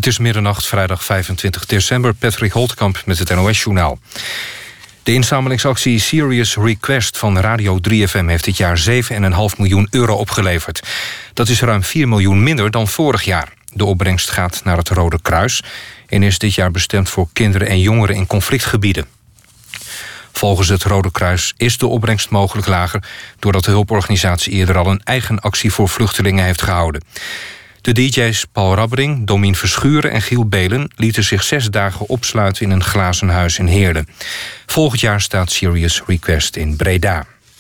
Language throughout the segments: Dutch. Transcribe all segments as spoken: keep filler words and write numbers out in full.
Het is middernacht, vrijdag vijfentwintig december. Patrick Holtkamp met het N O S-journaal. De inzamelingsactie Serious Request van Radio drie F M... heeft dit jaar zeven komma vijf miljoen euro opgeleverd. Dat is ruim vier miljoen minder dan vorig jaar. De opbrengst gaat naar het Rode Kruis... en is dit jaar bestemd voor kinderen en jongeren in conflictgebieden. Volgens het Rode Kruis is de opbrengst mogelijk lager... doordat de hulporganisatie eerder al een eigen actie voor vluchtelingen heeft gehouden. De D J's Paul Rabbering, Domien Verschuren en Giel Belen... lieten zich zes dagen opsluiten in een glazen huis in Heerlen. Volgend jaar staat Serious Request in Breda.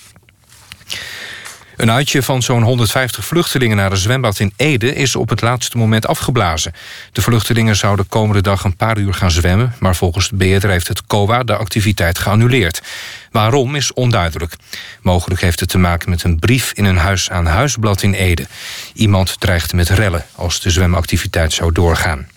Een uitje van zo'n honderdvijftig vluchtelingen naar een zwembad in Ede... is op het laatste moment afgeblazen. De vluchtelingen zouden komende dag een paar uur gaan zwemmen... maar volgens de beheerder heeft het C O A de activiteit geannuleerd. Waarom is onduidelijk. Mogelijk heeft het te maken met een brief in een huis-aan-huisblad in Ede. Iemand dreigde met rellen als de zwemactiviteit zou doorgaan.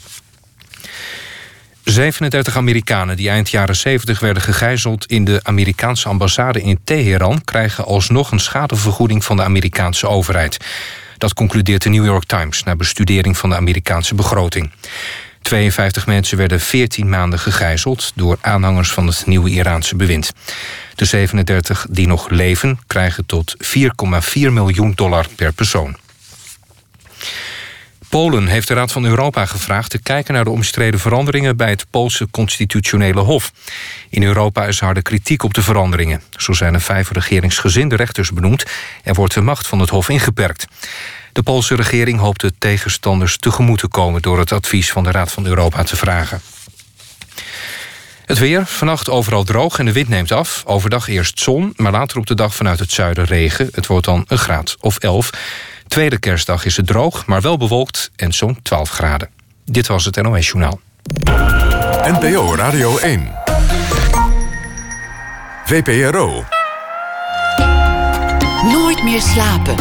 zevenendertig Amerikanen die eind jaren zeventig werden gegijzeld... in de Amerikaanse ambassade in Teheran... krijgen alsnog een schadevergoeding van de Amerikaanse overheid. Dat concludeert de New York Times... na bestudering van de Amerikaanse begroting. tweeënvijftig mensen werden veertien maanden gegijzeld... door aanhangers van het nieuwe Iraanse bewind. De zevenendertig die nog leven krijgen tot vier komma vier miljoen dollar per persoon. Polen heeft de Raad van Europa gevraagd te kijken naar de omstreden veranderingen bij het Poolse Constitutionele Hof. In Europa is harde kritiek op de veranderingen. Zo zijn er vijf regeringsgezinde rechters benoemd en wordt de macht van het Hof ingeperkt. De Poolse regering hoopt de tegenstanders tegemoet te komen door het advies van de Raad van Europa te vragen. Het weer, vannacht overal droog en de wind neemt af. Overdag eerst zon, maar later op de dag vanuit het zuiden regen. Het wordt dan een graad of elf. Tweede kerstdag is het droog, maar wel bewolkt en zo'n twaalf graden. Dit was het N O S-journaal. N P O Radio één. V P R O. Nooit meer slapen.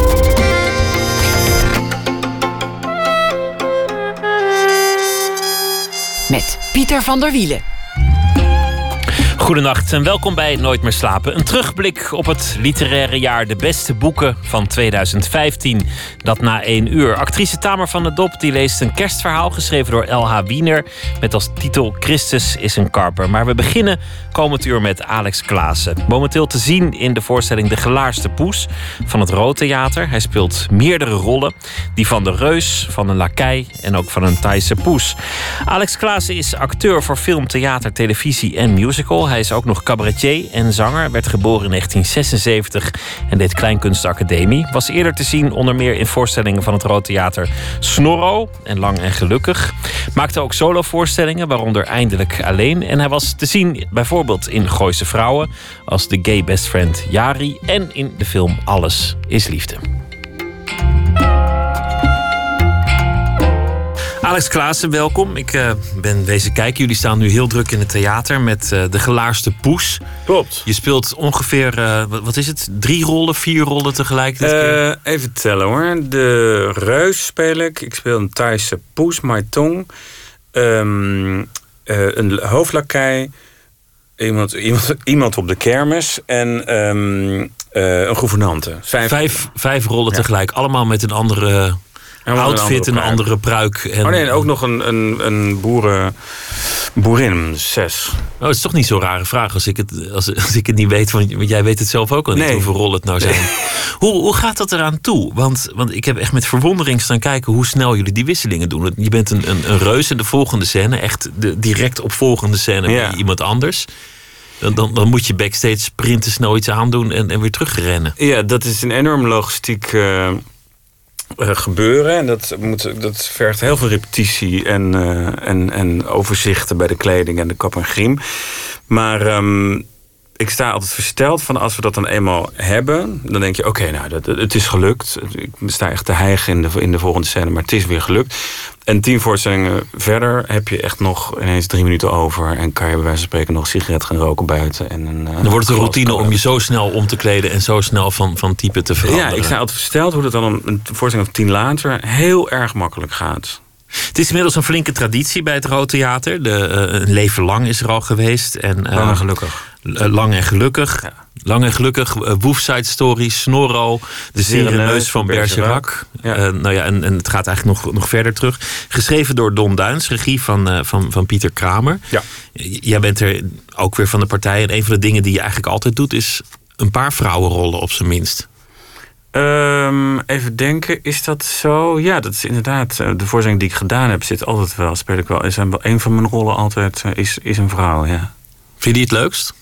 Met Pieter van der Wielen. Goedenacht en welkom bij Nooit meer slapen. Een terugblik op het literaire jaar. De beste boeken van tweeduizend vijftien. Dat na één uur. Actrice Tamer van der Dop die leest een kerstverhaal... geschreven door L H Wiener... met als titel Christus is een karper. Maar we beginnen komend uur met Alex Klaassen. Momenteel te zien in de voorstelling De Gelaarste Poes... van het Rood Theater. Hij speelt meerdere rollen. Die van de reus, van een lakei en ook van een Thaise poes. Alex Klaassen is acteur voor film, theater, televisie en musical... Hij is ook nog cabaretier en zanger. Werd geboren in negentien zesenzeventig en deed Kleinkunstacademie. Was eerder te zien onder meer in voorstellingen van het Rood Theater Snorro en Lang en Gelukkig. Maakte ook solovoorstellingen, waaronder Eindelijk Alleen. En hij was te zien bijvoorbeeld in Gooise Vrouwen... als de gay bestfriend Jari en in de film Alles is Liefde. Alex Klaassen, welkom. Ik uh, ben wezen kijken. Jullie staan nu heel druk in het theater met uh, De Gelaarste Poes. Klopt. Je speelt ongeveer, uh, wat is het, drie rollen, vier rollen tegelijk? Uh, even tellen hoor. De reus speel ik. Ik speel een Thaise poes, Mai Tong. Um, uh, een hoofdlakei. Iemand, iemand, iemand op de kermis. En um, uh, een gouvernante. Vijf, vijf, vijf rollen ja. tegelijk. Allemaal met een andere... outfit, een andere pruik. En... Oh nee, en ook nog een, een, een boeren, boerin, zes. Oh, het is toch niet zo'n rare vraag als ik het, als, als ik het niet weet. Want jij weet het zelf ook al niet, nee. hoeveel rollen het nou zijn. Nee. Hoe, hoe gaat dat eraan toe? Want, want ik heb echt met verwondering staan kijken hoe snel jullie die wisselingen doen. Je bent een, een, een reus in de volgende scène. Echt de direct opvolgende scène ja. met iemand anders. Dan, dan, dan moet je backstage sprinten, snel iets aandoen en, en weer terugrennen. Ja, dat is een enorm logistiek... Uh... gebeuren. En dat, moet, dat vergt heel veel repetitie en, uh, en, en overzichten bij de kleding en de kap en griem. Maar um, ik sta altijd versteld van als we dat dan eenmaal hebben, dan denk je, oké, okay, nou, dat, het is gelukt. Ik sta echt te hijgen in de, in de volgende scène, maar het is weer gelukt. En tien voorstellingen verder heb je echt nog ineens drie minuten over en kan je bij wijze van spreken nog een sigaret gaan roken buiten. En een, dan wordt het een routine om je zo snel om te kleden en zo snel van, van type te veranderen. Ja, ik sta altijd versteld hoe dat dan een voorstelling of tien later heel erg makkelijk gaat. Het is inmiddels een flinke traditie bij het Rood Theater. De, uh, een leven lang is er al geweest. En, uh, lang en gelukkig. Uh, lang en gelukkig. Ja. Lang en gelukkig. Uh, Woofside Story, Snorro, De Zere Neus van Bergerac. Ja. Uh, nou ja, en, en het gaat eigenlijk nog, nog verder terug. Geschreven door Don Duins, regie van, uh, van, van Pieter Kramer. Ja. Jij bent er ook weer van de partij. En een van de dingen die je eigenlijk altijd doet is een paar vrouwenrollen op zijn minst. Um, even denken, is dat zo? Ja, dat is inderdaad. De voorstelling die ik gedaan heb, zit altijd wel, speel ik wel. Is een van mijn rollen altijd is, is een vrouw, ja. Vind je die het leukst?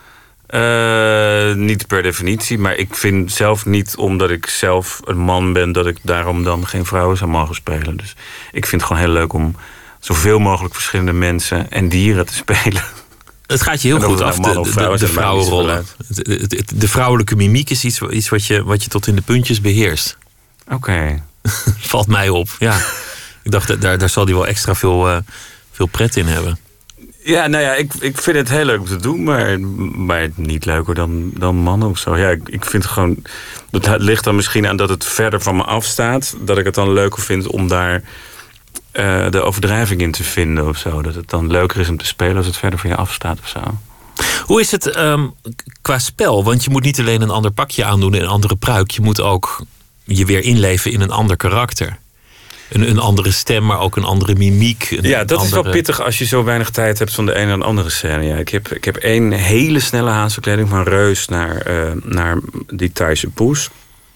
Uh, niet per definitie, maar ik vind zelf niet, omdat ik zelf een man ben, dat ik daarom dan geen vrouwen zou mogen spelen. Dus ik vind het gewoon heel leuk om zoveel mogelijk verschillende mensen en dieren te spelen. Het gaat je heel goed af, de, de, de, de vrouwenrollen. De, de, de vrouwelijke mimiek is iets, iets wat, je, wat je tot in de puntjes beheerst. Oké. Okay. Valt mij op, ja. Ik dacht, daar, daar zal hij wel extra veel, uh, veel pret in hebben. Ja, nou ja, ik, ik vind het heel leuk om te doen, maar, maar niet leuker dan, dan mannen of zo. Ja, ik, ik vind het gewoon... Het ligt dan misschien aan dat het verder van me afstaat. Dat ik het dan leuker vind om daar uh, de overdrijving in te vinden of zo. Dat het dan leuker is om te spelen als het verder van je afstaat of zo. Hoe is het um, qua spel? Want je moet niet alleen een ander pakje aandoen en een andere pruik. Je moet ook je weer inleven in een ander karakter. Een, een andere stem, maar ook een andere mimiek. Een ja, dat andere... is wel pittig als je zo weinig tijd hebt van de ene naar de andere scène. Ja, ik, heb, ik heb één hele snelle hazenverkleding van Reus naar, uh, naar die Thaise poes.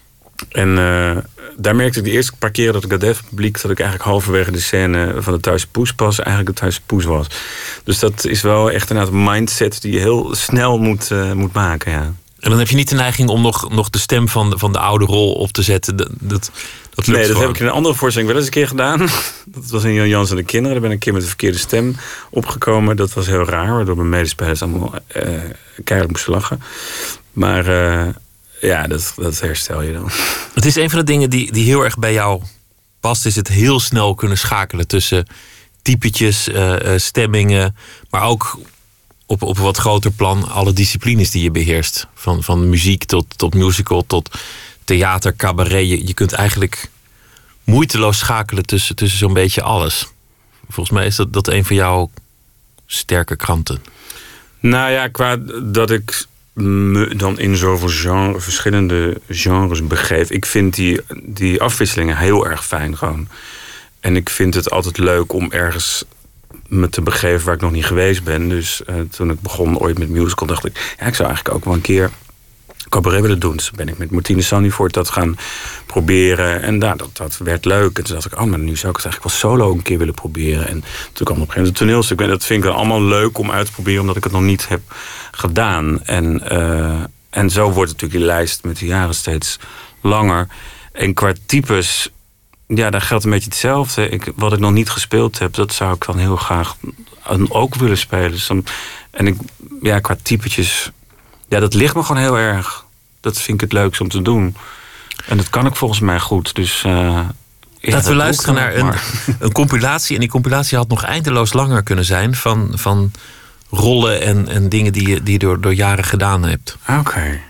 En uh, daar merkte ik de eerste paar keren dat ik dat deed publiek, dat ik eigenlijk halverwege de scène van de Thaise poes pas eigenlijk de Thaise poes was. Dus dat is wel echt een mindset die je heel snel moet, uh, moet maken, ja. En dan heb je niet de neiging om nog, nog de stem van de, van de oude rol op te zetten. Dat, dat, dat lukt nee, dat gewoon. heb ik in een andere voorstelling wel eens een keer gedaan. Dat was in Jan Jans en de Kinderen. Daar ben ik een keer met de verkeerde stem opgekomen. Dat was heel raar, waardoor mijn medespelers allemaal uh, keihard moesten lachen. Maar uh, ja, dat, dat herstel je dan. Het is een van de dingen die, die heel erg bij jou past. Is het heel snel kunnen schakelen tussen typetjes, uh, uh, stemmingen, maar ook op, op een wat groter plan alle disciplines die je beheerst. Van, van muziek tot, tot musical, tot theater, cabaret. Je, je kunt eigenlijk moeiteloos schakelen tussen, tussen zo'n beetje alles. Volgens mij is dat, dat een van jouw sterke kranten. Nou ja, qua dat ik me dan in zoveel genre, verschillende genres begeef. Ik vind die, die afwisselingen heel erg fijn gewoon. En ik vind het altijd leuk om ergens me te begeven waar ik nog niet geweest ben. Dus uh, toen ik begon ooit met musical, dacht ik, ja, ik zou eigenlijk ook wel een keer cabaret willen doen. Dus ben ik met Martine Sandyvoort dat gaan proberen. En nou, dat, dat werd leuk. En toen dacht ik, oh, maar nu zou ik het eigenlijk wel solo een keer willen proberen. En toen kwam op een gegeven moment het toneelstuk. En dat vind ik dan allemaal leuk om uit te proberen, omdat ik het nog niet heb gedaan. En, uh, en zo wordt natuurlijk die lijst met de jaren steeds langer. En qua types, ja, daar geldt een beetje hetzelfde. Ik, wat ik nog niet gespeeld heb, dat zou ik dan heel graag ook willen spelen. Dus dan, en ik, ja, qua typetjes, ja, dat ligt me gewoon heel erg. Dat vind ik het leukst om te doen. En dat kan ik volgens mij goed. Dus uh, ja, laten we luisteren naar een, een compilatie. En die compilatie had nog eindeloos langer kunnen zijn van, van rollen en, en dingen die je, die je door, door jaren gedaan hebt. Oké. Okay.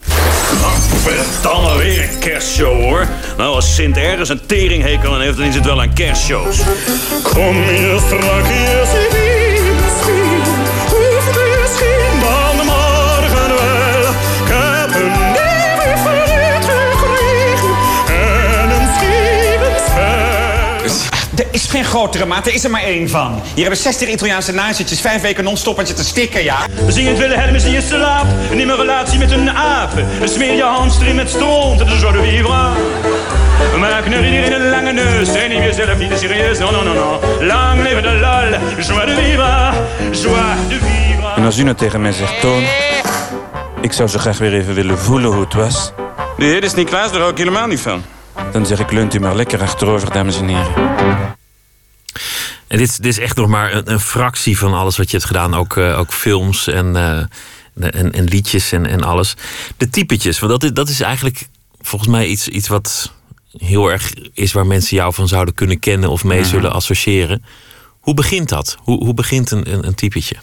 Verdamme, weer een kerstshow, hoor. Nou, als Sint ergens een teringhekel aan heeft, dan is het wel aan kerstshows. Kom je strakjes in, misschien, hoeft misschien van de morgen wel. Ik heb een nieuwe vriend gekregen en een schievenspel. Er is geen grotere maat, er is er maar één van. Hier hebben zestig Italiaanse nazitjes vijf weken non-stop aan zitten stikken, ja? We zingen Wilhelmus in je slaap, en in mijn relatie met een aap. We smeer je hamster in met stront, en de joie de vivre. We maken er iedereen een lange neus, en niet meer zelf niet te serieus, non, non, non, non. Lang leven de lol, joie de vivre, joie de vivre. En als u nou tegen mij zegt, Toon, ik zou zo graag weer even willen voelen hoe het was. Nee, dit is niet Klaas, daar hou ik helemaal niet van. Dan zeg ik, leunt u maar lekker achterover, dames en heren. En dit, dit is echt nog maar een, een fractie van alles wat je hebt gedaan. Ook, uh, ook films en, uh, en, en liedjes en, en alles. De typetjes, want dat is, dat is eigenlijk volgens mij iets, iets wat heel erg is waar mensen jou van zouden kunnen kennen of mee zullen associëren. Hoe begint dat? Hoe, hoe begint een, een, een typetje?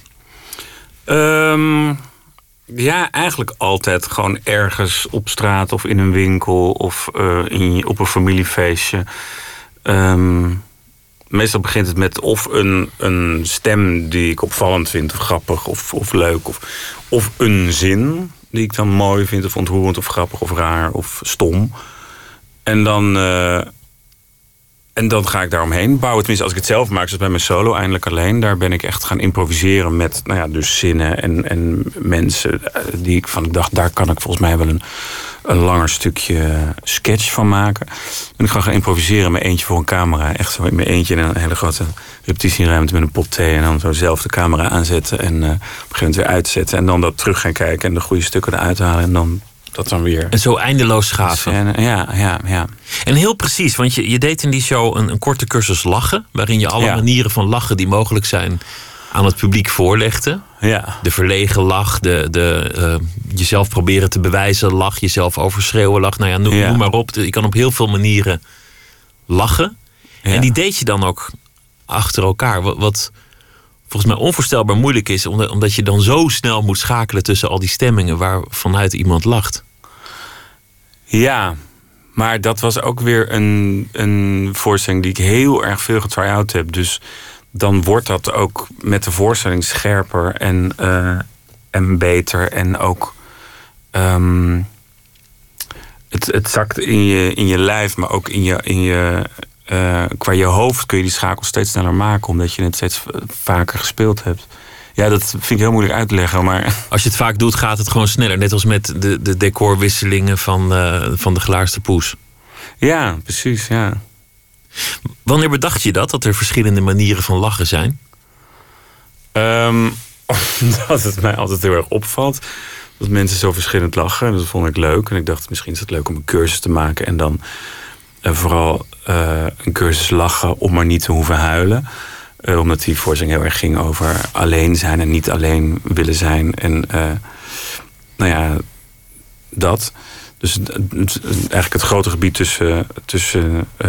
Um, ja, eigenlijk altijd gewoon ergens op straat of in een winkel of uh, in, op een familiefeestje. Um, meestal begint het met of een, een stem die ik opvallend vind, of grappig, of, of leuk. Of, of een zin die ik dan mooi vind, of ontroerend, of grappig, of raar, of stom. En dan, uh, en dan ga ik daaromheen bouwen. Tenminste, als ik het zelf maak, zoals bij mijn solo, Eindelijk Alleen. Daar ben ik echt gaan improviseren met, nou ja, dus zinnen en, en mensen die ik van dacht, daar kan ik volgens mij wel een, een langer stukje sketch van maken. En ik ga gaan improviseren met eentje voor een camera. Echt zo in mijn eentje in een hele grote repetitieruimte met een pot thee. En dan zo zelf de camera aanzetten en uh, op een gegeven moment weer uitzetten. En dan dat terug gaan kijken en de goede stukken eruit halen. En dan dat dan weer. En zo eindeloos schaven. En, ja, ja, ja. En heel precies, want je, je deed in die show een, een korte cursus lachen. Waarin je alle ja. manieren van lachen die mogelijk zijn aan het publiek voorlegde. Ja. De verlegen lach, de, de uh, jezelf proberen te bewijzen lach, jezelf overschreeuwen lach. Nou ja, noem, ja. noem maar op. Je kan op heel veel manieren lachen. Ja. En die deed je dan ook achter elkaar. Wat, wat volgens mij onvoorstelbaar moeilijk is, omdat, omdat je dan zo snel moet schakelen tussen al die stemmingen waarvanuit iemand lacht. Ja, maar dat was ook weer een, een voorstelling die ik heel erg veel getry-out heb. Dus dan wordt dat ook met de voorstelling scherper en, uh, en beter. En ook um, het, het zakt in je, in je lijf, maar ook in je, in je, uh, qua je hoofd kun je die schakel steeds sneller maken, omdat je het steeds vaker gespeeld hebt. Ja, dat vind ik heel moeilijk uit te leggen. Maar als je het vaak doet, gaat het gewoon sneller. Net als met de, de decorwisselingen van, uh, van de Glaarste Poes. Ja, precies, ja. Wanneer bedacht je dat, dat er verschillende manieren van lachen zijn? Um, omdat het mij altijd heel erg opvalt dat mensen zo verschillend lachen. Dat vond ik leuk. En ik dacht, misschien is het leuk om een cursus te maken. En dan uh, vooral uh, een cursus lachen om maar niet te hoeven huilen. Uh, omdat die voorstelling heel erg ging over alleen zijn en niet alleen willen zijn. En uh, nou ja, dat. Dus het, het, eigenlijk het grote gebied tussen, tussen uh,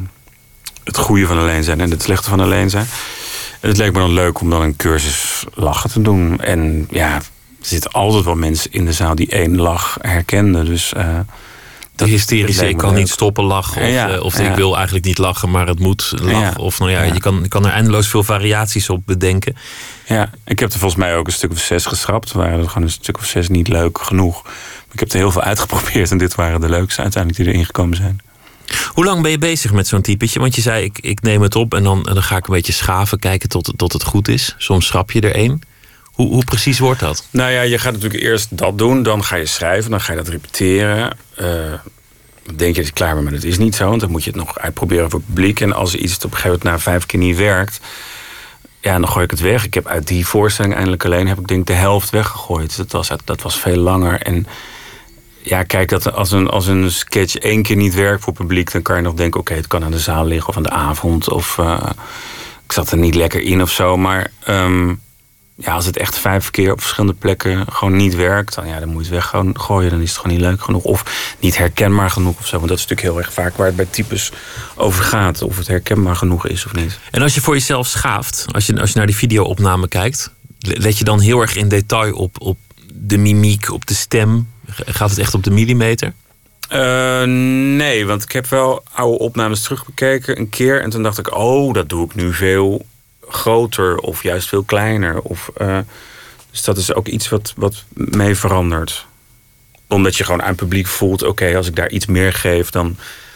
het goede van alleen zijn en het slechte van alleen zijn. En het leek me dan leuk om dan een cursus lachen te doen. En ja, er zitten altijd wel mensen in de zaal die één lach herkenden. Dus uh, de hysterische, ik kan leuk. niet stoppen lachen. Of, ja, of ja. ik wil eigenlijk niet lachen, maar het moet lachen. Ja. Of nou ja, ja. Je, kan, je kan er eindeloos veel variaties op bedenken. Ja, ik heb er volgens mij ook een stuk of zes geschrapt. Waren er gewoon een stuk of zes niet leuk genoeg. Ik heb er heel veel uitgeprobeerd en dit waren de leukste uiteindelijk die erin gekomen zijn. Hoe lang ben je bezig met zo'n typetje? Want je zei, ik, ik neem het op en dan, en dan ga ik een beetje schaven, kijken tot, tot het goed is. Soms schrap je er één. Hoe, hoe precies wordt dat? Nou ja, je gaat natuurlijk eerst dat doen, dan ga je schrijven, dan ga je dat repeteren. Uh, dan denk je dat je klaar bent, maar dat is niet zo. Want dan moet je het nog uitproberen voor het publiek. En als iets op een gegeven moment na vijf keer niet werkt, ja, dan gooi ik het weg. Ik heb uit die voorstelling Eindelijk Alleen heb ik denk de helft weggegooid. Dat was, dat was veel langer. En ja, kijk, dat als een, als een sketch één keer niet werkt voor het publiek, dan kan je nog denken, oké, okay, het kan aan de zaal liggen of aan de avond. Of uh, ik zat er niet lekker in of zo. Maar um, ja, als het echt vijf keer op verschillende plekken gewoon niet werkt, dan, ja, dan moet je het weggooien. Dan is het gewoon niet leuk genoeg. Of niet herkenbaar genoeg of zo. Want dat is natuurlijk heel erg vaak waar het bij types over gaat. Of het herkenbaar genoeg is of niet. En als je voor jezelf schaaft, als je, als je naar die video-opname kijkt, let je dan heel erg in detail op, op de mimiek, op de stem? Gaat het echt op de millimeter? Uh, nee, want ik heb wel oude opnames terugbekeken een keer. En toen dacht ik, oh, dat doe ik nu veel groter of juist veel kleiner. Of, uh, dus dat is ook iets wat, wat mee verandert. Omdat je gewoon aan het publiek voelt, oké, okay, als ik daar iets meer geef, dan,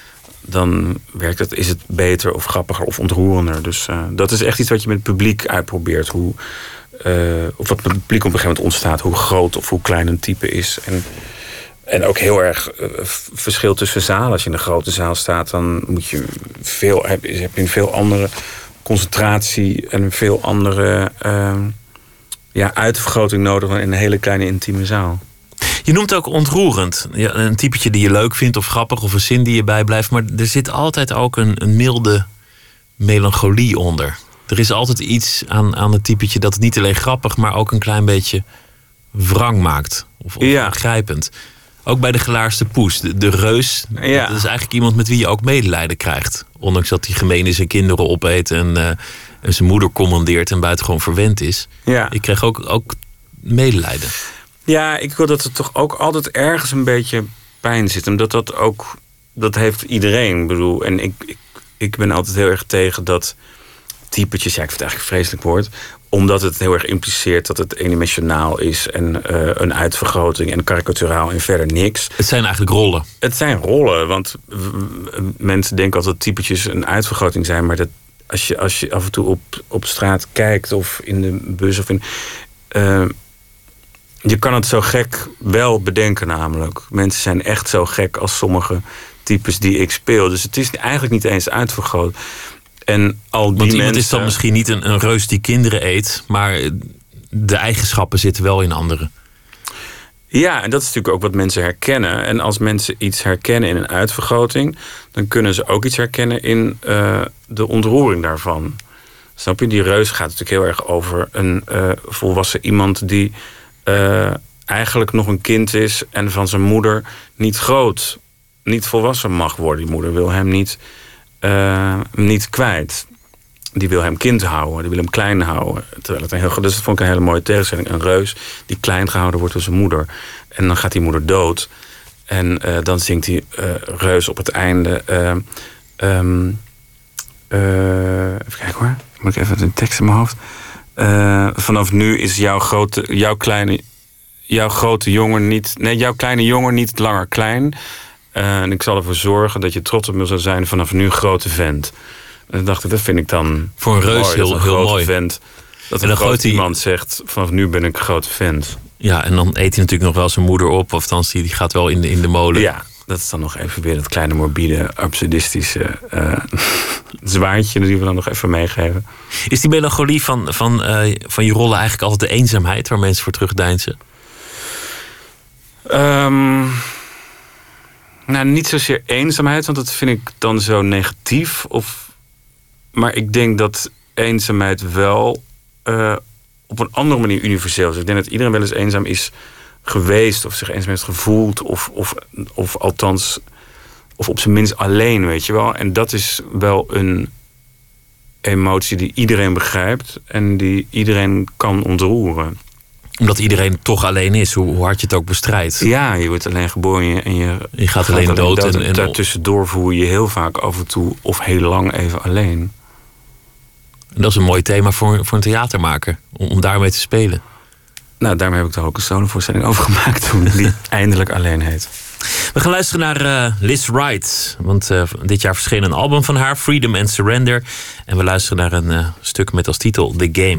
dan werkt het, is het beter of grappiger of ontroerender. Dus uh, dat is echt iets wat je met het publiek uitprobeert. Hoe, uh, of wat met het publiek op een gegeven moment ontstaat. Hoe groot of hoe klein een type is. En, en ook heel erg uh, verschil tussen zalen. Als je in een grote zaal staat, dan moet je veel, heb, heb je een veel andere concentratie en een veel andere uh, ja, uitvergroting nodig dan in een hele kleine intieme zaal. Je noemt ook ontroerend. Ja, een typetje die je leuk vindt of grappig of een zin die je bijblijft. Maar er zit altijd ook een, een milde melancholie onder. Er is altijd iets aan, aan het typetje dat het niet alleen grappig, maar ook een klein beetje wrang maakt. Of, of ja. Grijpend. Ook bij de Glaarste Poes. De, de reus, ja. Dat is eigenlijk iemand met wie je ook medelijden krijgt. Ondanks dat hij gemeen zijn kinderen opeet en, uh, en zijn moeder commandeert en buitengewoon verwend is. Ja. Ik kreeg ook, ook medelijden. Ja, ik wil dat er toch ook altijd ergens een beetje pijn zit. Omdat dat ook, dat heeft iedereen. Ik bedoel, en ik, ik ik ben altijd heel erg tegen dat typetjes, ja, ik vind het eigenlijk een vreselijk woord, omdat het heel erg impliceert dat het eendimensionaal is en uh, een uitvergroting en karikaturaal en verder niks. Het zijn eigenlijk rollen. Het zijn rollen, want w- w- mensen denken altijd dat typetjes een uitvergroting zijn, maar dat, als, je, als je af en toe op, op straat kijkt of in de bus of in... Uh, je kan het zo gek wel bedenken namelijk. Mensen zijn echt zo gek als sommige types die ik speel. Dus het is eigenlijk niet eens uitvergroot. En al die Want iemand mensen... is dan misschien niet een, een reus die kinderen eet, maar de eigenschappen zitten wel in anderen. Ja, en dat is natuurlijk ook wat mensen herkennen. En als mensen iets herkennen in een uitvergroting, dan kunnen ze ook iets herkennen in uh, de ontroering daarvan. Snap je? Die reus gaat natuurlijk heel erg over een uh, volwassen iemand die uh, eigenlijk nog een kind is en van zijn moeder niet groot, niet volwassen mag worden. Die moeder wil hem niet, uh, niet kwijt. Die wil hem kind houden, die wil hem klein houden. Terwijl het een heel, dus dat vond ik een hele mooie tegenstelling. Een reus die klein gehouden wordt door zijn moeder. En dan gaat die moeder dood. En uh, dan zingt die uh, reus op het einde... Uh, um, uh, even kijken hoor. Moet ik even de tekst in mijn hoofd. Uh, vanaf nu is jouw grote, jouw kleine, jouw grote jongen niet... Nee, jouw kleine jongen niet langer klein. Uh, en ik zal ervoor zorgen dat je trots op me zal zijn vanaf nu grote vent. En dan dacht ik, dat vind ik dan... Voor een reus mooi, heel, een heel grote mooi. Vent, dat en een groot die... iemand zegt, vanaf nu ben ik een grote vent. Ja, en dan eet hij natuurlijk nog wel zijn moeder op. Of althans, die gaat wel in de, in de molen. Ja, dat is dan nog even weer dat kleine morbide, absurdistische uh, zwaardje die we dan nog even meegeven. Is die melancholie van, van, uh, van je rollen eigenlijk altijd de eenzaamheid waar mensen voor terugdeinzen? Um, nou, niet zozeer eenzaamheid, want dat vind ik dan zo negatief. Of, maar ik denk dat eenzaamheid wel uh, op een andere manier universeel is. Ik denk dat iedereen wel eens eenzaam is geweest, of zich eenzaam heeft gevoeld, of, of, of althans, of op zijn minst alleen, weet je wel. En dat is wel een emotie die iedereen begrijpt en die iedereen kan ontroeren. Omdat iedereen toch alleen is, hoe hard je het ook bestrijdt. Ja, je wordt alleen geboren en je, je gaat, gaat alleen, alleen dood. dood en, en daartussendoor voel je je heel vaak af en toe of heel lang even alleen. En dat is een mooi thema voor, voor een theatermaker, om, om daarmee te spelen. Nou, daarmee heb ik er ook een solovoorstelling over gemaakt toen, die eindelijk alleen heet. We gaan luisteren naar uh, Liz Wright. Want uh, dit jaar verscheen een album van haar, Freedom and Surrender. En we luisteren naar een uh, stuk met als titel The Game.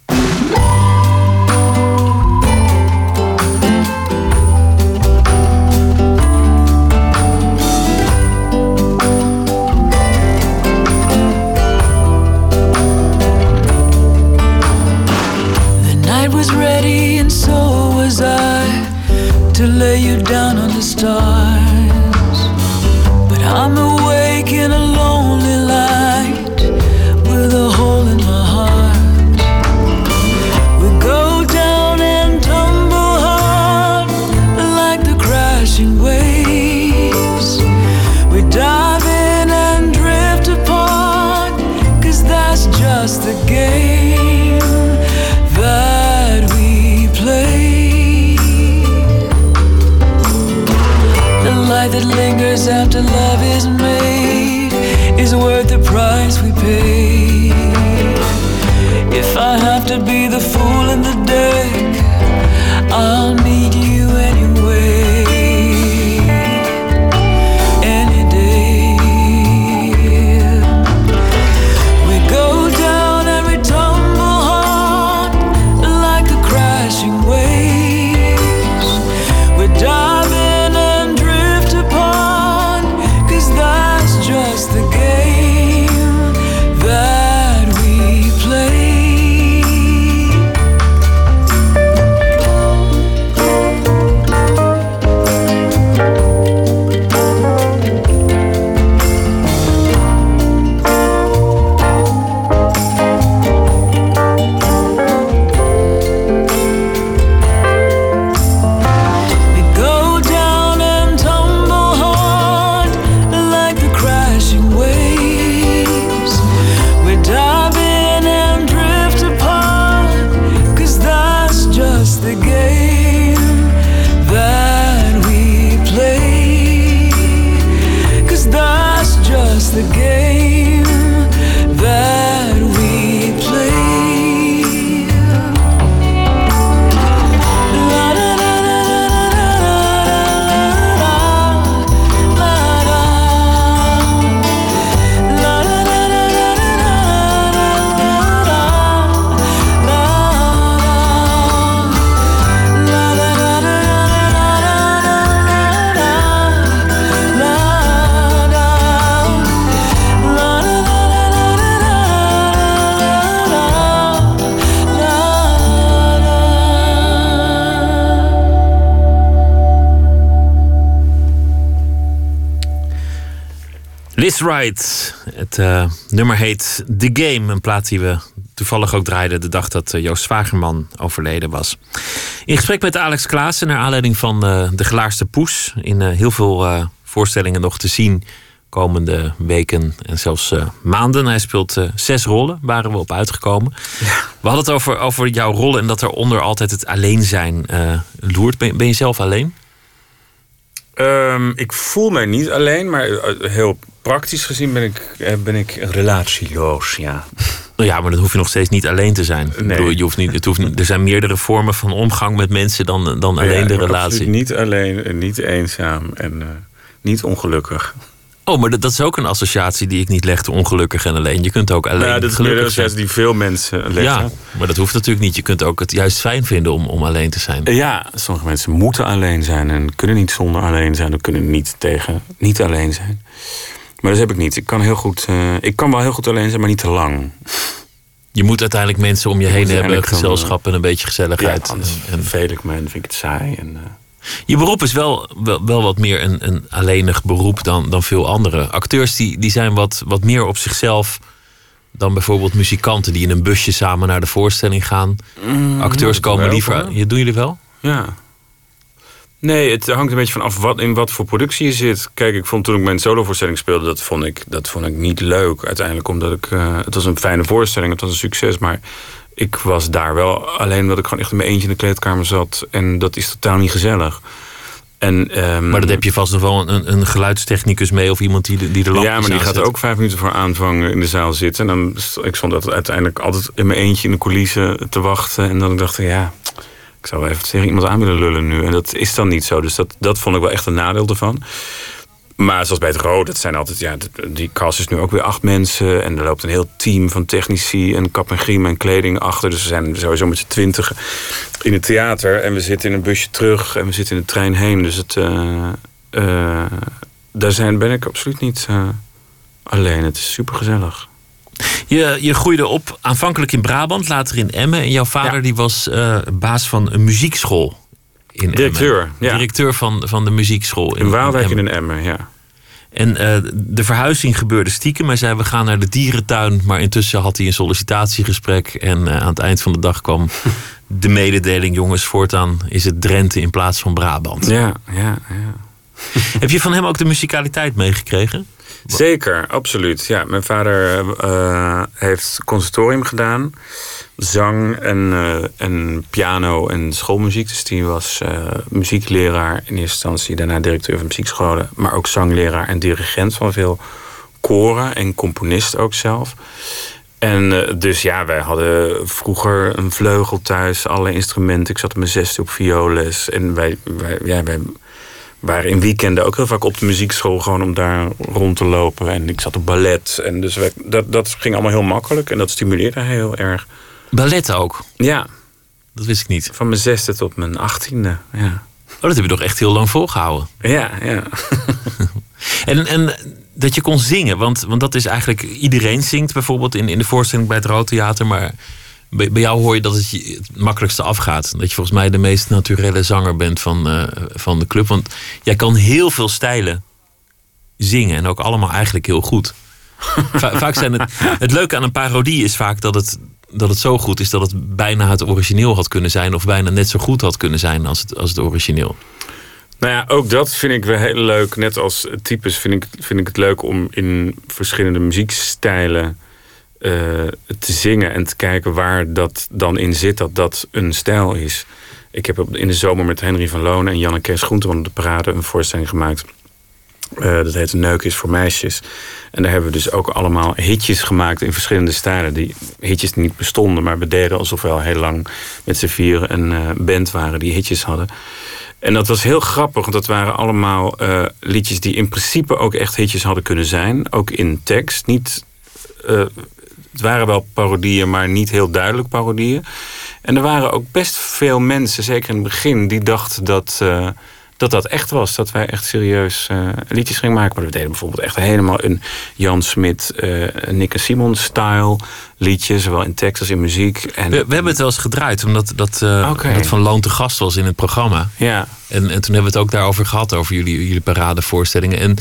To lay you down on the stars, but I'm awake in a lonely light with a hole in my heart. We go down and tumble hard like the crashing waves. We dive in and drift apart, 'cause that's just the game that we play. Miss Right. Het uh, nummer heet The Game. Een plaat die we toevallig ook draaiden de dag dat uh, Joost Zwagerman overleden was. In gesprek met Alex Klaassen naar aanleiding van uh, De Gelaarste Poes. In uh, heel veel uh, voorstellingen nog te zien komende weken en zelfs uh, maanden. Hij speelt uh, zes rollen, waren we op uitgekomen. Ja. We hadden het over, over jouw rollen en dat eronder altijd het alleen zijn uh, loert. Ben, ben je zelf alleen? Um, ik voel mij niet alleen, maar heel praktisch gezien ben ik, ben ik relatieloos, ja. Ja, maar dan hoef je nog steeds niet alleen te zijn. Nee. Ik bedoel, je hoeft niet, het hoeft niet, er zijn meerdere vormen van omgang met mensen dan, dan alleen ja, de relatie. Niet alleen en niet eenzaam en uh, niet ongelukkig. Oh, maar dat, dat is ook een associatie die ik niet legde, ongelukkig en alleen. Je kunt ook alleen nou, dat is een associatie die veel mensen leggen. Ja, maar dat hoeft natuurlijk niet. Je kunt ook het juist fijn vinden om, om alleen te zijn. Ja, sommige mensen moeten alleen zijn en kunnen niet zonder alleen zijn. Of kunnen niet tegen niet alleen zijn. Maar dat heb ik niet. Ik kan heel goed, uh, ik kan wel heel goed alleen zijn, maar niet te lang. Je moet uiteindelijk mensen om je, je heen hebben, gezelschap en een beetje gezelligheid. Ja, anders en, en vervel ik me en vind ik het saai. En, uh, je beroep is wel, wel, wel wat meer een, een alleenig beroep dan, dan veel andere. Acteurs die, die zijn wat, wat meer op zichzelf dan bijvoorbeeld muzikanten die in een busje samen naar de voorstelling gaan. Mm, Acteurs komen wel, liever... Hoor. Doen jullie wel? Ja. Nee, het hangt een beetje van af wat, in wat voor productie je zit. Kijk, ik vond toen ik mijn solovoorstelling speelde, dat vond ik, dat vond ik niet leuk. Uiteindelijk omdat ik... Uh, het was een fijne voorstelling, het was een succes, maar ik was daar wel alleen omdat ik gewoon echt in mijn eentje in de kleedkamer zat. En dat is totaal niet gezellig. En, um, maar dat heb je vast nog wel een, een geluidstechnicus mee of iemand die de, die de lampjes Ja, maar die aanzet. gaat ook vijf minuten voor aanvang in de zaal zitten. En dan, ik stond dat uiteindelijk altijd in mijn eentje in de coulissen te wachten. En dan dacht ik, ja, ik zou wel even tegen iemand aan willen lullen nu. En dat is dan niet zo. Dus dat, dat vond ik wel echt een nadeel ervan. Maar zoals bij het Roo, dat zijn altijd, ja, die cast is nu ook weer acht mensen. En er loopt een heel team van technici en kap en griem en kleding achter. Dus we zijn sowieso met z'n twintig in het theater. En we zitten in een busje terug en we zitten in de trein heen. Dus het, uh, uh, daar zijn, ben ik absoluut niet uh, alleen. Het is super gezellig. Je, je groeide op aanvankelijk in Brabant, later in Emmen. En jouw vader ja. die was uh, baas van een muziekschool. In Directeur, Emmen. ja. Directeur van, van de muziekschool. In, in Waalwijk in, in Emmen, ja. En uh, de verhuizing gebeurde stiekem. Hij zei, we gaan naar de dierentuin. Maar intussen had hij een sollicitatiegesprek. En uh, aan het eind van de dag kwam de mededeling... jongens, voortaan is het Drenthe in plaats van Brabant. Ja, ja, ja. Heb je van hem ook de muzikaliteit meegekregen? Zeker, absoluut. Ja, mijn vader uh, heeft conservatorium gedaan. Zang en, uh, en piano en schoolmuziek. Dus die was uh, muziekleraar in eerste instantie. Daarna directeur van muziekscholen. Maar ook zangleraar en dirigent van veel koren. En componist ook zelf. En uh, dus ja, wij hadden vroeger een vleugel thuis. Alle instrumenten. Ik zat op mijn zesde op vioolles. En wij... wij, ja, wij waren in weekenden ook heel vaak op de muziekschool... gewoon om daar rond te lopen. En ik zat op ballet. En dus wij, dat, dat ging allemaal heel makkelijk. En dat stimuleerde heel erg. Ballet ook? Ja. Dat wist ik niet. Van mijn zesde tot mijn achttiende, ja. Oh, dat heb je toch echt heel lang volgehouden? Ja, ja. en, en dat je kon zingen, want, want dat is eigenlijk... Iedereen zingt bijvoorbeeld in, in de voorstelling bij het Roo Theater... maar bij, bij jou hoor je dat het je het makkelijkste afgaat. Dat je volgens mij de meest naturele zanger bent van, uh, van de club. Want jij kan heel veel stijlen zingen en ook allemaal eigenlijk heel goed. Va- vaak zijn het... Het leuke aan een parodie is vaak dat het... dat het zo goed is dat het bijna het origineel had kunnen zijn... of bijna net zo goed had kunnen zijn als het, als het origineel. Nou ja, ook dat vind ik wel heel leuk. Net als types vind ik, vind ik het leuk om in verschillende muziekstijlen uh, te zingen... en te kijken waar dat dan in zit, dat dat een stijl is. Ik heb in de zomer met Henry van Loon en Janne Kees Groenteman op de Parade... een voorstelling gemaakt... Uh, dat heet Neuk is voor meisjes. En daar hebben we dus ook allemaal hitjes gemaakt in verschillende stijlen. Die hitjes die niet bestonden, maar we deden alsof we al heel lang met z'n vieren een uh, band waren die hitjes hadden. En dat was heel grappig, want dat waren allemaal uh, liedjes die in principe ook echt hitjes hadden kunnen zijn. Ook in tekst. Niet, uh, het waren wel parodieën, maar niet heel duidelijk parodieën. En er waren ook best veel mensen, zeker in het begin, die dachten dat... Uh, dat dat echt was, dat wij echt serieus uh, liedjes gingen maken. Maar we deden bijvoorbeeld echt helemaal een Jan Smit, uh, Nick en Simon-style liedje, zowel in tekst als in muziek. En... We, we hebben het wel eens gedraaid, omdat dat, uh, okay. dat Van Loon te gast was in het programma. Ja. En, en toen hebben we het ook daarover gehad, over jullie, jullie paradevoorstellingen. En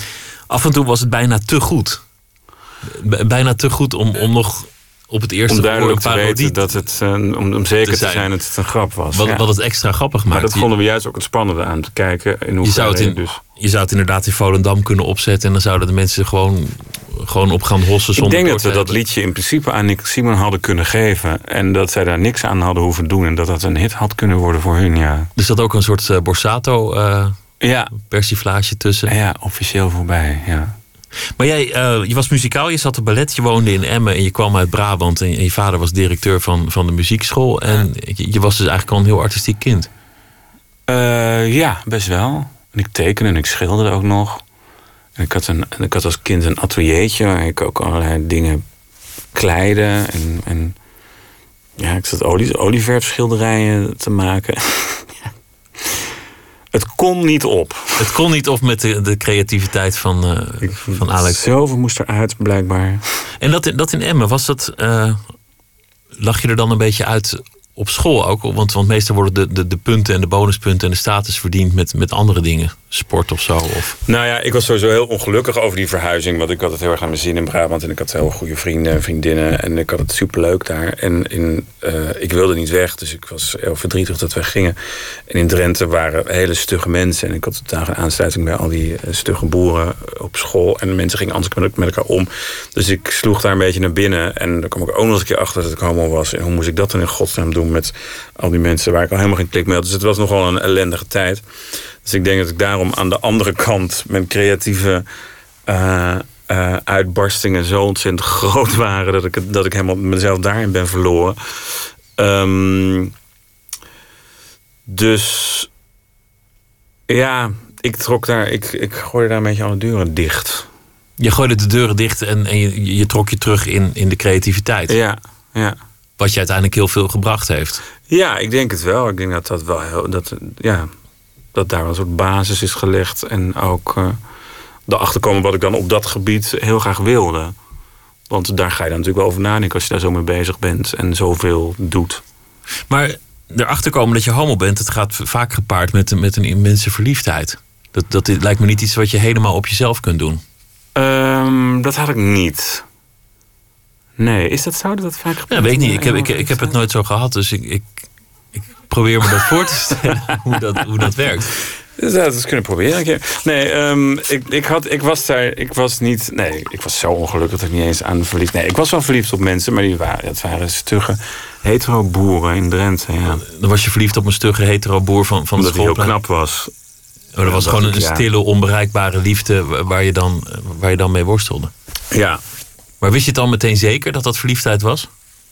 Af en toe was het bijna te goed. B- bijna te goed om, om nog op het eerste om duidelijk een te weten dat het, uh, om, om zeker te zijn. te zijn dat het een grap was. Wat, ja. wat het extra grappig maakt. Maar dat vonden we juist ook het spannende aan te kijken. In je, zou het in, dus. je zou het inderdaad in Volendam kunnen opzetten en dan zouden de mensen gewoon, gewoon op gaan hossen. Ik denk dat we dat liedje in principe aan Nick Simon hadden kunnen geven. En dat zij daar niks aan hadden hoeven doen. En dat dat een hit had kunnen worden voor hun, ja. Dus dat ook een soort uh, Borsato uh, ja. persiflage tussen. Ja, officieel voorbij, ja. Maar jij, uh, je was muzikaal, je zat op ballet, je woonde in Emmen en je kwam uit Brabant. En je vader was directeur van, van de muziekschool. En je, je was dus eigenlijk al een heel artistiek kind. Uh, ja, best wel. En ik tekende en ik schilderde ook nog. En ik had, een, ik had als kind een ateliertje waar ik ook allerlei dingen kleidde. En, en ja, ik zat olie, olieverfschilderijen te maken. Het kon niet op. Het kon niet op met de, de creativiteit van, uh, ik, van Alex. Zoveel moest eruit, blijkbaar. En dat in, dat in Emmen, was dat, uh, lag je er dan een beetje uit op school ook? Want, want meestal worden de, de, de punten en de bonuspunten en de status verdiend met, met andere dingen. Sport of zo. Of... Nou ja, ik was sowieso heel ongelukkig over die verhuizing. Want ik had het heel erg aan mijn zin in Brabant. En ik had heel goede vrienden en vriendinnen. En ik had het superleuk daar. En in, uh, ik wilde niet weg. Dus ik was heel verdrietig dat we gingen. En in Drenthe waren hele stugge mensen. En ik had totaal geen aansluiting bij al die uh, stugge boeren op school. En de mensen gingen anders met elkaar om. Dus ik sloeg daar een beetje naar binnen. En daar kwam ik ook nog eens een keer achter dat ik homo was. En hoe moest ik dat dan in godsnaam doen met al die mensen waar ik al helemaal geen klik mee had. Dus het was nogal een ellendige tijd. Dus ik denk dat ik daarom aan de andere kant mijn creatieve uh, uh, uitbarstingen zo ontzettend groot waren dat ik, dat ik helemaal mezelf daarin ben verloren. Um, dus ja, ik trok daar, ik, ik gooide daar een beetje alle deuren dicht. Je gooide de deuren dicht en, en je, je trok je terug in, in de creativiteit. Ja, ja. Wat je uiteindelijk heel veel gebracht heeft. Ja, ik denk het wel. Ik denk dat dat wel heel, dat, ja, dat daar een soort basis is gelegd. En ook uh, erachter komen wat ik dan op dat gebied heel graag wilde. Want daar ga je dan natuurlijk wel over nadenken als je daar zo mee bezig bent en zoveel doet. Maar erachter komen dat je homo bent, het gaat vaak gepaard met, met een immense verliefdheid. Dat, dat lijkt me niet iets wat je helemaal op jezelf kunt doen. Um, dat had ik niet. Nee, is dat zo dat dat vaak gebeurt? Ja, weet ik niet. Ik heb, ik, ik heb het nooit zo gehad, dus ik, ik, ik probeer me dat voor te stellen hoe dat, hoe dat werkt. Dus dat eens kunnen proberen een keer. Nee, um, ik, ik, had, ik was daar, ik was niet, nee, ik was zo ongelukkig dat ik niet eens aan verliefd. Nee, ik was wel verliefd op mensen, maar die waren, dat waren stugge hetero boeren in Drenthe. Ja. Dan was je verliefd op een stugge hetero boer van, van Omdat de school. Omdat hij heel knap was. Oh, dat was ja, gewoon dat een ik, ja. stille, onbereikbare liefde waar je, dan, waar je dan mee worstelde. Ja. Maar wist je het al meteen zeker dat dat verliefdheid was?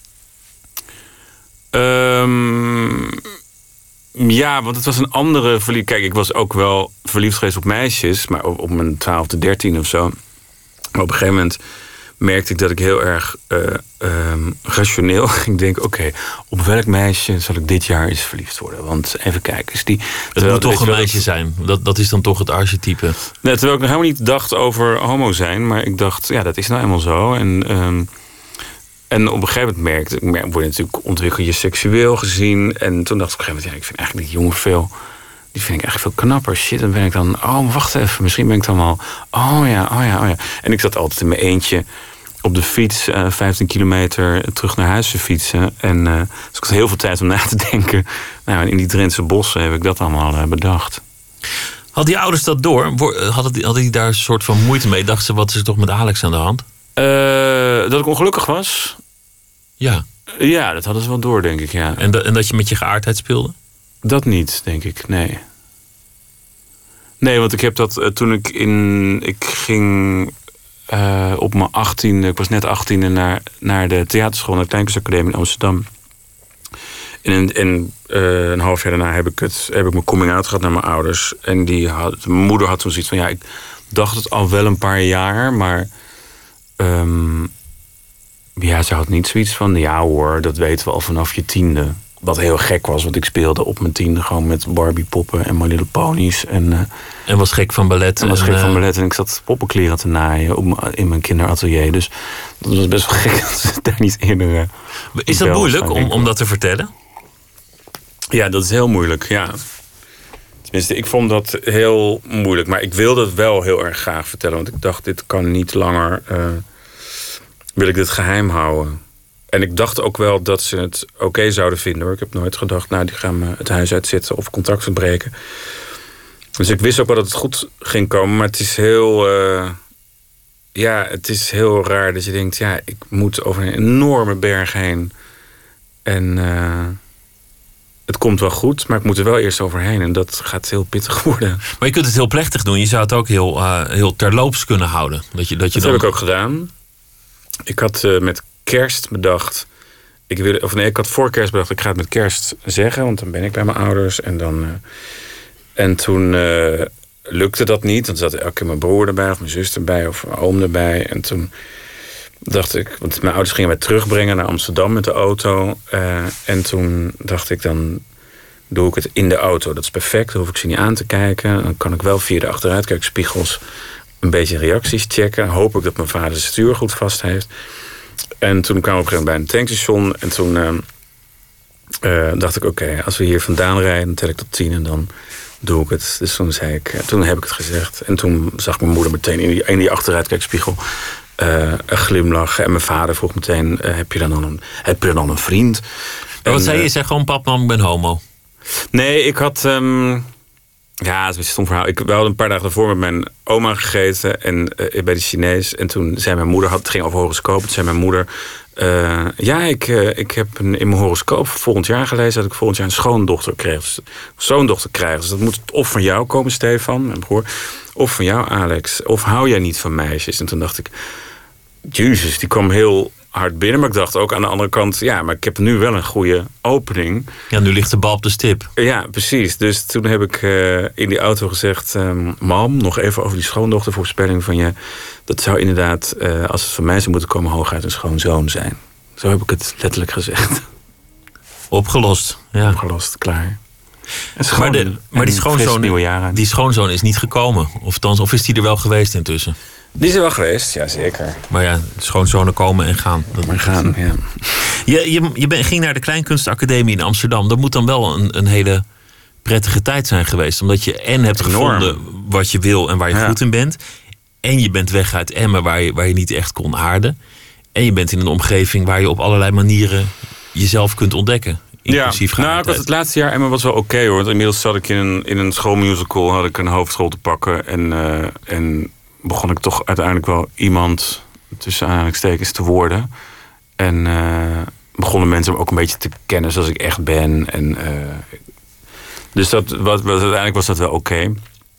Um, ja, want het was een andere verliefd. Kijk, ik was ook wel verliefd geweest op meisjes, maar op, op mijn twaalfde, dertien of zo. Maar op een gegeven moment merkte ik dat ik heel erg uh, um, rationeel ging denken, oké, okay, op welk meisje zal ik dit jaar eens verliefd worden? Want even kijken, is die... Het moet toch een meisje zijn. Dat, dat is dan toch het archetype. Nee, terwijl ik nog helemaal niet dacht over homo zijn, maar ik dacht, ja, dat is nou eenmaal zo. En, um, en op een gegeven moment merkte ik, merk, word je natuurlijk ontwikkel je seksueel gezien. En toen dacht ik op een gegeven moment, ja, ik vind eigenlijk die jongen veel... Die vind ik eigenlijk veel knapper. Shit, dan ben ik dan... Oh, wacht even. Misschien ben ik dan wel... Oh ja, oh ja, oh ja. En ik zat altijd in mijn eentje op de fiets... Uh, vijftien kilometer terug naar huis te fietsen. En uh, dus ik had heel veel tijd om na te denken. Nou, en in die Drentse bossen heb ik dat allemaal uh, bedacht. Hadden die ouders dat door? Hadden die, hadden die daar een soort van moeite mee? Dachten ze, wat is er toch met Alex aan de hand? Uh, dat ik ongelukkig was? Ja. Ja, dat hadden ze wel door, denk ik, ja. En, da- en dat je met je geaardheid speelde? Dat niet, denk ik, nee. Nee, want ik heb dat uh, toen ik in... Ik ging uh, op mijn achttiende, ik was net achttiende... naar, naar de theaterschool, naar de Kleinkunstacademie in Amsterdam. En, en uh, een half jaar daarna heb ik, het, heb ik mijn coming-out gehad naar mijn ouders. En die had, mijn moeder had toen zoiets van... Ja, ik dacht het al wel een paar jaar, maar... Um, ja, ze had niet zoiets van... Ja hoor, dat weten we al vanaf je tiende... Wat heel gek was, want ik speelde op mijn tiende gewoon met Barbie-poppen en My Little Ponies. En, uh, en was gek van ballet. En was en, gek uh... van ballet en ik zat poppenkleren te naaien op, in mijn kinderatelier. Dus dat was best wel gek dat ze daar niet eerder... Uh, is dat moeilijk om, om dat te vertellen? Ja, dat is heel moeilijk, ja. Tenminste, ik vond dat heel moeilijk. Maar ik wilde het wel heel erg graag vertellen. Want ik dacht, dit kan niet langer... Uh, wil ik dit geheim houden. En ik dacht ook wel dat ze het oké okay zouden vinden. Hoor. Ik heb nooit gedacht, nou, die gaan me het huis uitzetten of contract verbreken. Dus ik wist ook wel dat het goed ging komen. Maar het is heel... Uh, ja, het is heel raar dat je denkt... ja, ik moet over een enorme berg heen. En... Uh, het komt wel goed, maar ik moet er wel eerst overheen. En dat gaat heel pittig worden. Maar je kunt het heel plechtig doen. Je zou het ook heel, uh, heel terloops kunnen houden. Dat, je, dat, je dat dan... heb ik ook gedaan. Ik had uh, met kerst bedacht... Ik wil, of nee, ik had voor kerst bedacht... ik ga het met kerst zeggen, want dan ben ik bij mijn ouders. En, dan, uh, en toen uh, lukte dat niet. Dan zat elke keer mijn broer erbij, of mijn zus erbij... of mijn oom erbij. En toen... dacht ik, want mijn ouders gingen mij terugbrengen naar Amsterdam met de auto. Uh, en toen dacht ik, dan doe ik het in de auto. Dat is perfect, dan hoef ik ze niet aan te kijken. Dan kan ik wel via de achteruitkijkspiegels een beetje reacties checken. Hoop ik dat mijn vader zijn stuur goed vast heeft. En toen kwamen we op een gegeven moment bij een tankstation. En toen uh, uh, dacht ik, oké, okay, als we hier vandaan rijden... dan tel ik tot tien en dan doe ik het. Dus toen, zei ik, toen heb ik het gezegd. En toen zag mijn moeder meteen in die, in die achteruitkijkspiegel... Uh, een glimlach. En mijn vader vroeg meteen... Uh, heb, je dan een, heb je dan een vriend? En wat en, zei je? Je zei gewoon, pap, mam, ik ben homo. Nee, ik had... Um, ja, het is een stom verhaal. Ik had een paar dagen daarvoor met mijn oma gegeten. En, uh, bij de Chinees. En toen zei mijn moeder... Het ging over horoscoop. Toen zei mijn moeder... Uh, ja, ik, uh, ik heb een, in mijn horoscoop volgend jaar gelezen... dat ik volgend jaar een schoondochter kreeg. Dus, zoondochter krijg. Dus dat moet of van jou komen, Stefan, mijn broer... of van jou, Alex. Of hou jij niet van meisjes? En toen dacht ik... Jezus, die kwam heel hard binnen. Maar ik dacht ook aan de andere kant... ja, maar ik heb nu wel een goede opening. Ja, nu ligt de bal op de stip. Ja, precies. Dus toen heb ik uh, in die auto gezegd... Um, mam, nog even over die schoondochtervoorspelling van je... dat zou inderdaad, uh, als het van mij zou moeten komen... hooguit een schoonzoon zijn. Zo heb ik het letterlijk gezegd. Opgelost, ja. Opgelost, klaar. Maar, de, maar die, schoonzoon, die schoonzoon is niet gekomen. Of, althans, of is die er wel geweest intussen? Die is er wel geweest, ja zeker. Maar ja, schoonzonen komen en gaan. Dat maar gaan, ja. Je, je, je ben, ging naar de Kleinkunstacademie in Amsterdam. Dat moet dan wel een, een hele prettige tijd zijn geweest. Omdat je en hebt Enorm. gevonden wat je wil en waar je ja. goed in bent. En je bent weg uit Emmen waar je, waar je niet echt kon aarden. En je bent in een omgeving waar je op allerlei manieren jezelf kunt ontdekken. Inclusief ja, nou, ik was het laatste jaar Emmen was wel oké okay, hoor. Want inmiddels zat ik in een, in een schoolmusical, had ik een hoofdrol te pakken. En, uh, en begon ik toch uiteindelijk wel iemand tussen aanhalingstekens te worden. En uh, begonnen mensen me ook een beetje te kennen zoals ik echt ben. En, uh, dus dat, wat, wat, uiteindelijk was dat wel oké. Okay.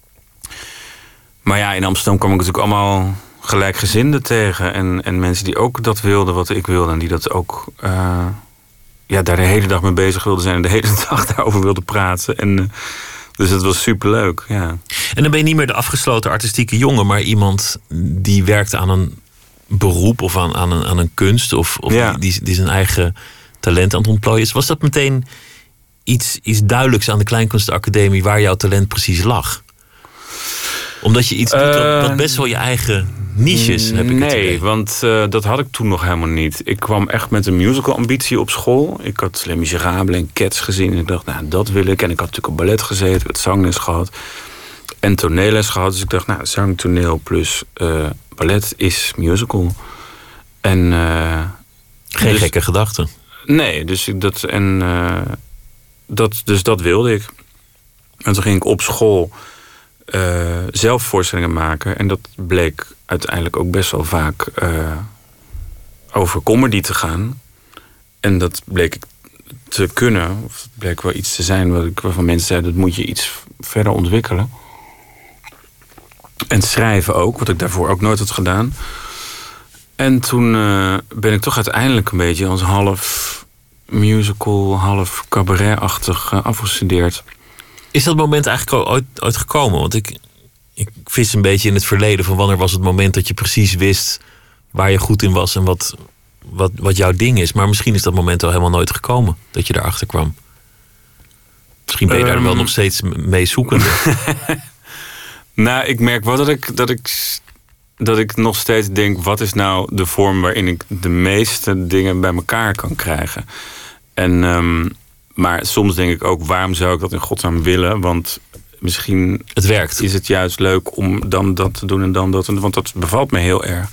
Maar ja, in Amsterdam kwam ik natuurlijk allemaal gelijkgezinden tegen. En, en mensen die ook dat wilden wat ik wilde. En die dat ook uh, ja, daar de hele dag mee bezig wilden zijn. En de hele dag daarover wilden praten. En, uh, dus het was superleuk, ja. En dan ben je niet meer de afgesloten artistieke jongen... maar iemand die werkt aan een beroep of aan, aan, een, aan een kunst... of, of ja. die, die zijn eigen talent aan het ontplooien is. Was dat meteen iets, iets duidelijks aan de Kleinkunstacademie... waar jouw talent precies lag? Omdat je iets doet uh, wat best wel je eigen niches, heb ik nee, het idee. Nee, want uh, dat had ik toen nog helemaal niet. Ik kwam echt met een musical-ambitie op school. Ik had Les Miserables en Cats gezien. En ik dacht, nou, dat wil ik. En ik had natuurlijk op ballet gezeten. Ik had zangles gehad. En toneelles gehad. Dus ik dacht, nou, zang, toneel plus uh, ballet is musical. En, uh, Geen dus, gekke gedachten. Nee, dus dat, en, uh, dat, dus dat wilde ik. En toen ging ik op school... Uh, zelf voorstellingen maken. En dat bleek uiteindelijk ook best wel vaak uh, over comedy te gaan. En dat bleek ik te kunnen. Of het bleek wel iets te zijn wat ik, waarvan mensen zeiden... dat moet je iets verder ontwikkelen. En schrijven ook, wat ik daarvoor ook nooit had gedaan. En toen uh, ben ik toch uiteindelijk een beetje als half musical, half cabaret-achtig uh, afgestudeerd. Is dat moment eigenlijk ooit, ooit gekomen? Want ik, ik vis een beetje in het verleden van wanneer was het moment dat je precies wist waar je goed in was en wat, wat, wat jouw ding is. Maar misschien is dat moment al helemaal nooit gekomen dat je daarachter kwam. Misschien ben je um, daar wel nog steeds mee zoekende. Nou, ik merk wel dat ik, dat, ik, dat ik nog steeds denk, wat is nou de vorm waarin ik de meeste dingen bij elkaar kan krijgen? En... Um, Maar soms denk ik ook, waarom zou ik dat in godsnaam willen? Want misschien het werkt. Is het juist leuk om dan dat te doen en dan dat. Want dat bevalt me heel erg.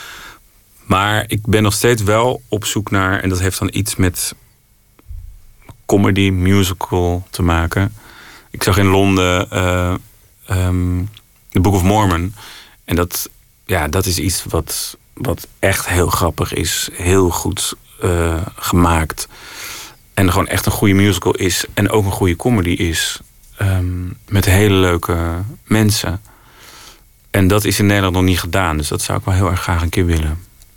Maar ik ben nog steeds wel op zoek naar... en dat heeft dan iets met comedy, musical te maken. Ik zag in Londen uh, um, The Book of Mormon. En dat, ja, dat is iets wat, wat echt heel grappig is. Heel goed uh, gemaakt. En gewoon echt een goede musical is. En ook een goede comedy is. Um, met hele leuke mensen. En dat is in Nederland nog niet gedaan. Dus dat zou ik wel heel erg graag een keer willen.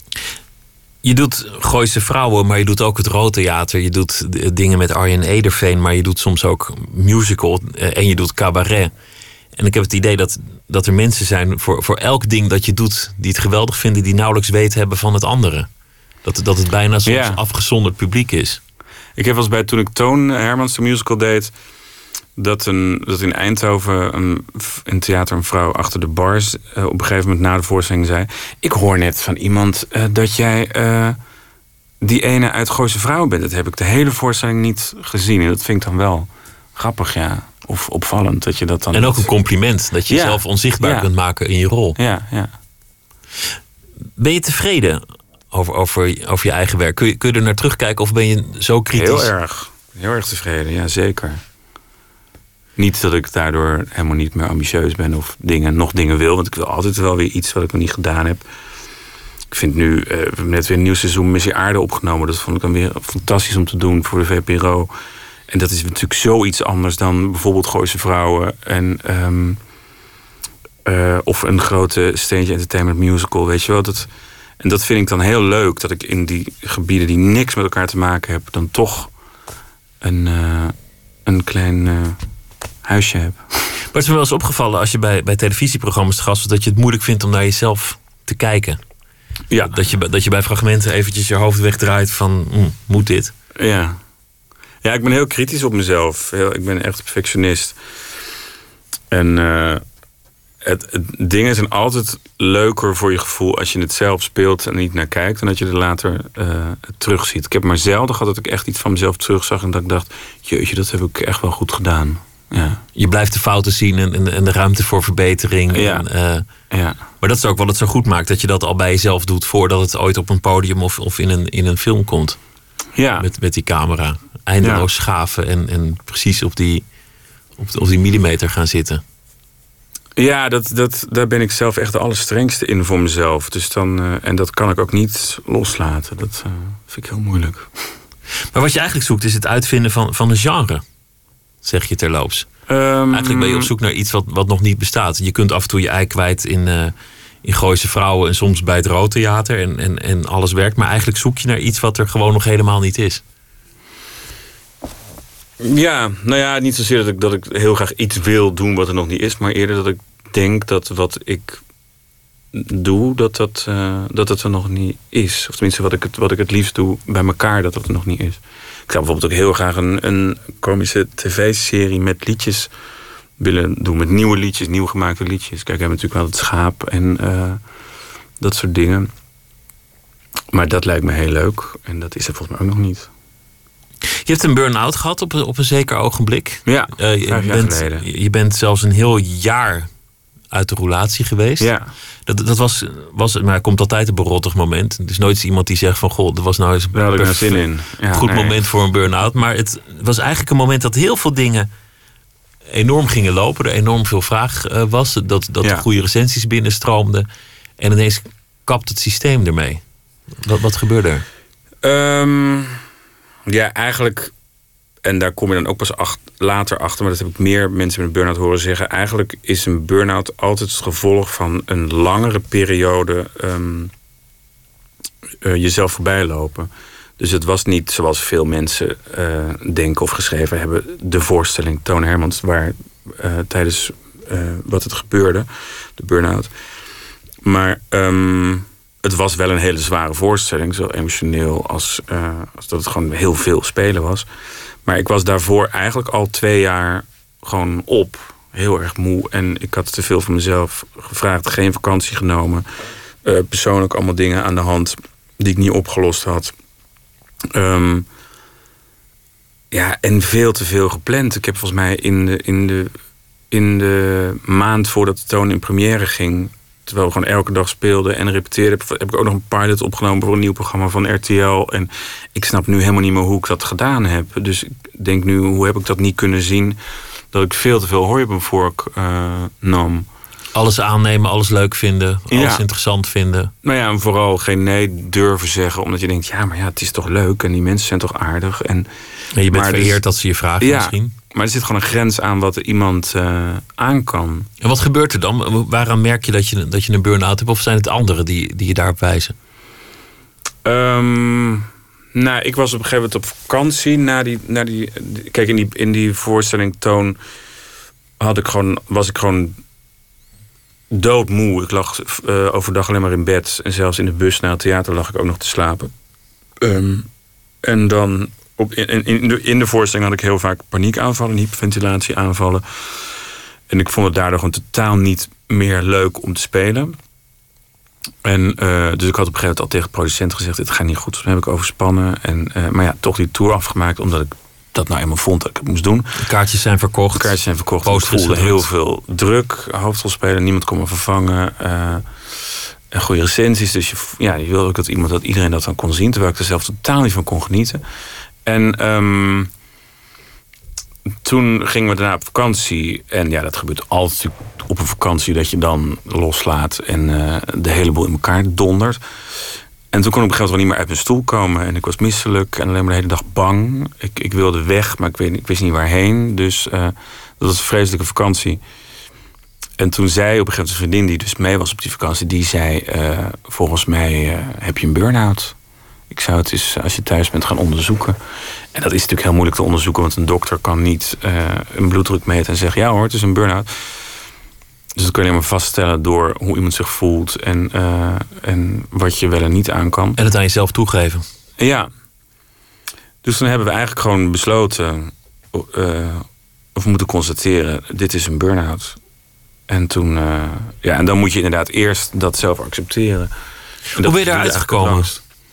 Je doet Gooise Vrouwen, maar je doet ook het Rood Theater. Je doet dingen met Arjen Ederveen, maar je doet soms ook musical. En je doet cabaret. En ik heb het idee dat, dat er mensen zijn voor, voor elk ding dat je doet... die het geweldig vinden, die nauwelijks weet hebben van het andere. Dat, dat het bijna soms ja. afgezonderd publiek is. Ik heb wel eens bij, toen ik Toon Hermans de musical deed... dat, een, dat in Eindhoven een, in theater een vrouw achter de bars... Uh, op een gegeven moment na de voorstelling zei... ik hoor net van iemand uh, dat jij uh, die ene uit Gooise Vrouwen bent. Dat heb ik de hele voorstelling niet gezien. En dat vind ik dan wel grappig, ja. Of opvallend dat je dat dan... En ook een compliment. Dat je ja. jezelf onzichtbaar ja. kunt maken in je rol. Ja, ja. Ben je tevreden over, over, over je eigen werk? Kun je, kun je er naar terugkijken of ben je zo kritisch? Heel erg. Heel erg tevreden, ja, zeker. Niet dat ik daardoor helemaal niet meer ambitieus ben of dingen, nog dingen wil. Want ik wil altijd wel weer iets wat ik nog niet gedaan heb. Ik vind nu, uh, we hebben net weer een nieuw seizoen Missie Aarde opgenomen. Dat vond ik dan weer fantastisch om te doen voor de V P R O. En dat is natuurlijk zoiets anders dan bijvoorbeeld Gooise Vrouwen. En, um, uh, of een grote Steentje Entertainment musical, weet je wel. Dat, en dat vind ik dan heel leuk, dat ik in die gebieden die niks met elkaar te maken hebben... dan toch een, uh, een klein... Uh, huisje heb. Maar het is me wel eens opgevallen als je bij, bij televisieprogramma's te gast was... dat je het moeilijk vindt om naar jezelf te kijken. Ja. Dat je, dat je bij fragmenten eventjes je hoofd wegdraait van... Mm, moet dit? Ja. Ja, ik ben heel kritisch op mezelf. Heel, ik ben echt een perfectionist. En uh, het, het, dingen zijn altijd leuker voor je gevoel... als je het zelf speelt en niet naar kijkt... dan dat je er later uh, terugziet. Ik heb maar zelden gehad dat ik echt iets van mezelf terugzag... en dat ik dacht, jeetje, dat heb ik echt wel goed gedaan. Ja. Je blijft de fouten zien en, en, en de ruimte voor verbetering. Ja. En, uh, ja. Maar dat is ook wat het zo goed maakt. Dat je dat al bij jezelf doet voordat het ooit op een podium of, of in, een, in een film komt. Ja. Met, met die camera. Eindeloos ja. schaven en, en precies op die, op, op die millimeter gaan zitten. Ja, dat, dat, daar ben ik zelf echt de allerstrengste in voor mezelf. Dus dan, uh, en dat kan ik ook niet loslaten. Dat uh, vind ik heel moeilijk. Maar wat je eigenlijk zoekt is het uitvinden van, van een genre. Zeg je terloops. Um, Eigenlijk ben je op zoek naar iets wat, wat nog niet bestaat. Je kunt af en toe je ei kwijt in, uh, in Gooise Vrouwen... en soms bij het Rood Theater en, en, en alles werkt. Maar eigenlijk zoek je naar iets wat er gewoon nog helemaal niet is. Ja, nou ja, niet zozeer dat ik, dat ik heel graag iets wil doen wat er nog niet is... maar eerder dat ik denk dat wat ik doe, dat dat, uh, dat het er nog niet is. Of tenminste, wat ik het, wat ik het liefst doe bij elkaar, dat dat er nog niet is. Ik zou bijvoorbeeld ook heel graag een, een komische tv-serie met liedjes willen doen. Met nieuwe liedjes, nieuw gemaakte liedjes. Kijk, we hebben natuurlijk wel het schaap en uh, dat soort dingen. Maar dat lijkt me heel leuk. En dat is er volgens mij ook nog niet. Je hebt een burn-out gehad op een, op een zeker ogenblik. Ja, uh, je vijf jaar bent, geleden. Je bent zelfs een heel jaar uit de roulatie geweest. Ja. Dat, dat was, was, maar er komt altijd een berottig moment. Er is nooit iemand die zegt van... goh, er was nou eens een Daar had ik nou zin in. Ja, goed nee. moment voor een burn-out. Maar het was eigenlijk een moment dat heel veel dingen enorm gingen lopen. Er enorm veel vraag uh, was. Dat, dat ja. goede recensies binnenstroomden. En ineens kapt het systeem ermee. Wat, wat gebeurde er? Um, ja, eigenlijk... En daar kom je dan ook pas ach, later achter... maar dat heb ik meer mensen met een burn-out horen zeggen. Eigenlijk is een burn-out altijd het gevolg van een langere periode... Um, uh, jezelf voorbij lopen. Dus het was niet zoals veel mensen uh, denken of geschreven hebben... de voorstelling Toon Hermans... waar uh, tijdens uh, wat het gebeurde, de burn-out. Maar um, het was wel een hele zware voorstelling... zo emotioneel als, uh, als dat het gewoon heel veel spelen was... Maar ik was daarvoor eigenlijk al twee jaar gewoon op. Heel erg moe. En ik had te veel van mezelf gevraagd. Geen vakantie genomen. Uh, persoonlijk allemaal dingen aan de hand die ik niet opgelost had. Um, ja, en veel te veel gepland. Ik heb volgens mij in de, in de in de maand voordat de toon in première ging, terwijl we gewoon elke dag speelden en repeteerden, heb, heb ik ook nog een pilot opgenomen voor een nieuw programma van R T L. En ik snap nu helemaal niet meer hoe ik dat gedaan heb. Dus ik denk nu, hoe heb ik dat niet kunnen zien, dat ik veel te veel hooi op een vork uh, nam. Alles aannemen, alles leuk vinden, alles ja. interessant vinden. Nou ja, en vooral geen nee durven zeggen, omdat je denkt, ja, maar ja, het is toch leuk en die mensen zijn toch aardig. En, en je bent maar vereerd dus, dat ze je vragen ja, misschien. Maar er zit gewoon een grens aan wat iemand uh, aan kan. En wat gebeurt er dan? Waaraan merk je dat je, dat je een burn-out hebt? Of zijn het anderen die, die je daarop wijzen? Um, nou, ik was op een gegeven moment op vakantie. Na die, na die, kijk, in die, in die voorstelling Toon had ik gewoon, was ik gewoon doodmoe. Ik lag uh, overdag alleen maar in bed. En zelfs in de bus naar het theater lag ik ook nog te slapen. Um, en dan op, in, in, de, in de voorstelling had ik heel vaak paniekaanvallen, hyperventilatieaanvallen. En ik vond het daardoor gewoon totaal niet meer leuk om te spelen. En uh, dus ik had op een gegeven moment al tegen de producent gezegd, dit gaat niet goed. Toen heb ik overspannen. En, uh, maar ja, toch die tour afgemaakt, omdat ik dat nou eenmaal vond dat ik het moest doen. De kaartjes zijn verkocht. De kaartjes zijn verkocht. Ik voelde heel veel druk. Hoofdrolspeler, niemand kon me vervangen. Uh, en goede recensies. Dus je, ja, je wilde ook dat iemand, dat iedereen dat dan kon zien. Terwijl ik er zelf totaal niet van kon genieten. En um, toen gingen we daarna op vakantie. En ja, dat gebeurt altijd op een vakantie, dat je dan loslaat en uh, de hele boel in elkaar dondert. En toen kon ik op een gegeven moment wel niet meer uit mijn stoel komen. En ik was misselijk en alleen maar de hele dag bang. Ik, ik wilde weg, maar ik, weet, ik wist niet waarheen. Dus uh, dat was een vreselijke vakantie. En toen zei op een gegeven moment een vriendin die dus mee was op die vakantie, die zei, uh, volgens mij uh, heb je een burn-out. Ik zou het eens, als je thuis bent, gaan onderzoeken. En dat is natuurlijk heel moeilijk te onderzoeken, want een dokter kan niet uh, een bloeddruk meten en zeggen, ja hoor, het is een burn-out. Dus dat kun je alleen maar vaststellen door hoe iemand zich voelt en, uh, en wat je wel en niet aan kan. En het aan jezelf toegeven. Ja. Dus toen hebben we eigenlijk gewoon besloten, uh, of we moeten constateren, dit is een burn-out. En toen, uh, ja, en dan moet je inderdaad eerst dat zelf accepteren. Hoe ben je daar uitgekomen?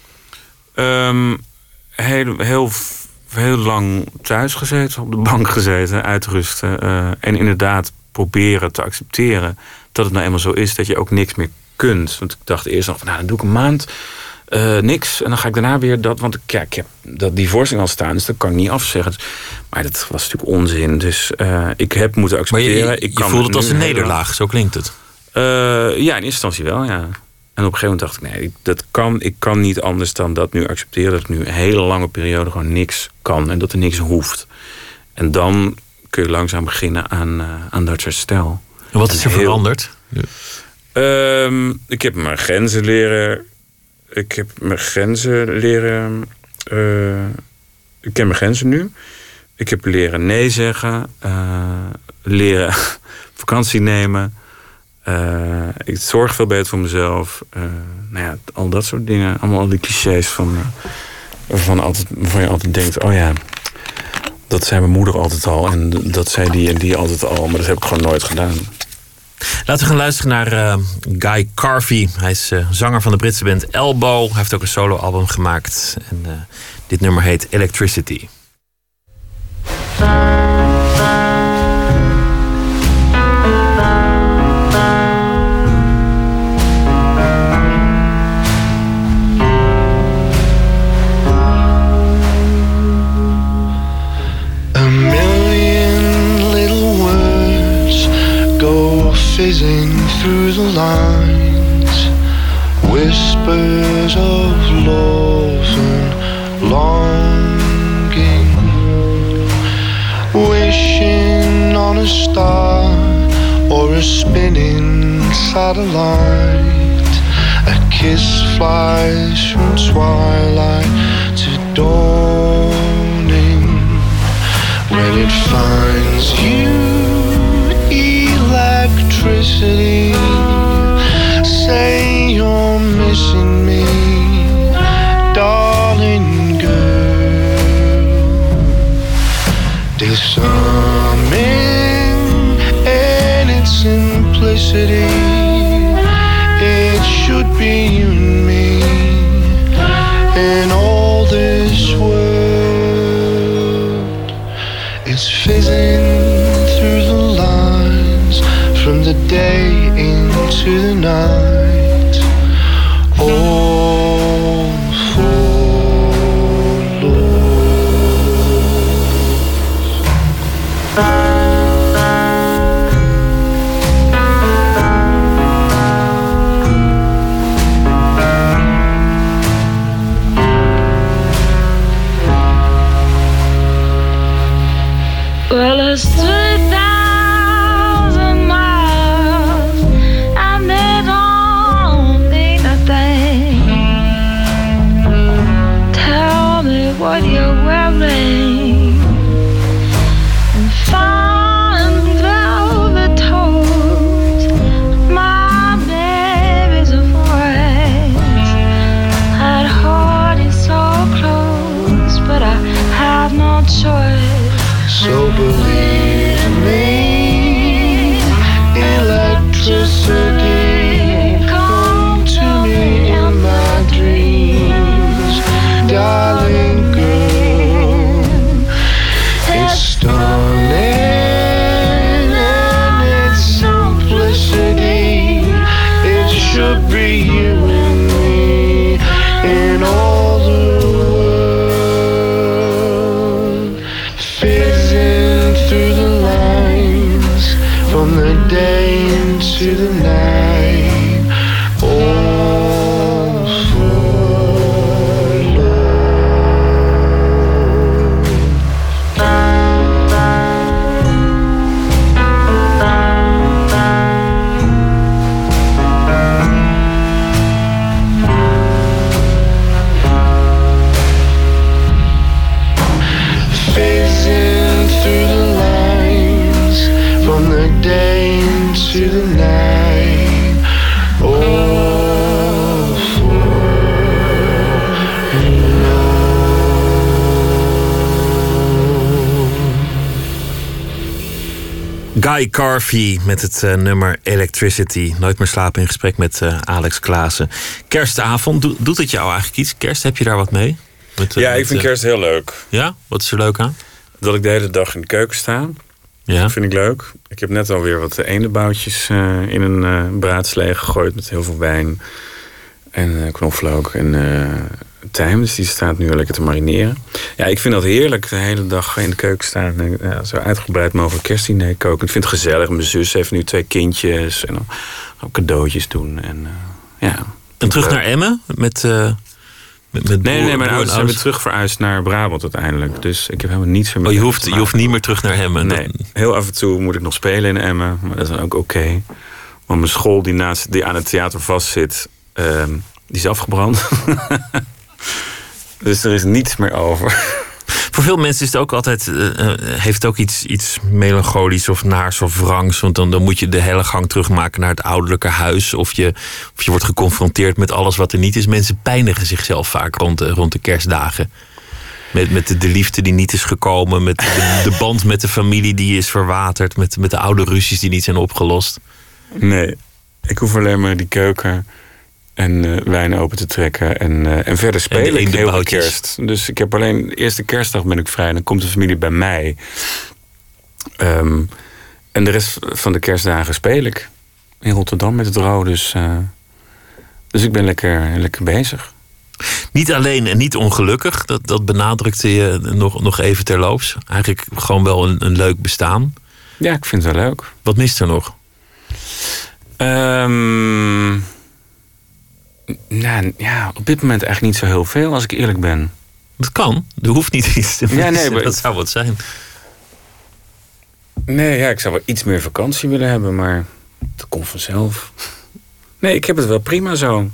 Um, heel, heel, heel lang thuis gezeten, op de bank gezeten, uitrusten. Uh, en inderdaad proberen te accepteren dat het nou eenmaal zo is dat je ook niks meer kunt. Want ik dacht eerst nog van, nou, dan doe ik een maand uh, niks. En dan ga ik daarna weer dat, want ik, ja, ik heb dat, die voorstelling al staan, dus dat kan ik niet afzeggen. Maar dat was natuurlijk onzin. Dus uh, ik heb moeten accepteren. Maar je, je, ik kan je voelt het als een helemaal nederlaag, zo klinkt het. Uh, ja, in eerste instantie wel, ja. En op een gegeven moment dacht ik, nee, dat kan, ik kan niet anders dan dat nu accepteren. Dat ik nu een hele lange periode gewoon niks kan. En dat er niks hoeft. En dan kun je langzaam beginnen aan, uh, aan dat herstel. En wat is er heel veranderd? Ja. Um, ik heb mijn grenzen leren... Ik heb mijn grenzen leren... Uh, ik ken mijn grenzen nu. Ik heb leren nee zeggen. Uh, leren vakantie nemen. Uh, ik zorg veel beter voor mezelf. Uh, nou ja, al dat soort dingen. Allemaal al die clichés van, uh, waarvan, altijd, waarvan je altijd denkt, oh ja, dat zei mijn moeder altijd al. En dat zei die en die altijd al. Maar dat heb ik gewoon nooit gedaan. Laten we gaan luisteren naar uh, Guy Carvey. Hij is uh, zanger van de Britse band Elbow. Hij heeft ook een soloalbum gemaakt. En uh, dit nummer heet Electricity. Fizzing through the lines, whispers of love and longing, wishing on a star or a spinning satellite. A kiss flies from twilight to dawning. When it finds you, electricity, say you're missing me, darling girl. Disarming in its simplicity, it should be you and me in all this world. It's fizzing through the lines, from the day into the night. All well, it's three thousand miles and they don't mean a thing. Tell me what you're wearing and fine velvet toes. My baby's a voice. I'd hold you so close, but I have no choice. So believe me, electricity, come to me in my dreams, darling girl. It's stunning and its simplicity. It should be you and me in all the world. Fizzing through the lines from the day into the night. All for fizzing through the lines from the day into the night. All for Guy Carvey met het uh, nummer Electricity. Nooit meer slapen in gesprek met uh, Alex Klaassen. Kerstavond, Do, doet het jou eigenlijk iets? Kerst, heb je daar wat mee? Met, uh, Ja, ik met, vind uh, kerst heel leuk. Ja? Wat is er leuk aan? Dat ik de hele dag in de keuken sta. Ja. Dat vind ik leuk. Ik heb net alweer wat eendenboutjes uh, in een uh, braadslee gegooid met heel veel wijn. En uh, knoflook en uh, tijm. Dus die staat nu lekker te marineren. Ja, ik vind dat heerlijk. De hele dag in de keuken staan. En uh, zo uitgebreid mogelijk kerstdiner koken. Ik vind het gezellig. Mijn zus heeft nu twee kindjes. En dan ook cadeautjes doen. En, uh, ja. En terug naar Emmen? Met, uh, met, met Nee, broer, nee, mijn broer ouders zijn weer terug verhuisd naar Brabant uiteindelijk. Dus ik heb helemaal niets meer met Oh, je Emmen hoeft, te je hoeft maken. niet meer terug naar Emmen? Nee, heel af en toe moet ik nog spelen in Emmen. Maar dat is dan ook oké. Okay. Want mijn school die, naast, die aan het theater vastzit, uh, die is afgebrand. Dus er is niets meer over. Voor veel mensen is het ook altijd, uh, heeft het ook iets, iets melancholisch of naars of wrangs. Want dan, dan moet je de hele gang terugmaken naar het ouderlijke huis. Of je, of je wordt geconfronteerd met alles wat er niet is. Mensen pijnigen zichzelf vaak rond de, rond de kerstdagen. Met, met de, de liefde die niet is gekomen. Met de, de band met de familie die is verwaterd. Met, met de oude ruzies die niet zijn opgelost. Nee, ik hoef alleen maar die keuken en uh, wijn open te trekken. En, uh, en verder spelen ik heel veel kerst. Dus ik heb alleen de eerste kerstdag ben ik vrij. Dan komt de familie bij mij. Um, en de rest van de kerstdagen speel ik in Rotterdam met het Ro. Dus, uh, dus ik ben lekker, lekker bezig. Niet alleen en niet ongelukkig. Dat, dat benadrukte je nog, nog even terloops. Eigenlijk gewoon wel een, een leuk bestaan. Ja, ik vind het wel leuk. Wat mist er nog? Um, nou, ja, op dit moment eigenlijk niet zo heel veel, als ik eerlijk ben. Dat kan. Er hoeft niet iets te missen. Ja, nee, maar dat zou wat zijn. Nee, ja, ik zou wel iets meer vakantie willen hebben, maar dat komt vanzelf. Nee, ik heb het wel prima zo.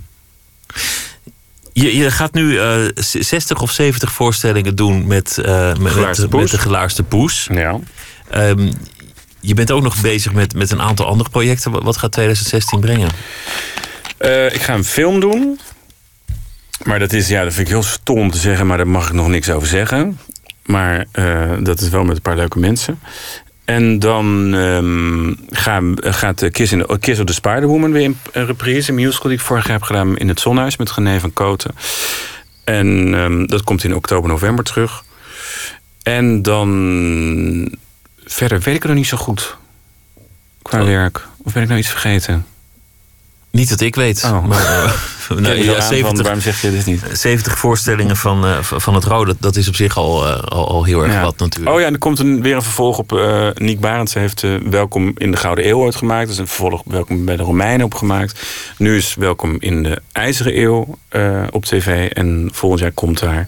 Je, je gaat nu uh, zestig of zeventig voorstellingen doen met, uh, met, met, met de Gelaarste Poes. Ja. Um, je bent ook nog bezig met, met een aantal andere projecten. Wat gaat twintig zestien brengen? Uh, ik ga een film doen. Maar dat is, ja, dat vind ik heel stom om te zeggen, maar daar mag ik nog niks over zeggen. Maar uh, dat is wel met een paar leuke mensen. En dan um, ga, gaat Kiss, in the, Kiss of the Spider-Woman weer in een reprise. Een musical die ik vorig jaar heb gedaan in het Zonhuis met René van Koten. En um, dat komt in oktober, november terug. En dan verder weet ik het nog niet zo goed. qua werk? Of ben ik nou iets vergeten? Niet dat ik weet. Oh. Maar, uh, nou, ja, zeventig, waarom zeg je dit niet? zeventig voorstellingen van, uh, van het Rode, dat is op zich al, uh, al, al heel erg ja. wat natuurlijk. Oh ja, en er komt een, weer een vervolg op. Uh, Niek Barends heeft uh, Welkom in de Gouden Eeuw ooit gemaakt. Dat is een vervolg op Welkom bij de Romeinen opgemaakt. Nu is Welkom in de IJzeren Eeuw uh, op tv. En volgend jaar komt daar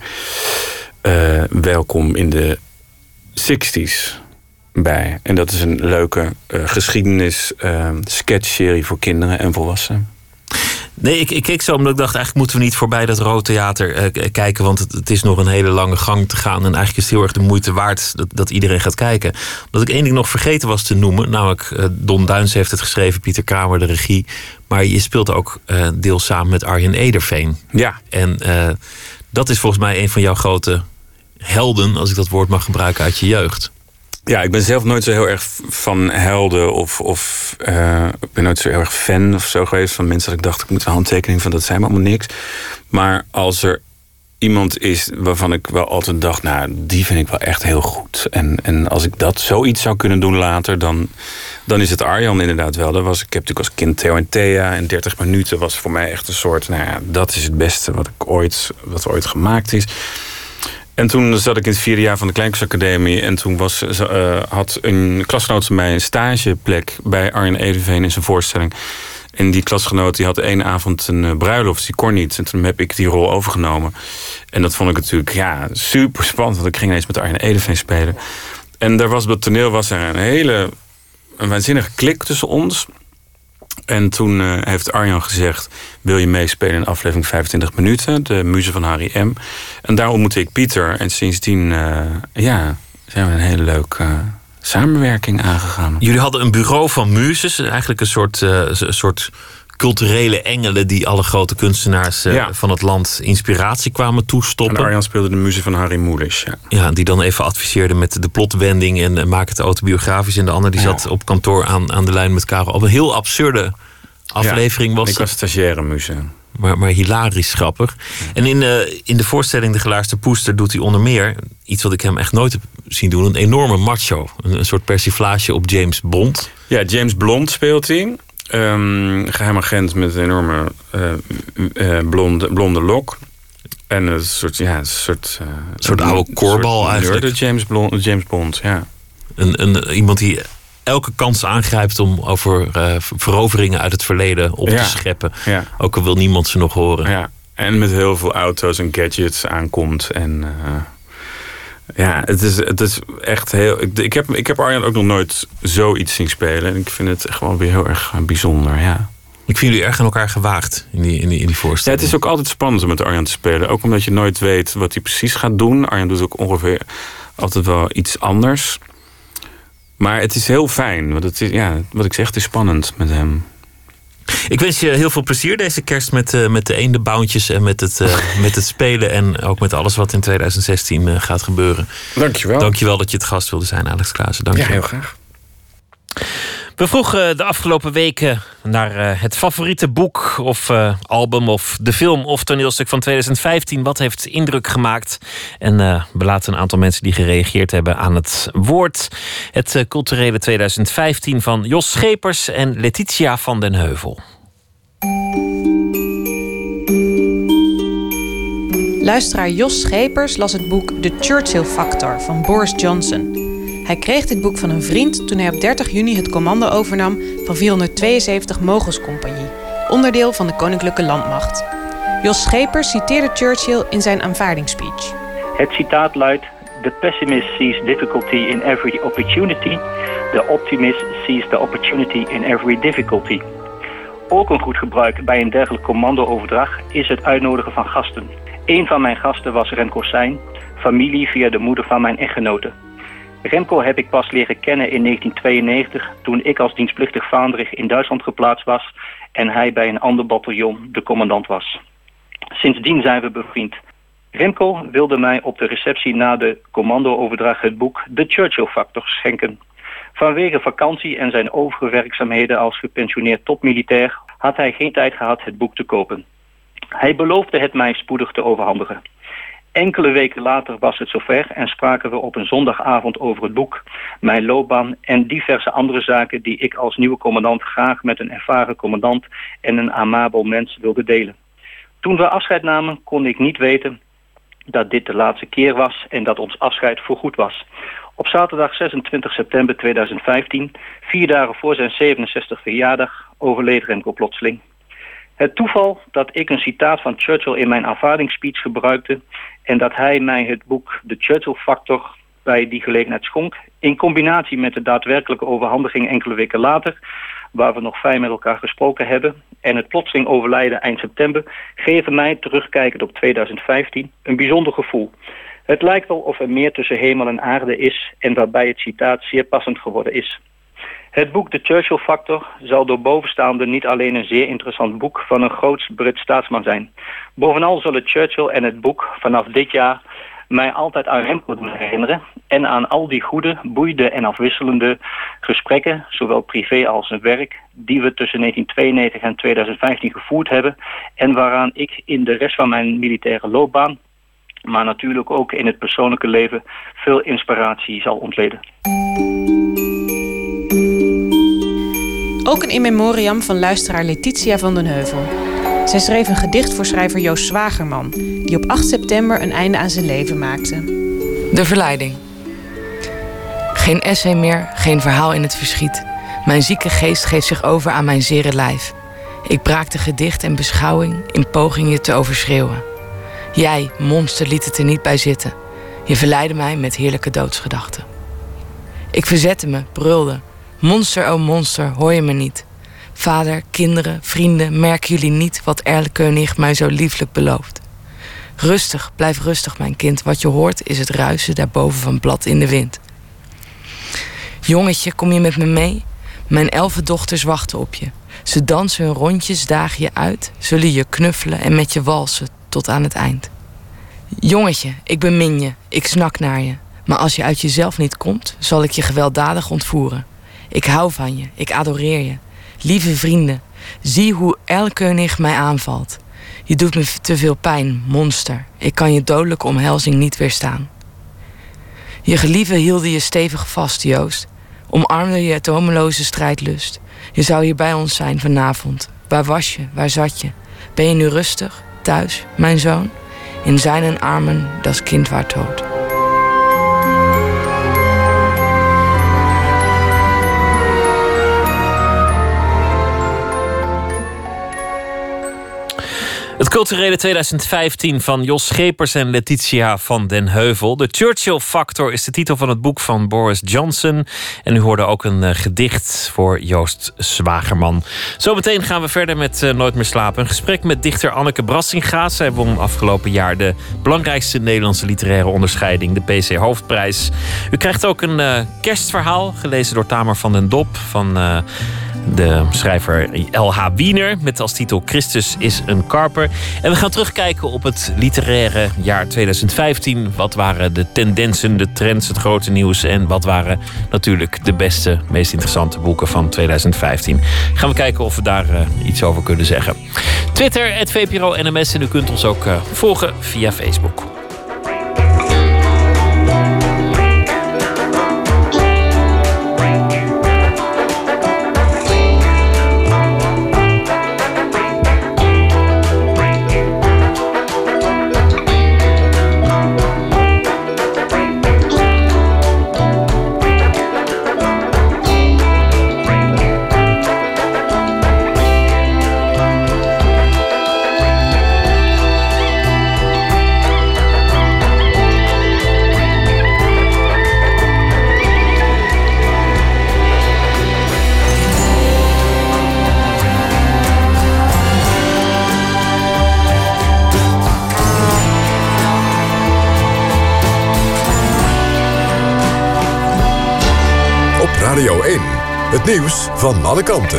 uh, Welkom in de zestig's bij. En dat is een leuke uh, geschiedenis uh, sketchserie voor kinderen en volwassenen. Nee, ik, ik keek zo omdat ik dacht, eigenlijk moeten we niet voorbij dat Rood Theater uh, kijken, want het, het is nog een hele lange gang te gaan en eigenlijk is het heel erg de moeite waard dat, dat iedereen gaat kijken. Dat ik één ding nog vergeten was te noemen, namelijk uh, Don Duins heeft het geschreven, Pieter Kramer de regie, maar je speelt ook uh, deels samen met Arjen Ederveen. Ja. En uh, dat is volgens mij een van jouw grote helden, als ik dat woord mag gebruiken, uit je jeugd. Ja, ik ben zelf nooit zo heel erg van helden of, of uh, ik ben nooit zo heel erg fan of zo geweest van mensen dat ik dacht, ik moet een handtekening van, dat zijn me allemaal niks. Maar als er iemand is waarvan ik wel altijd dacht, nou, die vind ik wel echt heel goed. En, en als ik dat zoiets zou kunnen doen later, dan, dan is het Arjan inderdaad wel. Dat was, ik heb natuurlijk als kind Theo en Thea en dertig minuten was voor mij echt een soort, nou ja, dat is het beste wat ik ooit, wat ooit gemaakt is. En toen zat ik in het vierde jaar van de Kleinkunstacademie. En toen was, uh, had een klasgenoot van mij een stageplek bij Arjen Ederveen in zijn voorstelling. En die klasgenoot die had één avond een uh, bruiloft, die kon niet. En toen heb ik die rol overgenomen. En dat vond ik natuurlijk ja, super spannend, want ik ging ineens met Arjen Ederveen spelen. En daar was, op het toneel was er een hele een waanzinnige klik tussen ons. En toen uh, heeft Arjan gezegd, wil je meespelen in aflevering vijfentwintig minuten, de muze van Harry M. En daar ontmoette ik Pieter. En sindsdien uh, ja, zijn we een hele leuke uh, samenwerking aangegaan. Jullie hadden een bureau van muzes, eigenlijk een soort, uh, een soort culturele engelen die alle grote kunstenaars uh, ja. van het land inspiratie kwamen toestoppen. En Arjan speelde de muze van Harry Mulisch. Ja. ja, die dan even adviseerde met de plotwending en uh, maak het autobiografisch. En de ander die ja. zat op kantoor aan, aan de lijn met Karel. Op een heel absurde aflevering ja, was ik was stagiaire muze. Maar, maar hilarisch grappig. Ja. En in, uh, in de voorstelling De Gelaarste Poester doet hij onder meer iets wat ik hem echt nooit heb zien doen. Een enorme macho. Een, een soort persiflage op James Bond. Ja, James Bond speelt hij. Um, geheim agent met een enorme uh, uh, blonde, blonde lok. En een soort, ja, een soort, uh, een soort een, oude korbal eigenlijk. De James, Blond, James Bond, ja. Een, een, iemand die elke kans aangrijpt om over uh, veroveringen uit het verleden op ja, te scheppen. Ja. Ook al wil niemand ze nog horen. Ja. En met heel veel auto's en gadgets aankomt. En uh, ja, het is, het is echt heel... Ik, ik, heb, ik heb Arjan ook nog nooit zoiets zien spelen. En ik vind het gewoon weer heel erg bijzonder, ja. Ik vind jullie erg aan elkaar gewaagd in die, in die, in die voorstelling. Ja, het is ook altijd spannend om met Arjan te spelen. Ook omdat je nooit weet wat hij precies gaat doen. Arjan doet ook ongeveer altijd wel iets anders. Maar het is heel fijn. Want het is, ja, wat ik zeg, het is spannend met hem. Ik wens je heel veel plezier deze kerst met, uh, met de eendenbouwtjes en met het, uh, met het spelen. En ook met alles wat in twintig zestien uh, gaat gebeuren. Dankjewel. Dankjewel dat je het gast wilde zijn, Alex Klaassen. Dank je. Ja, heel graag. We vroegen de afgelopen weken naar uh, het favoriete boek of uh, album of de film of toneelstuk van twintig vijftien. Wat heeft indruk gemaakt? En uh, we laten een aantal mensen die gereageerd hebben aan het woord. Het uh, culturele twintig vijftien van Jos Schepers en Letitia van den Heuvel. Luisteraar Jos Schepers las het boek The Churchill Factor van Boris Johnson. Hij kreeg dit boek van een vriend toen hij op dertig juni het commando overnam van vierhonderdtweeënzeventig Mogelscompagnie, onderdeel van de Koninklijke Landmacht. Jos Schepers citeerde Churchill in zijn aanvaardingsspeech. Het citaat luidt: The pessimist sees difficulty in every opportunity. The optimist sees the opportunity in every difficulty. Ook een goed gebruik bij een dergelijk commandooverdrag is het uitnodigen van gasten. Een van mijn gasten was Remco Sein, familie via de moeder van mijn echtgenote. Remco heb ik pas leren kennen in negentien tweeënnegentig... toen ik als dienstplichtig vaandrig in Duitsland geplaatst was en hij bij een ander bataljon de commandant was. Sindsdien zijn we bevriend. Remco wilde mij op de receptie na de commandooverdracht het boek The Churchill Factor schenken. Vanwege vakantie en zijn overige werkzaamheden als gepensioneerd topmilitair had hij geen tijd gehad het boek te kopen. Hij beloofde het mij spoedig te overhandigen. Enkele weken later was het zover en spraken we op een zondagavond over het boek, mijn loopbaan en diverse andere zaken die ik als nieuwe commandant graag met een ervaren commandant en een amabel mens wilde delen. Toen we afscheid namen kon ik niet weten dat dit de laatste keer was en dat ons afscheid voorgoed was. Op zaterdag zesentwintig september tweeduizend vijftien, vier dagen voor zijn zevenenzestigste verjaardag, overleed Remco plotseling. Het toeval dat ik een citaat van Churchill in mijn aanvaardingsspeech gebruikte en dat hij mij het boek The Churchill Factor bij die gelegenheid schonk, in combinatie met de daadwerkelijke overhandiging enkele weken later, waar we nog fijn met elkaar gesproken hebben, en het plotseling overlijden eind september, geven mij, terugkijkend op tweeduizend vijftien, een bijzonder gevoel. Het lijkt wel of er meer tussen hemel en aarde is en waarbij het citaat zeer passend geworden is. Het boek The Churchill Factor zal door bovenstaanden niet alleen een zeer interessant boek van een groot Brits staatsman zijn. Bovenal zullen Churchill en het boek vanaf dit jaar mij altijd aan Remco doen herinneren en aan al die goede, boeiende en afwisselende gesprekken, zowel privé als in werk, die we tussen negentien tweeënnegentig en tweeduizend vijftien gevoerd hebben en waaraan ik in de rest van mijn militaire loopbaan, maar natuurlijk ook in het persoonlijke leven, veel inspiratie zal ontleden. Ook een in memoriam van luisteraar Letitia van den Heuvel. Zij schreef een gedicht voor schrijver Joost Zwagerman, die op acht september een einde aan zijn leven maakte. De verleiding. Geen essay meer, geen verhaal in het verschiet. Mijn zieke geest geeft zich over aan mijn zere lijf. Ik braakte gedicht en beschouwing in poging je te overschreeuwen. Jij, monster, liet het er niet bij zitten. Je verleidde mij met heerlijke doodsgedachten. Ik verzette me, brulde. Monster, oh monster, hoor je me niet? Vader, kinderen, vrienden, merken jullie niet wat Erlekönig mij zo lieflijk belooft? Rustig, blijf rustig, mijn kind. Wat je hoort is het ruisen daarboven van blad in de wind. Jongetje, kom je met me mee? Mijn elfendochters wachten op je. Ze dansen hun rondjes, dagen je uit, zullen je knuffelen en met je walsen tot aan het eind. Jongetje, ik bemin je, ik snak naar je. Maar als je uit jezelf niet komt, zal ik je gewelddadig ontvoeren. Ik hou van je, ik adoreer je. Lieve vrienden, zie hoe Erlekönig mij aanvalt. Je doet me te veel pijn, monster. Ik kan je dodelijke omhelzing niet weerstaan. Je gelieven hielden je stevig vast, Joost. Omarmde je het homeloze strijdlust. Je zou hier bij ons zijn vanavond. Waar was je? Waar zat je? Ben je nu rustig? Thuis, mijn zoon? In zijn armen, das Kind war tot. Het culturele tweeduizend vijftien van Jos Schepers en Letitia van den Heuvel. De Churchill Factor is de titel van het boek van Boris Johnson. En u hoorde ook een uh, gedicht voor Joost Zwagerman. Zometeen gaan we verder met uh, Nooit meer slapen. Een gesprek met dichter Anneke Brassinga. Zij won afgelopen jaar de belangrijkste Nederlandse literaire onderscheiding, de P C Hoofdprijs. U krijgt ook een uh, kerstverhaal, gelezen door Tamer van den Dop van Uh, de schrijver L H Wiener met als titel Christus is een karper. En we gaan terugkijken op het literaire jaar tweeduizend vijftien. Wat waren de tendensen, de trends, het grote nieuws en wat waren natuurlijk de beste, meest interessante boeken van tweeduizend vijftien. Gaan we kijken of we daar uh, iets over kunnen zeggen. Twitter, at V P R O N M S en u kunt ons ook uh, volgen via Facebook. Radio één. Het nieuws van alle kanten.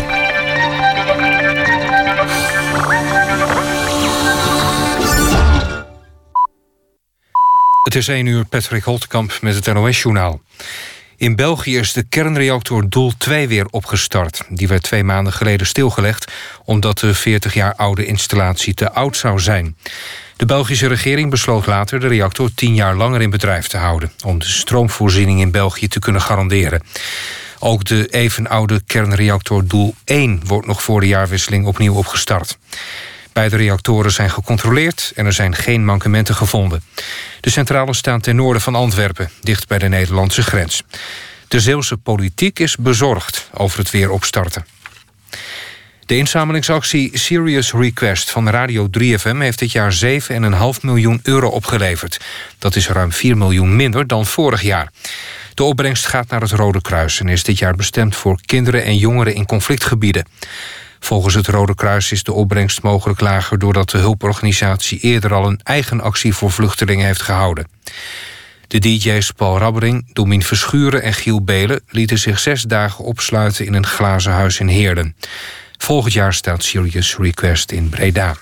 Het is één uur, Patrick Holtkamp met het N O S-journaal. In België is de kernreactor Doel twee weer opgestart. Die werd twee maanden geleden stilgelegd omdat de veertig jaar oude installatie te oud zou zijn. De Belgische regering besloot later de reactor tien jaar langer in bedrijf te houden, om de stroomvoorziening in België te kunnen garanderen. Ook de even oude kernreactor Doel één wordt nog voor de jaarwisseling opnieuw opgestart. Beide reactoren zijn gecontroleerd en er zijn geen mankementen gevonden. De centrales staan ten noorden van Antwerpen, dicht bij de Nederlandse grens. De Zeeuwse politiek is bezorgd over het weer opstarten. De inzamelingsactie Serious Request van Radio drie F M heeft dit jaar zeven komma vijf miljoen euro opgeleverd. Dat is ruim vier miljoen minder dan vorig jaar. De opbrengst gaat naar het Rode Kruis en is dit jaar bestemd voor kinderen en jongeren in conflictgebieden. Volgens het Rode Kruis is de opbrengst mogelijk lager doordat de hulporganisatie eerder al een eigen actie voor vluchtelingen heeft gehouden. De D J's Paul Rabbering, Domien Verschuren en Giel Belen lieten zich zes dagen opsluiten in een glazen huis in Heerlen. Volgend jaar staat Serious Request in Breda.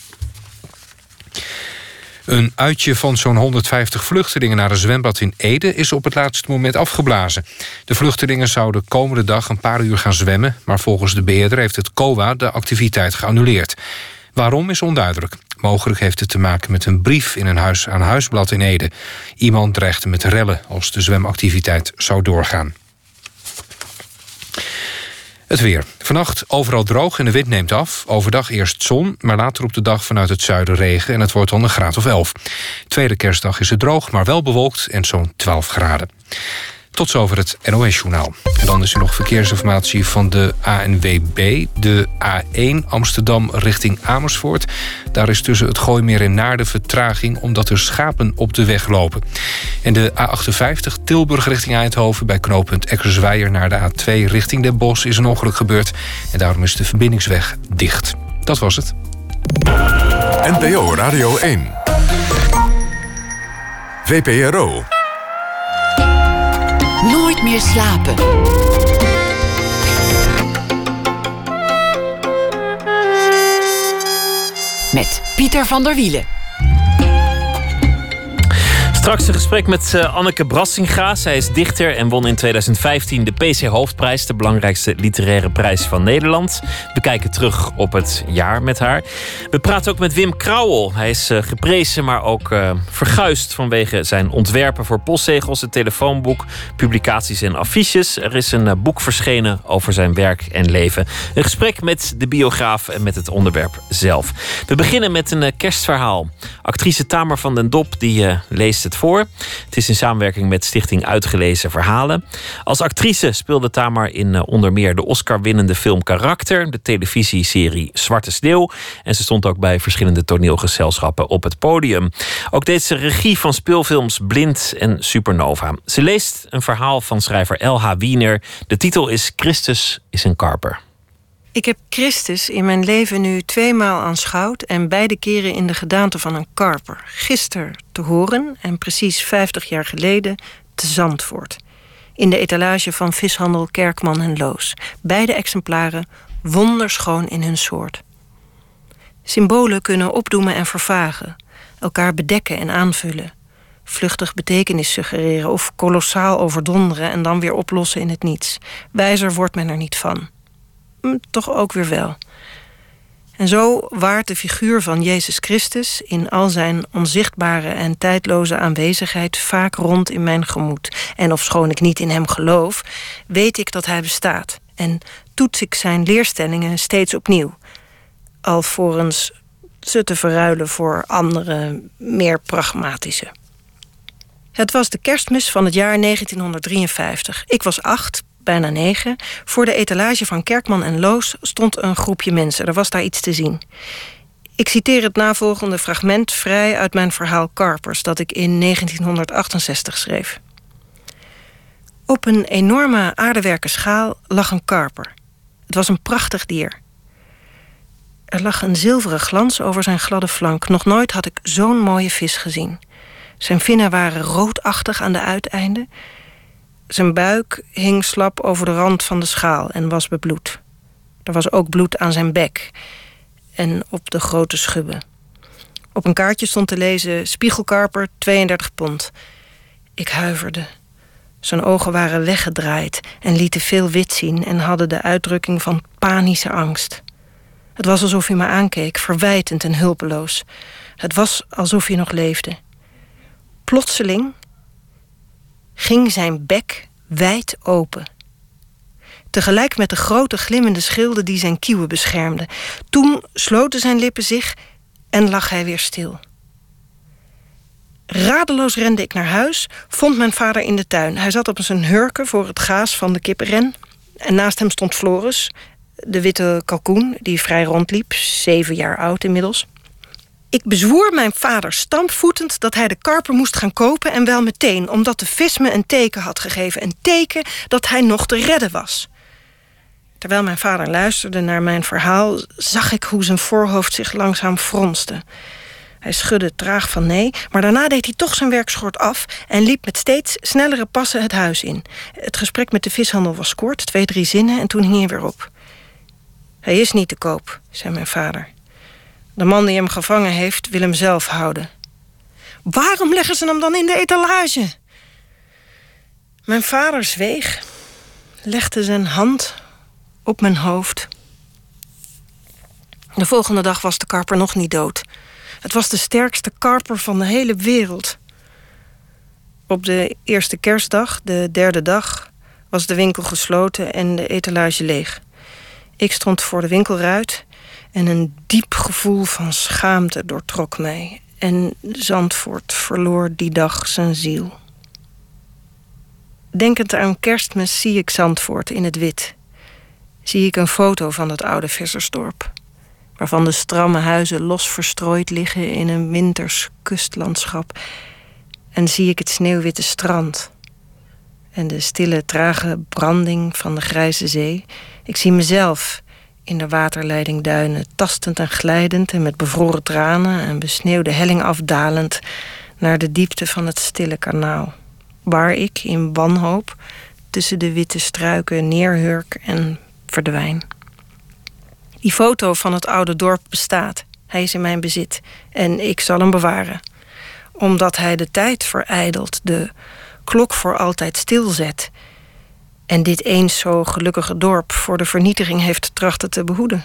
Een uitje van zo'n honderdvijftig vluchtelingen naar een zwembad in Ede is op het laatste moment afgeblazen. De vluchtelingen zouden komende dag een paar uur gaan zwemmen, maar volgens de beheerder heeft het C O A de activiteit geannuleerd. Waarom is onduidelijk. Mogelijk heeft het te maken met een brief in een huis aan Huisblad in Ede. Iemand dreigde met rellen als de zwemactiviteit zou doorgaan. Het weer. Vannacht overal droog en de wind neemt af. Overdag eerst zon, maar later op de dag vanuit het zuiden regen en het wordt dan een graad of elf. Tweede kerstdag is het droog, maar wel bewolkt en zo'n twaalf graden. Tot zover het N O S-journaal. En dan is er nog verkeersinformatie van de A N W B. De A één Amsterdam richting Amersfoort. Daar is tussen het Gooimeer en Naarden vertraging omdat er schapen op de weg lopen. En de A achtenvijftig Tilburg richting Eindhoven bij knooppunt Eckersweijer naar de A twee richting Den Bosch is een ongeluk gebeurd. En daarom is de verbindingsweg dicht. Dat was het. N P O Radio één. V P R O. Nooit meer slapen. Met Pieter van der Wielen. Straks een gesprek met uh, Anneke Brassinga. Zij is dichter en won in tweeduizend vijftien de P C Hoofdprijs, de belangrijkste literaire prijs van Nederland. We kijken terug op het jaar met haar. We praten ook met Wim Krauwel. Hij is uh, geprezen, maar ook uh, verguisd vanwege zijn ontwerpen voor postzegels, het telefoonboek, publicaties en affiches. Er is een uh, boek verschenen over zijn werk en leven. Een gesprek met de biograaf en met het onderwerp zelf. We beginnen met een uh, kerstverhaal. Actrice Tamer van den Dop die uh, leest het voor. Het is in samenwerking met Stichting Uitgelezen Verhalen. Als actrice speelde Tamer in uh, onder meer de Oscar-winnende film Karakter, de televisieserie Zwarte Sneeuw. En ze stond ook bij verschillende toneelgezelschappen op het podium. Ook deed ze regie van speelfilms Blind en Supernova. Ze leest een verhaal van schrijver L H Wiener. De titel is Christus is een karper. Ik heb Christus in mijn leven nu tweemaal aanschouwd en beide keren in de gedaante van een karper. Gisteren te Horen en precies vijftig jaar geleden te Zandvoort. In de etalage van vishandel Kerkman en Loos. Beide exemplaren wonderschoon in hun soort. Symbolen kunnen opdoemen en vervagen, elkaar bedekken en aanvullen. Vluchtig betekenis suggereren of kolossaal overdonderen en dan weer oplossen in het niets. Wijzer wordt men er niet van. Toch ook weer wel. En zo waart de figuur van Jezus Christus in al zijn onzichtbare en tijdloze aanwezigheid vaak rond in mijn gemoed. En ofschoon ik niet in hem geloof, weet ik dat hij bestaat. En toets ik zijn leerstellingen steeds opnieuw. Alvorens ze te verruilen voor andere, meer pragmatische. Het was de kerstmis van het jaar negentienhonderddrieënvijftig. Ik was acht, bijna negen. Voor de etalage van Kerkman en Loos stond een groepje mensen. Er was daar iets te zien. Ik citeer het navolgende fragment vrij uit mijn verhaal Karpers, dat ik in negentienhonderdachtenzestig schreef. Op een enorme aardewerken schaal lag een karper. Het was een prachtig dier. Er lag een zilveren glans over zijn gladde flank. Nog nooit had ik zo'n mooie vis gezien. Zijn vinnen waren roodachtig aan de uiteinden. Zijn buik hing slap over de rand van de schaal en was bebloed. Er was ook bloed aan zijn bek en op de grote schubben. Op een kaartje stond te lezen spiegelkarper tweeëndertig pond. Ik huiverde. Zijn ogen waren weggedraaid en lieten veel wit zien en hadden de uitdrukking van panische angst. Het was alsof hij me aankeek, verwijtend en hulpeloos. Het was alsof hij nog leefde. Plotseling ging zijn bek wijd open. Tegelijk met de grote glimmende schilden die zijn kieuwen beschermden. Toen sloten zijn lippen zich en lag hij weer stil. Radeloos rende ik naar huis, vond mijn vader in de tuin. Hij zat op zijn hurken voor het gaas van de kippenren. En naast hem stond Floris, de witte kalkoen die vrij rondliep, zeven jaar oud inmiddels. Ik bezwoer mijn vader stampvoetend dat hij de karper moest gaan kopen en wel meteen, omdat de vis me een teken had gegeven. Een teken dat hij nog te redden was. Terwijl mijn vader luisterde naar mijn verhaal, zag ik hoe zijn voorhoofd zich langzaam fronste. Hij schudde traag van nee, maar daarna deed hij toch zijn werkschort af en liep met steeds snellere passen het huis in. Het gesprek met de vishandel was kort, twee, drie zinnen en toen hing hij weer op. Hij is niet te koop, zei mijn vader. De man die hem gevangen heeft, wil hem zelf houden. Waarom leggen ze hem dan in de etalage? Mijn vader zweeg, legde zijn hand op mijn hoofd. De volgende dag was de karper nog niet dood. Het was de sterkste karper van de hele wereld. Op de eerste kerstdag, de derde dag, was de winkel gesloten en de etalage leeg. Ik stond voor de winkelruit en een diep gevoel van schaamte doortrok mij. En Zandvoort verloor die dag zijn ziel. Denkend aan Kerstmis zie ik Zandvoort in het wit. Zie ik een foto van dat oude vissersdorp, waarvan de stramme huizen los verstrooid liggen in een winters kustlandschap. En zie ik het sneeuwwitte strand en de stille, trage branding van de grijze zee. Ik zie mezelf in de waterleidingduinen, tastend en glijdend en met bevroren tranen en besneeuwde helling afdalend naar de diepte van het stille kanaal, waar ik in wanhoop tussen de witte struiken neerhurk en verdwijn. Die foto van het oude dorp bestaat. Hij is in mijn bezit en ik zal hem bewaren. Omdat hij de tijd verijdelt, de klok voor altijd stilzet en dit eens zo gelukkige dorp voor de vernietiging heeft trachten te behoeden.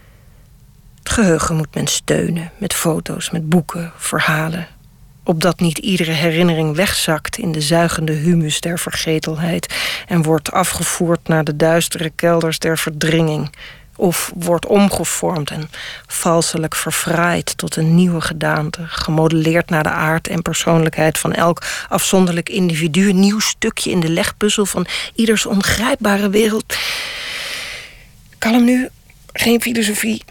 Het geheugen moet men steunen met foto's, met boeken, verhalen, opdat niet iedere herinnering wegzakt in de zuigende humus der vergetelheid en wordt afgevoerd naar de duistere kelders der verdringing, of wordt omgevormd en valselijk verfraaid tot een nieuwe gedaante, gemodelleerd naar de aard en persoonlijkheid van elk afzonderlijk individu, een nieuw stukje in de legpuzzel van ieders ongrijpbare wereld. Kalm nu, geen filosofie.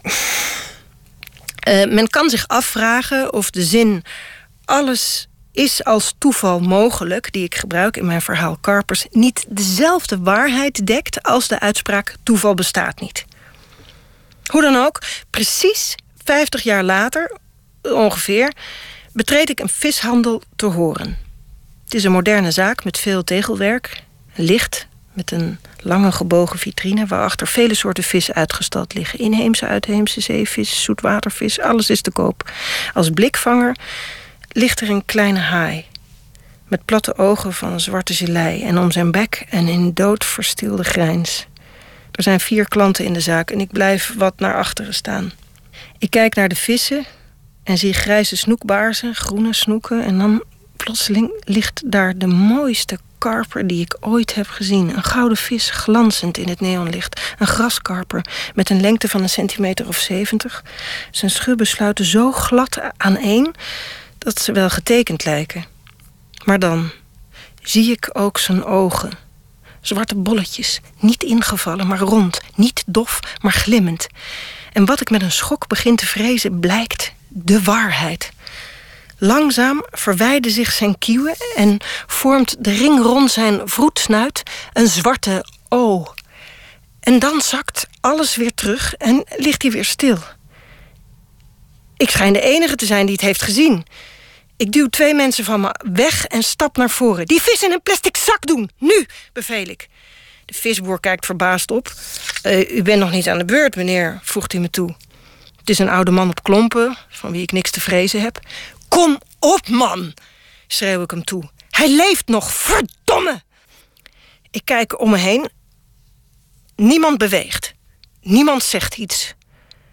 Uh, men kan zich afvragen of de zin alles is als toeval mogelijk, die ik gebruik in mijn verhaal Karpers, niet dezelfde waarheid dekt als de uitspraak toeval bestaat niet. Hoe dan ook, precies vijftig jaar later, ongeveer, betreed ik een vishandel te Horen. Het is een moderne zaak met veel tegelwerk, licht, met een lange gebogen vitrine waarachter vele soorten vis uitgestald liggen. Inheemse, uitheemse zeevis, zoetwatervis, alles is te koop. Als blikvanger ligt er een kleine haai met platte ogen van zwarte gelei en om zijn bek een in dood verstilde grijns. Er zijn vier klanten in de zaak en ik blijf wat naar achteren staan. Ik kijk naar de vissen en zie grijze snoekbaarzen, groene snoeken en dan plotseling ligt daar de mooiste karper die ik ooit heb gezien. Een gouden vis glanzend in het neonlicht. Een graskarper met een lengte van een centimeter of zeventig. Zijn schubben sluiten zo glad aaneen dat ze wel getekend lijken. Maar dan zie ik ook zijn ogen. Zwarte bolletjes, niet ingevallen, maar rond. Niet dof, maar glimmend. En wat ik met een schok begin te vrezen, blijkt de waarheid. Langzaam verwijden zich zijn kieuwen en vormt de ring rond zijn vroetsnuit een zwarte O. En dan zakt alles weer terug en ligt hij weer stil. Ik schijn de enige te zijn die het heeft gezien. Ik duw twee mensen van me weg en stap naar voren. Die vis in een plastic zak doen, nu, beveel ik. De visboer kijkt verbaasd op. Uh, u bent nog niet aan de beurt, meneer, voegt hij me toe. Het is een oude man op klompen, van wie ik niks te vrezen heb. Kom op, man, schreeuw ik hem toe. Hij leeft nog, verdomme! Ik kijk om me heen. Niemand beweegt. Niemand zegt iets.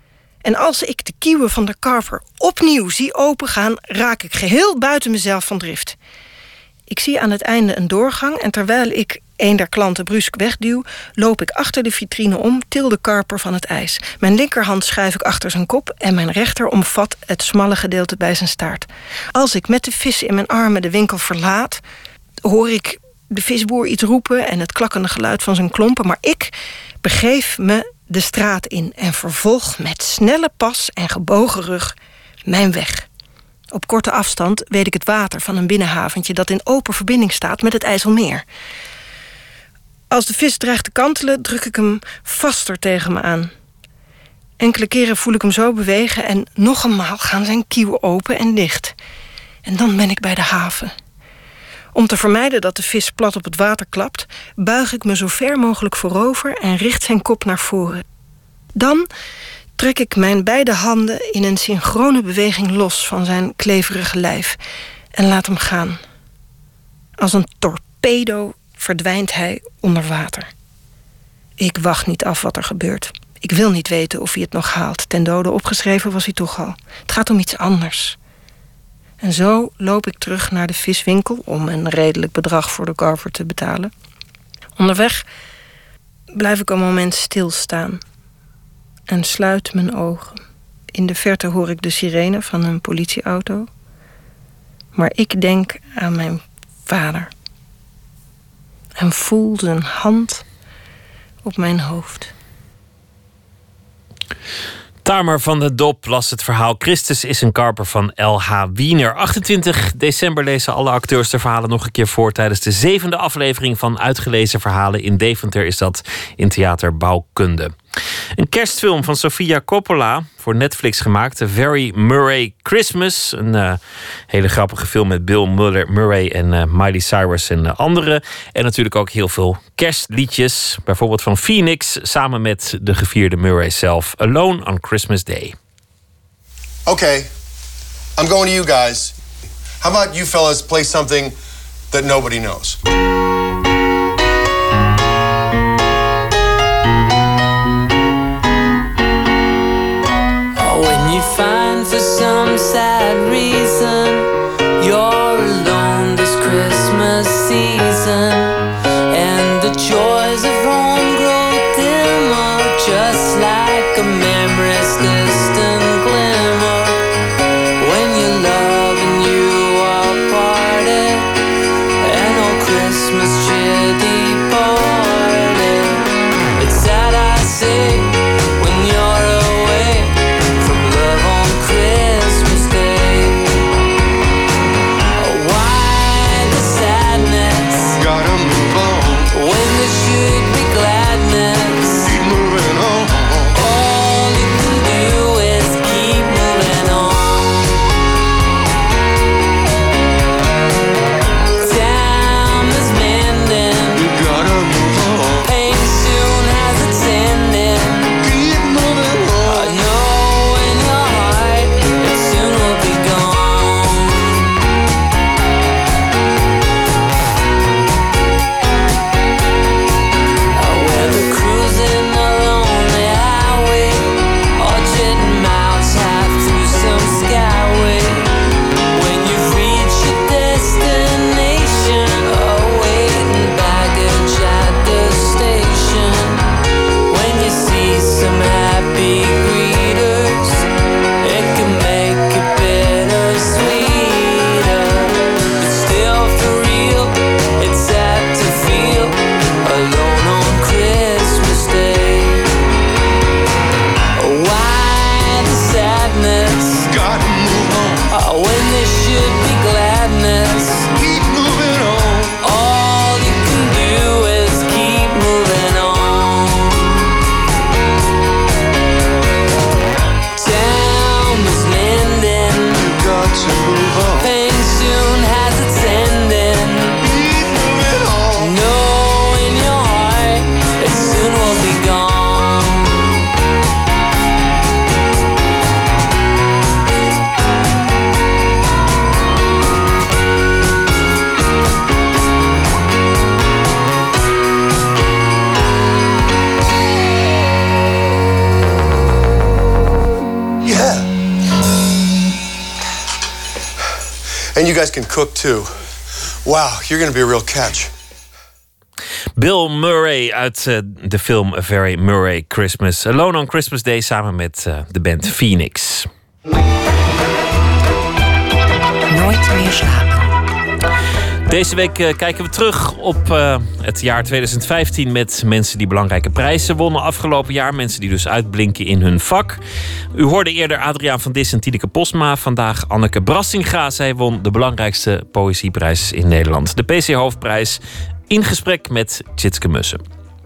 En als ik de kieuwen van de karper opnieuw zie opengaan, raak ik geheel buiten mezelf van drift. Ik zie aan het einde een doorgang en terwijl ik een der klanten brusk wegduw, loop ik achter de vitrine om, til de karper van het ijs. Mijn linkerhand schuif ik achter zijn kop en mijn rechter omvat het smalle gedeelte bij zijn staart. Als ik met de vis in mijn armen de winkel verlaat, hoor ik de visboer iets roepen en het klakkende geluid van zijn klompen, maar ik begeef me de straat in en vervolg met snelle pas en gebogen rug mijn weg. Op korte afstand weet ik het water van een binnenhaventje dat in open verbinding staat met het IJsselmeer. Als de vis dreigt te kantelen, druk ik hem vaster tegen me aan. Enkele keren voel ik hem zo bewegen en nog eenmaal gaan zijn kieuwen open en dicht. En dan ben ik bij de haven. Om te vermijden dat de vis plat op het water klapt, buig ik me zo ver mogelijk voorover en richt zijn kop naar voren. Dan trek ik mijn beide handen in een synchrone beweging los van zijn kleverige lijf en laat hem gaan. Als een torpedo verdwijnt hij onder water. Ik wacht niet af wat er gebeurt. Ik wil niet weten of hij het nog haalt. Ten dode opgeschreven was hij toch al. Het gaat om iets anders. En zo loop ik terug naar de viswinkel om een redelijk bedrag voor de karper te betalen. Onderweg blijf ik een moment stilstaan en sluit mijn ogen. In de verte hoor ik de sirene van een politieauto. Maar ik denk aan mijn vader en voel zijn hand op mijn hoofd. Tamer van de Dop las het verhaal Christus is een karper van L H Wiener. achtentwintig december lezen alle acteurs de verhalen nog een keer voor tijdens de zevende aflevering van Uitgelezen Verhalen. In Deventer is dat in Theater Bouwkunde. Een kerstfilm van Sofia Coppola, voor Netflix gemaakt. The Very Murray Christmas. Een uh, hele grappige film met Bill Murray en uh, Miley Cyrus en uh, anderen. En natuurlijk ook heel veel kerstliedjes. Bijvoorbeeld van Phoenix, samen met de gevierde Murray zelf. Alone on Christmas Day. Okay, I'm going to you guys. How about you fellas play something that nobody knows? When you find for some sad reason you're alone this Christmas season, and the joys of home grow dimmer, just like a memory's distant glimmer. When you love and you are parted, and all Christmas cheer departed. It's sad I say when you're away from love on Christmas Day. you guys can cook too. Wow, you're gonna be a real catch. Bill Murray uit uh, de film A Very Murray Christmas. Alone on Christmas Day samen met uh, de band Phoenix. Nooit meer slapen. Deze week uh, kijken we terug op uh, het jaar tweeduizend vijftien... met mensen die belangrijke prijzen wonnen afgelopen jaar. Mensen die dus uitblinken in hun vak. U hoorde eerder Adriaan van Dis en Tineke Posma. Vandaag Anneke Brassinga. Zij won de belangrijkste poëzieprijs in Nederland. De P C Hoofdprijs. In gesprek met Tjitske Mussen.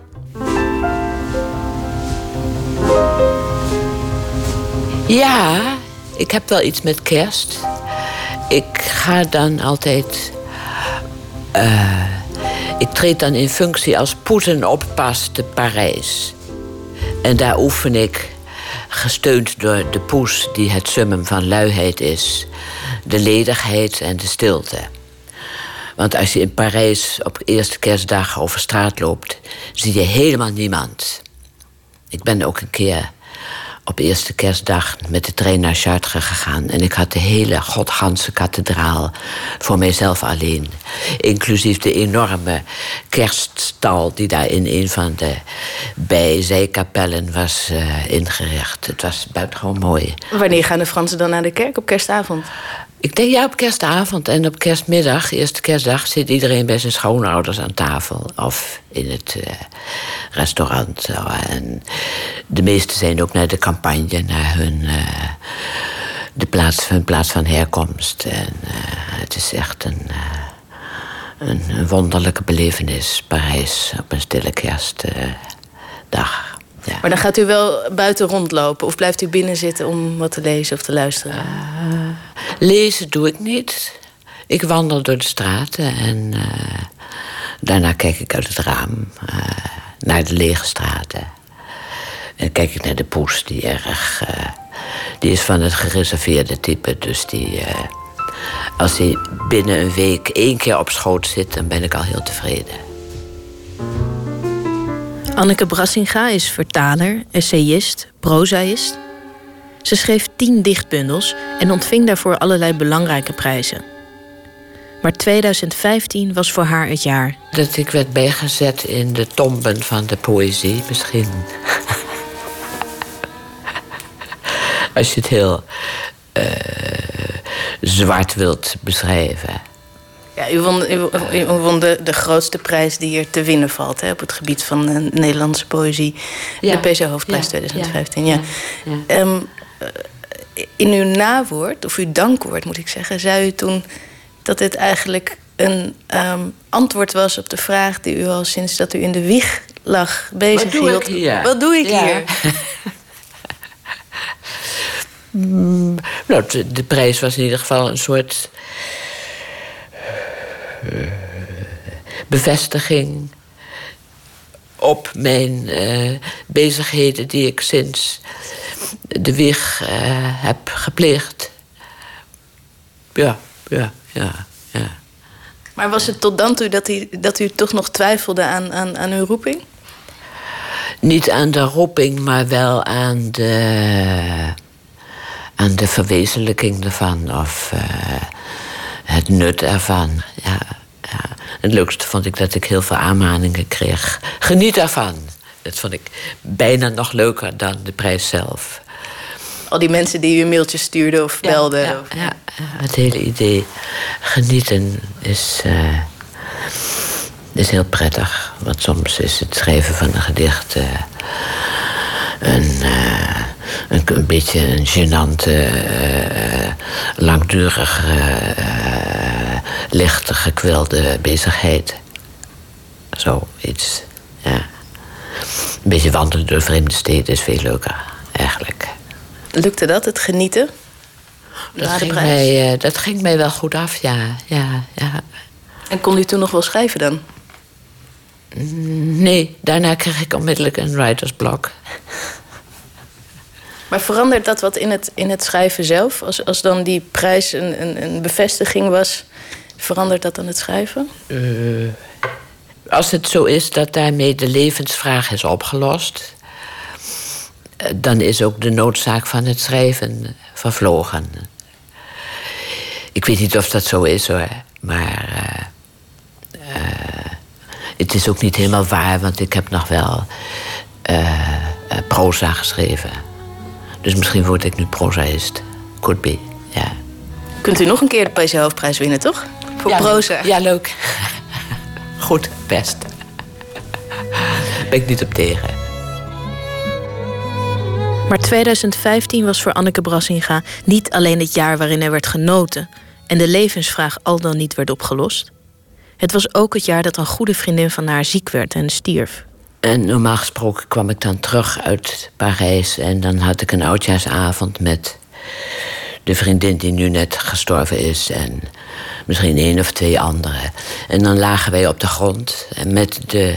Ja, ik heb wel iets met kerst. Ik ga dan altijd... Uh, ik treed dan in functie als poesenoppas te Parijs. En daar oefen ik, gesteund door de poes die het summum van luiheid is, de ledigheid en de stilte. Want als je in Parijs op eerste kerstdag over straat loopt, zie je helemaal niemand. Ik ben ook een keer op eerste kerstdag met de trein naar Chartres gegaan. En ik had de hele Godganse kathedraal voor mijzelf alleen. Inclusief de enorme kerststal die daar in een van de bijzijkapellen was uh, ingericht. Het was buitengewoon mooi. Wanneer gaan de Fransen dan naar de kerk? Op kerstavond? Ik denk ja, op kerstavond en op kerstmiddag, eerste kerstdag, zit iedereen bij zijn schoonouders aan tafel. Of in het uh, restaurant. En de meesten zijn ook naar de campagne, naar hun, uh, de plaats, hun plaats van herkomst. En uh, het is echt een, uh, een, een wonderlijke belevenis, Parijs, op een stille kerstdag. Ja. Maar dan gaat u wel buiten rondlopen of blijft u binnen zitten om wat te lezen of te luisteren? Uh, lezen doe ik niet. Ik wandel door de straten en uh, daarna kijk ik uit het raam uh, naar de lege straten. En kijk ik naar de poes die erg... Uh, die is van het gereserveerde type, dus die... Uh, als hij binnen een week één keer op schoot zit, dan ben ik al heel tevreden. Anneke Brassinga is vertaler, essayist, prozaïst. Ze schreef tien dichtbundels en ontving daarvoor allerlei belangrijke prijzen. Maar tweeduizend vijftien was voor haar het jaar. Dat ik werd bijgezet in de tomben van de poëzie, misschien. Als je het heel uh, zwart wilt beschrijven. Ja, u won, u, u won de, de grootste prijs die er te winnen valt, hè, op het gebied van de Nederlandse poëzie. Ja. De P C Hoofdprijs ja. tweeduizend vijftien. Ja. Ja. Ja. Um, in uw nawoord, of uw dankwoord moet ik zeggen, zei u toen dat dit eigenlijk een um, antwoord was op de vraag die u al sinds dat u in de wieg lag bezig hield. Wat doe ik hier? Wat doe ik ja. hier? mm, nou, de, de prijs was in ieder geval een soort uh, bevestiging op mijn uh, bezigheden die ik sinds de wieg uh, heb gepleegd. Ja, ja, ja, ja. Maar was het tot dan toe dat u, dat u toch nog twijfelde aan, aan, aan uw roeping? Niet aan de roeping, maar wel aan de, aan de verwezenlijking ervan. Of uh, het nut ervan. Ja, ja. Het leukste vond ik dat ik heel veel aanmaningen kreeg. Geniet ervan. Dat vond ik bijna nog leuker dan de prijs zelf. Al die mensen die u een mailtje stuurden of belden. Ja, of... ja, ja, het hele idee genieten is, uh, is heel prettig. Want soms is het schrijven van een gedicht uh, een, uh, een, een beetje een gênante, uh, langdurige, uh, lichte, gekwelde bezigheid. Zoiets, ja. Een beetje wandelen door vreemde steden is veel leuker, eigenlijk. Lukte dat, het genieten? Dat ging, mij, uh, dat ging mij wel goed af, ja. ja, ja. En kon u toen nog wel schrijven dan? Nee, daarna kreeg ik onmiddellijk een writersblok. Maar verandert dat wat in het, in het schrijven zelf? Als, als dan die prijs een, een, een bevestiging was, verandert dat dan het schrijven? Uh, als het zo is dat daarmee de levensvraag is opgelost, dan is ook de noodzaak van het schrijven vervlogen. Ik weet niet of dat zo is hoor. Maar uh, uh, het is ook niet helemaal waar, want ik heb nog wel uh, uh, proza geschreven. Dus misschien word ik nu prozaïst. Could be, ja. Yeah. Kunt u nog een keer de P C Hoofdprijs winnen, toch? Voor ja, proza. Ja, leuk. Goed, best. Ben ik niet op tegen. Maar tweeduizend vijftien was voor Anneke Brassinga niet alleen het jaar waarin er werd genoten en de levensvraag al dan niet werd opgelost. Het was ook het jaar dat een goede vriendin van haar ziek werd en stierf. En normaal gesproken kwam ik dan terug uit Parijs en dan had ik een oudjaarsavond met de vriendin die nu net gestorven is en misschien één of twee anderen. En dan lagen wij op de grond en met de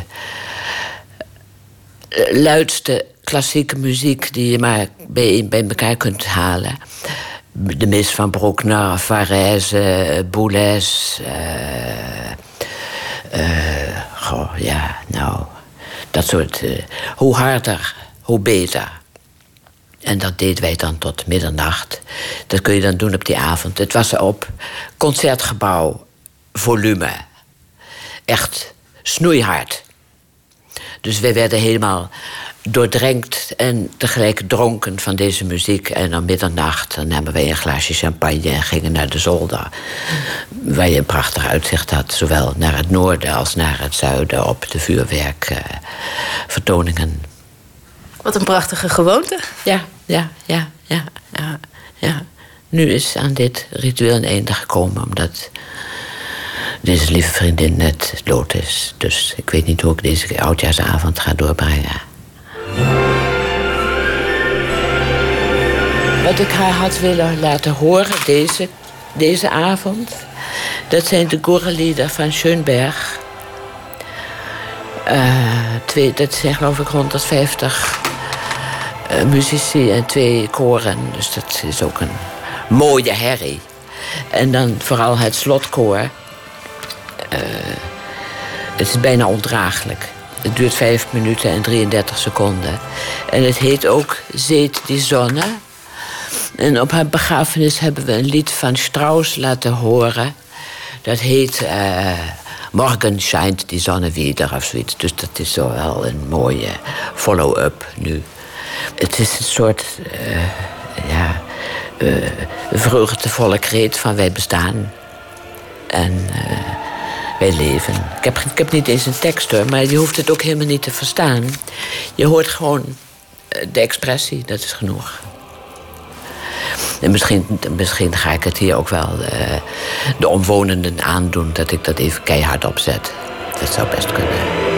luidste klassieke muziek die je maar bij, bij elkaar kunt halen. De mis van Bruckner, Varese, Boulez. Uh, uh, goh, ja, nou, dat soort. Uh, hoe harder, hoe beter. En dat deden wij dan tot middernacht. Dat kun je dan doen op die avond. Het was op Concertgebouw volume. Echt snoeihard. Dus wij werden helemaal doordrenkt en tegelijk dronken van deze muziek. En om middernacht dan namen wij een glaasje champagne en gingen naar de zolder. Waar je een prachtig uitzicht had, zowel naar het noorden als naar het zuiden op de vuurwerkvertoningen. Uh, Wat een prachtige gewoonte. Ja, ja, ja, ja, ja, ja. Nu is aan dit ritueel een einde gekomen, omdat deze lieve vriendin net dood is. Dus ik weet niet hoe ik deze oudjaarsavond ga doorbrengen. Wat ik haar had willen laten horen deze, deze avond, dat zijn de Gorelieder van Schönberg. Uh, twee, dat zijn geloof ik honderdvijftig uh, muzici en twee koren. Dus dat is ook een mooie herrie. En dan vooral het slotkoor. Uh, het is bijna ondraaglijk. Het duurt vijf minuten en drieëndertig seconden. En het heet ook Zeet die Sonne. En op haar begrafenis hebben we een lied van Strauss laten horen. Dat heet Uh, Morgen schijnt die zonne weer of zoiets. Dus dat is zo wel een mooie follow-up nu. Het is een soort uh, ja, uh, vreugdevolle kreet van wij bestaan. En uh, wij leven. Ik heb, ik heb niet eens een tekst hoor, maar je hoeft het ook helemaal niet te verstaan. Je hoort gewoon uh, de expressie, dat is genoeg. En misschien, misschien ga ik het hier ook wel uh, de omwonenden aandoen dat ik dat even keihard opzet. Dat zou best kunnen.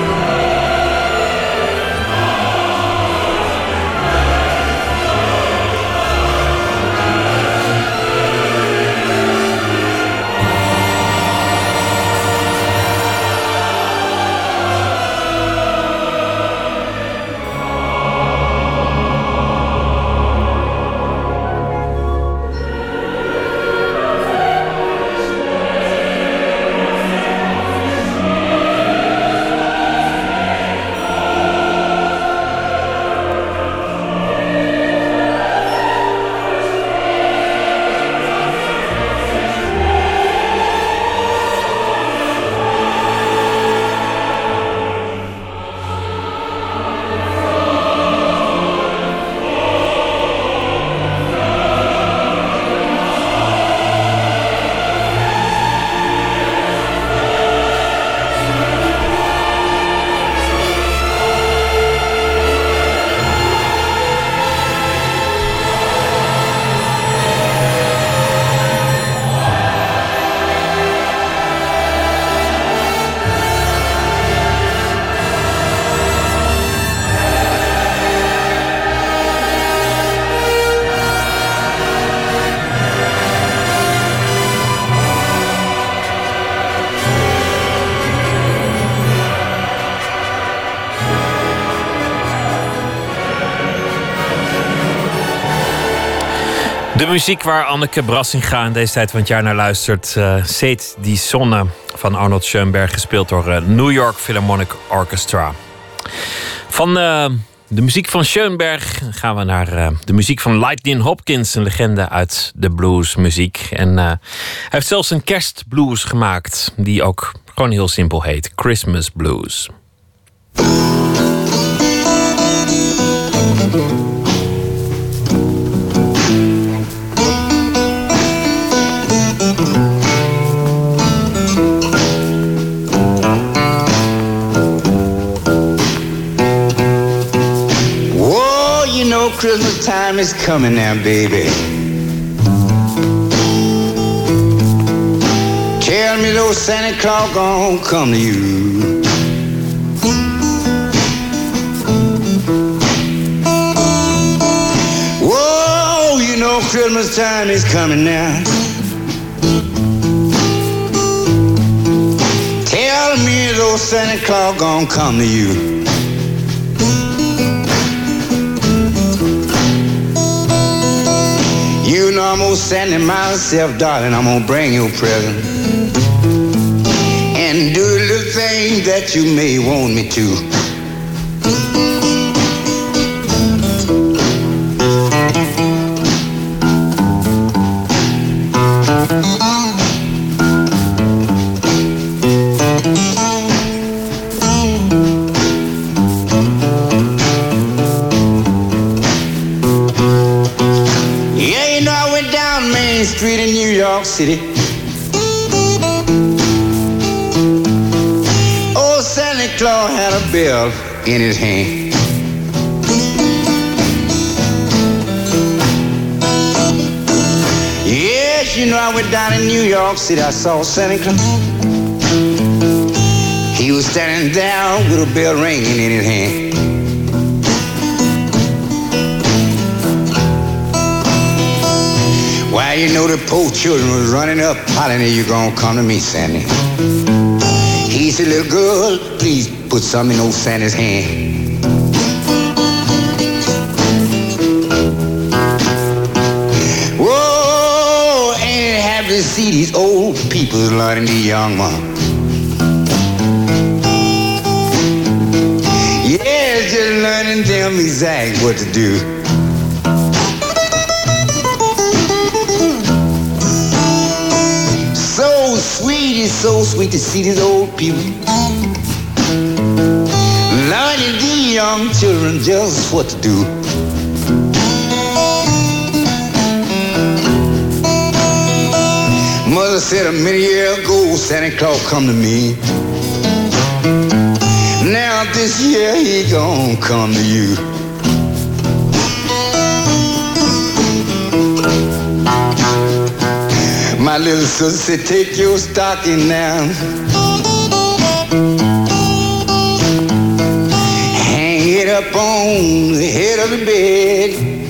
De muziek waar Anneke Brassinga in deze tijd van het jaar naar luistert. Uh, Zeet die Sonne van Arnold Schoenberg, gespeeld door uh, New York Philharmonic Orchestra. Van uh, de muziek van Schoenberg gaan we naar uh, de muziek van Lightning Hopkins, een legende uit de bluesmuziek. En uh, hij heeft zelfs een kerstblues gemaakt die ook gewoon heel simpel heet: Christmas Blues. Christmas time is coming now, baby. Tell me those Santa Claus gon' come to you. Whoa, you know Christmas time is coming now. Tell me those Santa Claus gon' come to you. You know I'm gonna send it myself, darling. I'm gonna bring you a present and do the little thing that you may want me to. Street in New York City. Oh, Santa Claus had a bell in his hand. Yes, you know I went down in New York City. I saw Santa Claus. He was standing there with a bell ringing in his hand. Why, you know the poor children was running up, hollering, you gonna come to me, Sandy. He said, little girl, please put something in old Sandy's hand. Whoa, ain't it happy to see these old people learning the young one. Yeah, just learning them exactly what to do. Sweet, it's so sweet to see these old people learning the young children just what to do. Mother said a many years ago Santa Claus come to me. Now this year he gon' come to you. My little sister said, take your stocking down, hang it up on the head of the bed.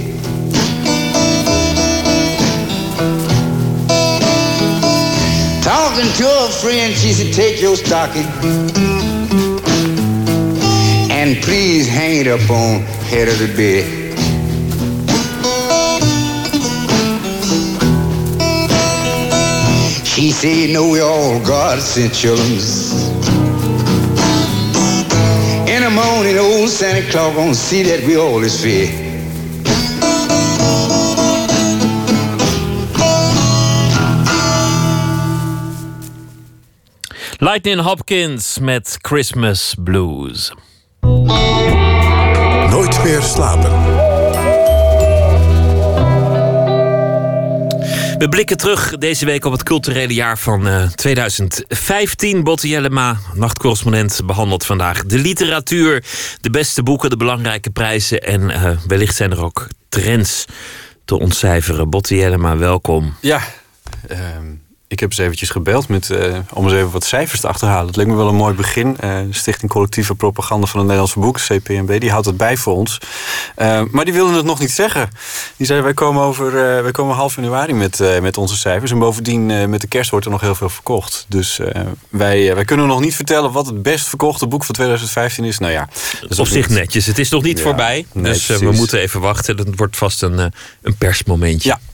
Talking to a friend, she said, take your stocking and please hang it up on the head of the bed. He said, you know, we all God-sent children. In the morning, old Santa Claus gonna see that we all is fed. Lightning Hopkins met Christmas Blues. Nooit meer slapen. We blikken terug deze week op het culturele jaar van uh, tweeduizend vijftien. Botte Jellema, nachtcorrespondent, behandelt vandaag de literatuur, de beste boeken, de belangrijke prijzen en uh, wellicht zijn er ook trends te ontcijferen. Botte Jellema, welkom. Ja, uh, ik heb eens eventjes gebeld met, uh, om eens even wat cijfers te achterhalen. Het leek me wel een mooi begin. Uh, de Stichting Collectieve Propaganda van het Nederlandse Boek, C P N B, die houdt het bij voor ons. Uh, maar die wilden het nog niet zeggen. Die zeiden, wij komen, over, uh, wij komen half januari met, uh, met onze cijfers. En bovendien, uh, met de kerst wordt er nog heel veel verkocht. Dus uh, wij, uh, wij kunnen nog niet vertellen wat het best verkochte boek van tweeduizend vijftien is. Nou ja, dus op zich netjes. Het is nog niet ja, voorbij. Nee, dus uh, we moeten even wachten. Dat wordt vast een, uh, een persmomentje. Ja.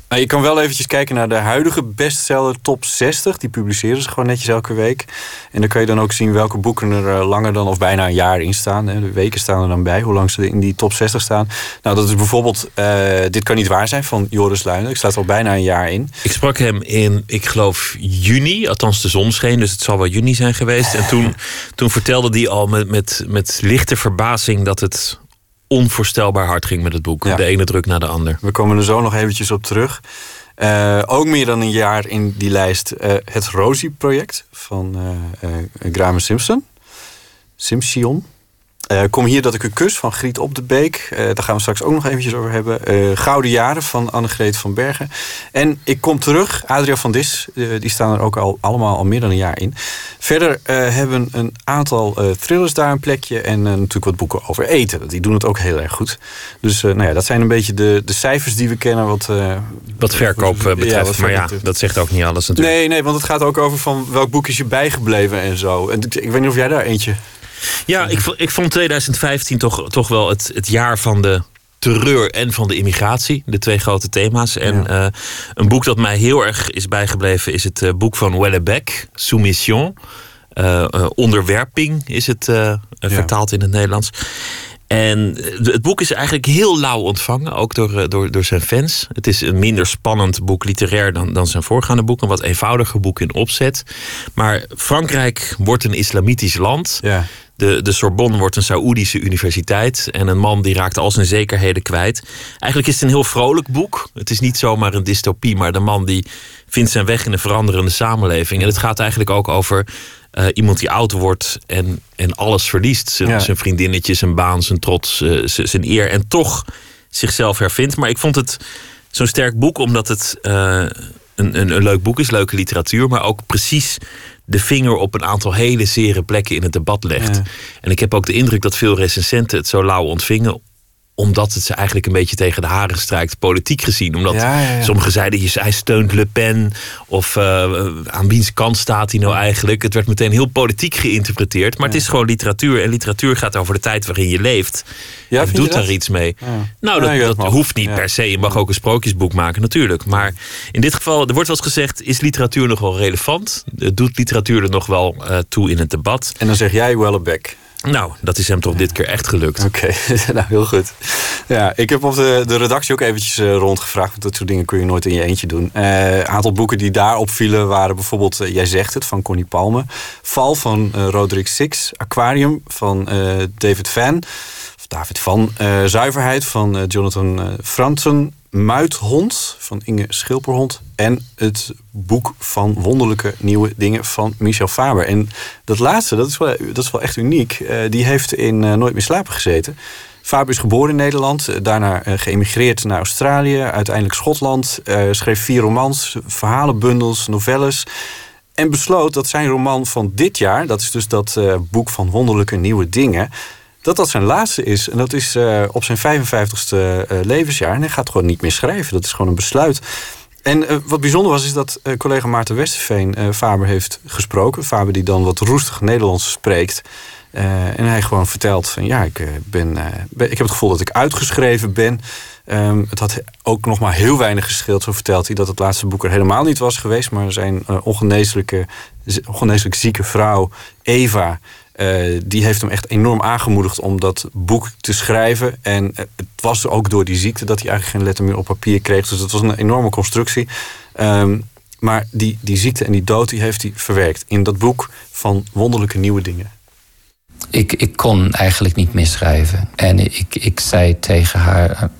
Nou, je kan wel eventjes kijken naar de huidige bestseller top zestig. Die publiceren ze gewoon netjes elke week. En dan kan je dan ook zien welke boeken er langer dan of bijna een jaar in staan. De weken staan er dan bij, hoe lang ze in die top zestig staan. Nou, dat is bijvoorbeeld uh, Dit kan niet waar zijn van Joris Luijendijk. Staat al bijna een jaar in. Ik sprak hem in, ik geloof, juni. Althans, de zon scheen, dus het zal wel juni zijn geweest. En toen, toen vertelde hij al met, met, met lichte verbazing dat het onvoorstelbaar hard ging met het boek. Ja. De ene druk na de ander. We komen er zo nog eventjes op terug. Uh, ook meer dan een jaar in die lijst uh, het Rosie-project van uh, uh, Graham Simpson. Simpson. Uh, Kom hier dat ik u kus van Griet Op de Beek. Uh, daar gaan we straks ook nog eventjes over hebben. Uh, Gouden Jaren van Annegreet van Bergen. En Ik kom terug, Adria van Dis. Uh, die staan er ook al allemaal al meer dan een jaar in. Verder uh, hebben een aantal uh, thrillers daar een plekje. En uh, natuurlijk wat boeken over eten. Die doen het ook heel erg goed. Dus uh, nou ja, dat zijn een beetje de, de cijfers die we kennen. Wat, uh, wat verkoop uh, betreft. Ja, wat maar ja, betreft. Dat zegt ook niet alles natuurlijk. Nee, nee, want het gaat ook over van welk boek is je bijgebleven en zo. En ik, ik weet niet of jij daar eentje... Ja, ik, ik vond twintig vijftien toch, toch wel het, het jaar van de terreur en van de immigratie. De twee grote thema's. En ja. uh, een boek dat mij heel erg is bijgebleven is het uh, boek van Houellebecq, Soumission. Uh, uh, onderwerping is het uh, ja. vertaald in het Nederlands. En het boek is eigenlijk heel lauw ontvangen, ook door, door, door zijn fans. Het is een minder spannend boek literair dan, dan zijn voorgaande boek. Een wat eenvoudiger boek in opzet. Maar Frankrijk wordt een islamitisch land. Ja. De, de Sorbonne wordt een Saoedische universiteit. En een man die raakt al zijn zekerheden kwijt. Eigenlijk is het een heel vrolijk boek. Het is niet zomaar een dystopie, maar de man die vindt zijn weg in een veranderende samenleving. En het gaat eigenlijk ook over uh, iemand die oud wordt en, en alles verliest. Zijn, ja. zijn vriendinnetje, zijn baan, zijn trots, uh, zijn eer. En toch zichzelf hervindt. Maar ik vond het zo'n sterk boek omdat het uh, een, een, een leuk boek is. Leuke literatuur, maar ook precies de vinger op een aantal hele zere plekken in het debat legt. Ja. En ik heb ook de indruk dat veel recensenten het zo lauw ontvingen, omdat het ze eigenlijk een beetje tegen de haren strijkt, politiek gezien. Omdat ja, ja, ja. sommigen zeiden, hij steunt Le Pen, of uh, aan wiens kant staat hij nou eigenlijk. Het werd meteen heel politiek geïnterpreteerd. Maar ja. het is gewoon literatuur. En literatuur gaat over de tijd waarin je leeft. Ja, en doet daar iets mee. Ja. Nou, dat, ja, dat hoeft niet ja. per se. Je mag ook een sprookjesboek maken, natuurlijk. Maar in dit geval, er wordt wel eens gezegd, is literatuur nog wel relevant? Doet literatuur er nog wel uh, toe in het debat? En dan zeg jij Houellebecq. Nou, dat is hem toch dit keer echt gelukt. Oké, okay. Nou heel goed. Ja, ik heb op de, de redactie ook eventjes uh, rondgevraagd. Want dat soort dingen kun je nooit in je eentje doen. Uh, een aantal boeken die daar opvielen waren bijvoorbeeld uh, Jij zegt het van Connie Palme. Val van uh, Roderick Six. Aquarium van uh, David Van. Of David Van. Uh, Zuiverheid van uh, Jonathan uh, Franzen. Muithond van Inge Schilperhond. En het boek van Wonderlijke Nieuwe Dingen van Michel Faber. En dat laatste, dat is wel, dat is wel echt uniek. Uh, die heeft in uh, Nooit meer slapen gezeten. Faber is geboren in Nederland. Uh, daarna uh, geëmigreerd naar Australië. Uiteindelijk Schotland. Uh, schreef vier romans, verhalenbundels, novelles. En besloot dat zijn roman van dit jaar, dat is dus dat uh, boek van Wonderlijke Nieuwe Dingen, dat dat zijn laatste is. En dat is uh, op zijn vijfenvijftigste uh, levensjaar. En hij gaat gewoon niet meer schrijven. Dat is gewoon een besluit. En uh, wat bijzonder was, is dat uh, collega Maarten Westerveen uh, Faber heeft gesproken. Faber die dan wat roestig Nederlands spreekt. Uh, en hij gewoon vertelt van ja, ik, uh, ben, uh, ben, ik heb het gevoel dat ik uitgeschreven ben. Um, het had ook nog maar heel weinig gescheeld. Zo vertelt hij dat het laatste boek er helemaal niet was geweest. Maar zijn uh, ongeneeslijke, ongeneeslijk zieke vrouw Eva, Uh, die heeft hem echt enorm aangemoedigd om dat boek te schrijven. En uh, het was ook door die ziekte dat hij eigenlijk geen letter meer op papier kreeg. Dus het was een enorme constructie. Um, maar die, die ziekte en die dood die heeft hij verwerkt in dat boek van Wonderlijke Nieuwe Dingen. Ik, ik kon eigenlijk niet meer schrijven. En ik, ik zei tegen haar, uh,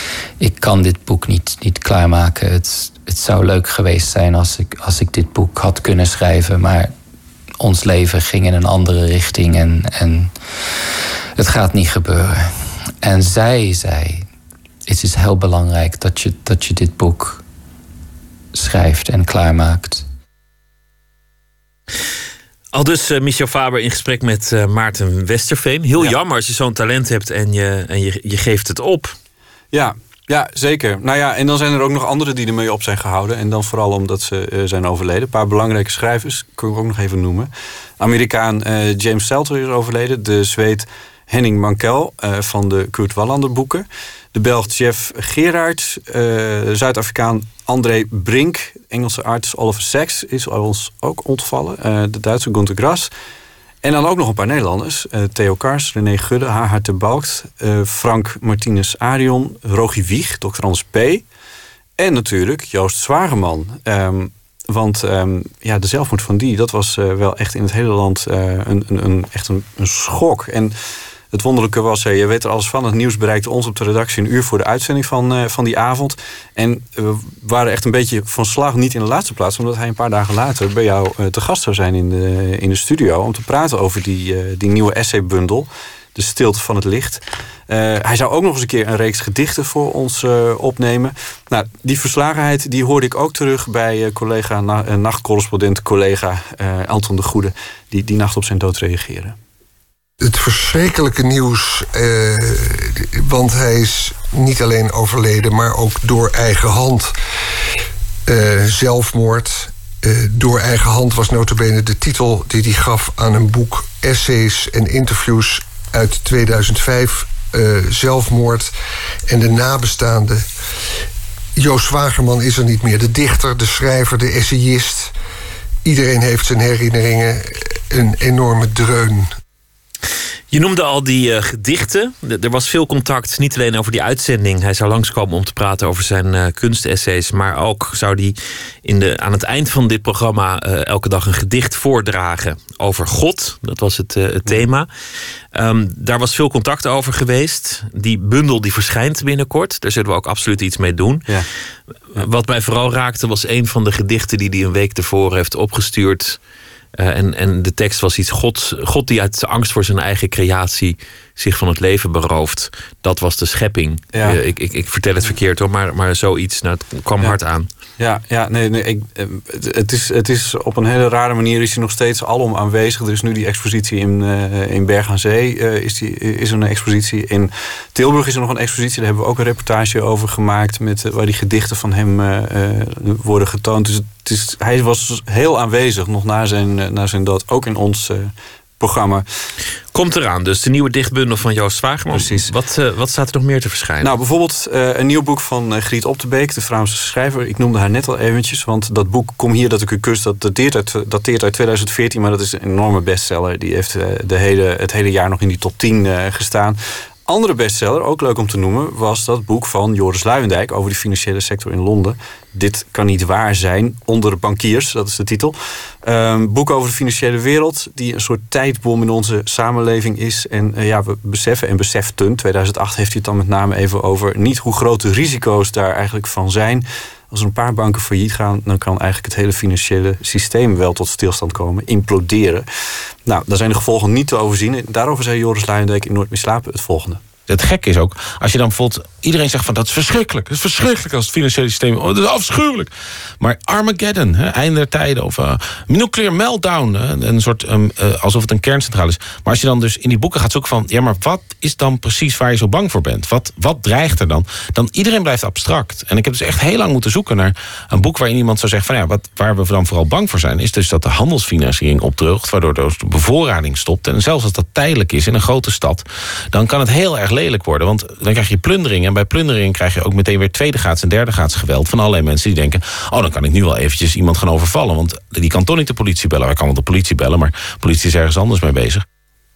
ik kan dit boek niet, niet klaarmaken. Het, het zou leuk geweest zijn als ik, als ik dit boek had kunnen schrijven, maar ons leven ging in een andere richting en, en het gaat niet gebeuren. En zij zei, het is heel belangrijk dat je, dat je dit boek schrijft en klaarmaakt. Al dus uh, Michel Faber in gesprek met uh, Maarten Westerveen. Heel ja. jammer als je zo'n talent hebt en, je, en je, je geeft het op. Ja. Ja, zeker. Nou ja, en dan zijn er ook nog anderen die ermee op zijn gehouden. En dan vooral omdat ze uh, zijn overleden. Een paar belangrijke schrijvers, kun ik ook nog even noemen. Amerikaan uh, James Salter is overleden. De Zweed Henning Mankell uh, van de Kurt Wallander boeken. De Belg Jeff Gerard. Uh, Zuid-Afrikaan André Brink. Engelse artist Oliver Sacks is ons ook ontvallen. Uh, de Duitse Günter Grass. En dan ook nog een paar Nederlanders. Uh, Theo Kars, René Gudde, H H. ter Baukt. Uh, Frank Martinez Arion. Rogie Wieg, dokter Anders P. En natuurlijk Joost Zwageman. Um, Want um, ja, de zelfmoord van die, dat was uh, wel echt in het hele land uh, een, een, een, echt een, een schok. En het wonderlijke was, uh, je weet er alles van, het nieuws bereikte ons op de redactie een uur voor de uitzending van, uh, van die avond. En we waren echt een beetje van slag, niet in de laatste plaats, omdat hij een paar dagen later bij jou uh, te gast zou zijn in de, in de studio om te praten over die, uh, die nieuwe essaybundel. De stilte van het licht. Uh, hij zou ook nog eens een keer een reeks gedichten voor ons uh, opnemen. Nou, die verslagenheid die hoorde ik ook terug bij uh, collega, na, uh, nachtcorrespondent, collega uh, Anton de Goede, die die nacht op zijn dood reageerde. Het verschrikkelijke nieuws, uh, want hij is niet alleen overleden, maar ook door eigen hand. Uh, zelfmoord. Uh, door eigen hand was nota bene de titel die hij gaf aan een boek essays en interviews uit tweeduizend vijf, uh, zelfmoord en de nabestaanden. Joost Zwageman is er niet meer. De dichter, de schrijver, de essayist. Iedereen heeft zijn herinneringen. Een enorme dreun. Je noemde al die uh, gedichten. Er was veel contact, niet alleen over die uitzending. Hij zou langskomen om te praten over zijn uh, kunstessays. Maar ook zou hij in de, aan het eind van dit programma uh, elke dag een gedicht voordragen over God. Dat was het, uh, het thema. Um, daar was veel contact over geweest. Die bundel die verschijnt binnenkort. Daar zullen we ook absoluut iets mee doen. Ja. Ja. Wat mij vooral raakte was een van de gedichten die hij een week tevoren heeft opgestuurd. Uh, en, en de tekst was iets, God, God die uit angst voor zijn eigen creatie zich van het leven berooft. Dat was de schepping. Ja. Uh, ik, ik, ik vertel het verkeerd hoor, maar, maar zoiets, nou, het kwam ja. hard aan. Ja, ja nee, nee ik, het, is, het is op een hele rare manier is hij nog steeds alom aanwezig. Er is nu die expositie in, uh, in Berg aan Zee. Uh, is, die, is er een expositie. In Tilburg is er nog een expositie. Daar hebben we ook een reportage over gemaakt. Met, uh, waar die gedichten van hem uh, uh, worden getoond. Dus het is, hij was heel aanwezig nog na zijn, uh, na zijn dood. Ook in ons uh, programma. Komt eraan, dus de nieuwe dichtbundel van Joost Zwageman. Precies. Wat, uh, wat staat er nog meer te verschijnen? Nou, bijvoorbeeld uh, een nieuw boek van uh, Griet Op de Beek, de Vlaamse schrijver. Ik noemde haar net al eventjes, want dat boek Kom hier dat ik u kus, dat dateert uit, dateert uit tweeduizend veertien, maar dat is een enorme bestseller. Die heeft uh, de hele, het hele jaar nog in die top tien uh, gestaan. Andere bestseller, ook leuk om te noemen, was dat boek van Joris Luijendijk over de financiële sector in Londen. Dit kan niet waar zijn, onder bankiers, dat is de titel. Um, boek over de financiële wereld, die een soort tijdbom in onze samenleving is. En uh, ja, we beseffen en beseften, tweeduizend acht heeft hij het dan met name even over niet hoe groot de risico's daar eigenlijk van zijn. Als er een paar banken failliet gaan, dan kan eigenlijk het hele financiële systeem wel tot stilstand komen, imploderen. Nou, daar zijn de gevolgen niet te overzien. Daarover zei Joris Luijendijk in Nooit meer slapen het volgende. Het gekke is ook, als je dan bijvoorbeeld... iedereen zegt van, dat is verschrikkelijk. Dat is verschrikkelijk als het financiële systeem... Oh, dat is afschuwelijk. Maar Armageddon, hè, einde der tijden... of uh, nuclear meltdown, hè, een soort... Um, uh, alsof het een kerncentrale is. Maar als je dan dus in die boeken gaat zoeken van... ja, maar wat is dan precies waar je zo bang voor bent? Wat, wat dreigt er dan? Dan iedereen blijft abstract. En ik heb dus echt heel lang moeten zoeken naar een boek... waarin iemand zou zeggen van, ja, wat, waar we dan vooral bang voor zijn... is dus dat de handelsfinanciering opdrukt... waardoor de bevoorrading stopt. En zelfs als dat tijdelijk is in een grote stad... dan kan het heel erg lelijk worden. Want dan krijg je plundering. En bij plundering krijg je ook meteen weer tweedegraads en derdegraads geweld van allerlei mensen die denken... oh, dan kan ik nu wel eventjes iemand gaan overvallen. Want die kan toch niet de politie bellen. Hij kan wel de politie bellen, maar de politie is ergens anders mee bezig.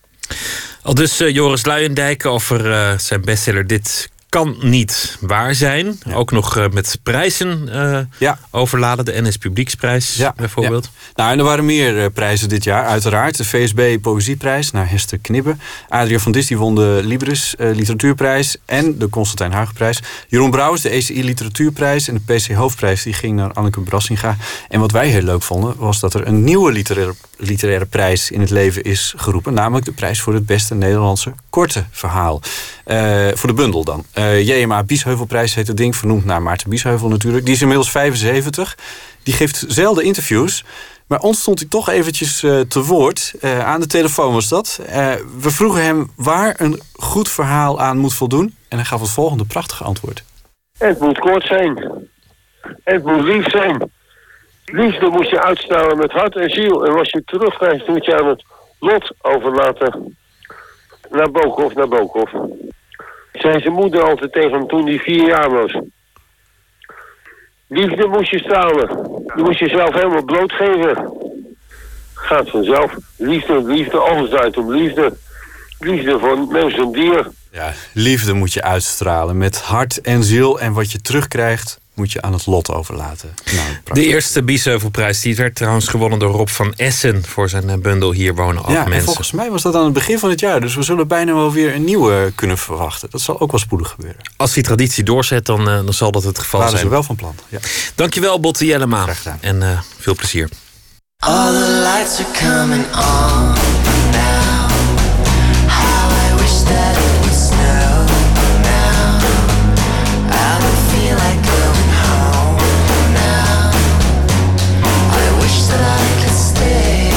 Al dus uh, Joris Luijendijk over uh, zijn bestseller Dit kan niet waar zijn. Ja. Ook nog uh, met prijzen uh, ja. overladen. De N S Publieksprijs ja. bijvoorbeeld. Ja. Nou, en er waren meer uh, prijzen dit jaar, uiteraard. De V S B Poëzieprijs naar Hester Knibbe. Adriaan van Dis die won de Libris uh, Literatuurprijs en de Constantijn Haagprijs. Jeroen Brouwers de E C I Literatuurprijs en de P C Hoofdprijs die ging naar Anneke Brassinga. En wat wij heel leuk vonden was dat er een nieuwe literaire, literaire prijs in het leven is geroepen. Namelijk de prijs voor het beste Nederlandse korte verhaal. Uh, voor de bundel dan. Uh, J M A Biesheuvelprijs heet het ding, vernoemd naar Maarten Biesheuvel natuurlijk. Die is inmiddels vijfenzeventig. Die geeft zelden interviews. Maar ons stond hij toch eventjes uh, te woord. Uh, aan de telefoon was dat. Uh, we vroegen hem waar een goed verhaal aan moet voldoen. En hij gaf het volgende prachtige antwoord. Het moet kort zijn. Het moet lief zijn. Liefde moet je uitstralen met hart en ziel. En als je terugkrijgt, moet je aan het lot overlaten. Nabokov, Nabokov. Zei zijn moeder altijd tegen hem toen hij vier jaar was. Liefde moest je stralen. Je moest jezelf helemaal blootgeven. Gaat vanzelf. Liefde, liefde, alles draait om liefde. Liefde voor mens en dier. Ja, liefde moet je uitstralen met hart en ziel. En wat je terugkrijgt, moet je aan het lot overlaten. Nou, de eerste Biesheuvelprijs die werd trouwens gewonnen door Rob van Essen voor zijn bundel Hier wonen ook ja, mensen. Volgens mij was dat aan het begin van het jaar. Dus we zullen bijna wel weer een nieuwe kunnen verwachten. Dat zal ook wel spoedig gebeuren. Als die traditie doorzet, dan, uh, dan zal dat het geval Waren zijn. ze wel van plan. Ja. Dankjewel, Botte Jellema. En uh, veel plezier. All the lights are coming on now. How I wish that it would snow now. I don't feel like going home now. I wish that I could stay.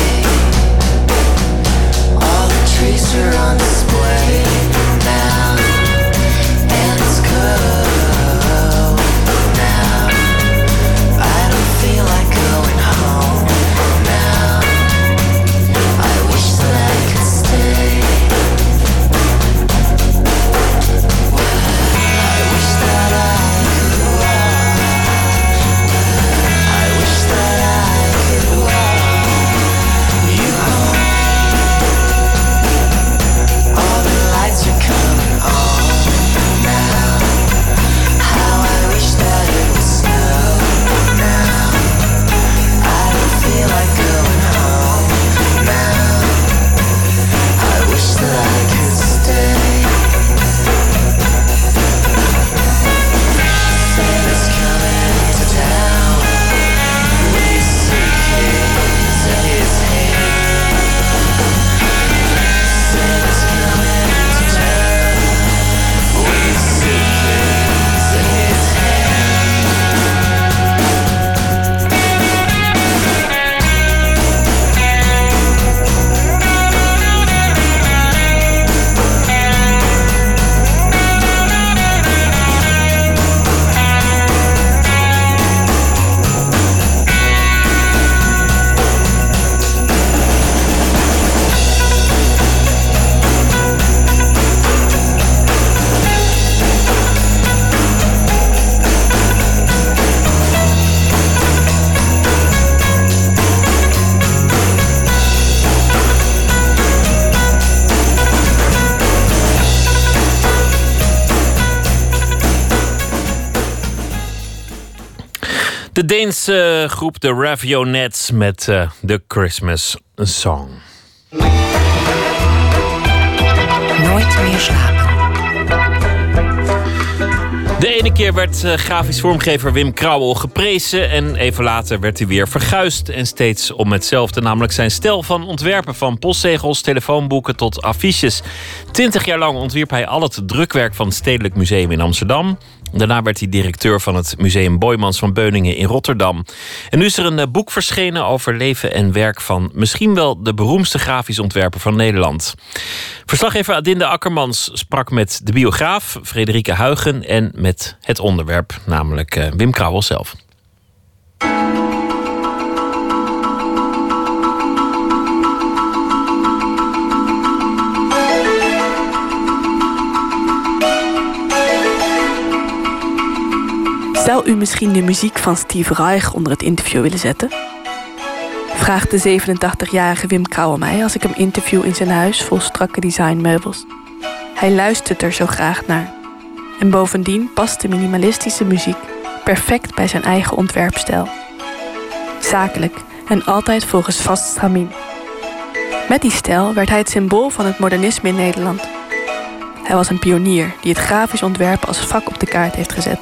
All the trees are on display now. And it's cold now. I don't feel like going home. De Deense groep de Ravionets met uh, The Christmas Song. Nooit meer slapen. De ene keer werd uh, grafisch vormgever Wim Krauwel geprezen en even later werd hij weer verguisd. En steeds om hetzelfde, namelijk zijn stijl van ontwerpen van postzegels, telefoonboeken tot affiches. Twintig jaar lang ontwierp hij al het drukwerk van het Stedelijk Museum in Amsterdam. Daarna werd hij directeur van het Museum Boijmans van Beuningen in Rotterdam. En nu is er een boek verschenen over leven en werk van misschien wel de beroemdste grafisch ontwerper van Nederland. Verslaggever Adinde Akkermans sprak met de biograaf Frederike Huygen en met het onderwerp, namelijk uh, Wim Krauwel zelf. Zou u misschien de muziek van Steve Reich onder het interview willen zetten? Vraagt de zevenentachtigjarige Wim Krauwel mij als ik hem interview in zijn huis vol strakke designmeubels. Hij luistert er zo graag naar. En bovendien past de minimalistische muziek perfect bij zijn eigen ontwerpstijl. Zakelijk en altijd volgens vast stramien. Met die stijl werd hij het symbool van het modernisme in Nederland. Hij was een pionier die het grafisch ontwerpen als vak op de kaart heeft gezet.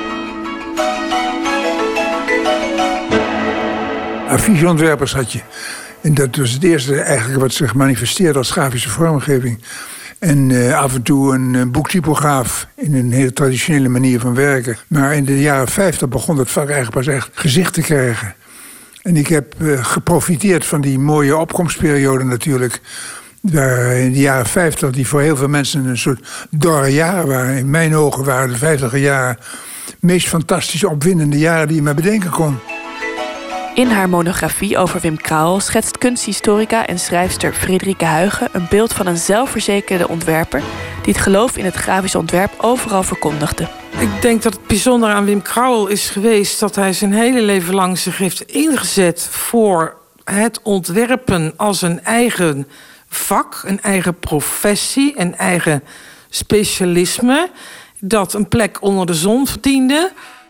Afficheontwerpers had je. En dat was het eerste eigenlijk wat zich manifesteerde als grafische vormgeving. En uh, af en toe een uh, boektypograaf in een hele traditionele manier van werken. Maar in de jaren vijftig begon het vak eigenlijk pas echt gezicht te krijgen. En ik heb uh, geprofiteerd van die mooie opkomstperiode natuurlijk. Waar in de jaren vijftig, die voor heel veel mensen een soort dorre jaren waren. In mijn ogen waren de vijftiger jaren de meest fantastische, opwindende jaren die je maar bedenken kon. In haar monografie over Wim Krauwel schetst kunsthistorica en schrijfster Frederike Huygen een beeld van een zelfverzekerde ontwerper die het geloof in het grafisch ontwerp overal verkondigde. Ik denk dat het bijzonder aan Wim Krauwel is geweest dat hij zijn hele leven lang zich heeft ingezet voor het ontwerpen als een eigen vak, een eigen professie, een eigen specialisme dat een plek onder de zon verdiende.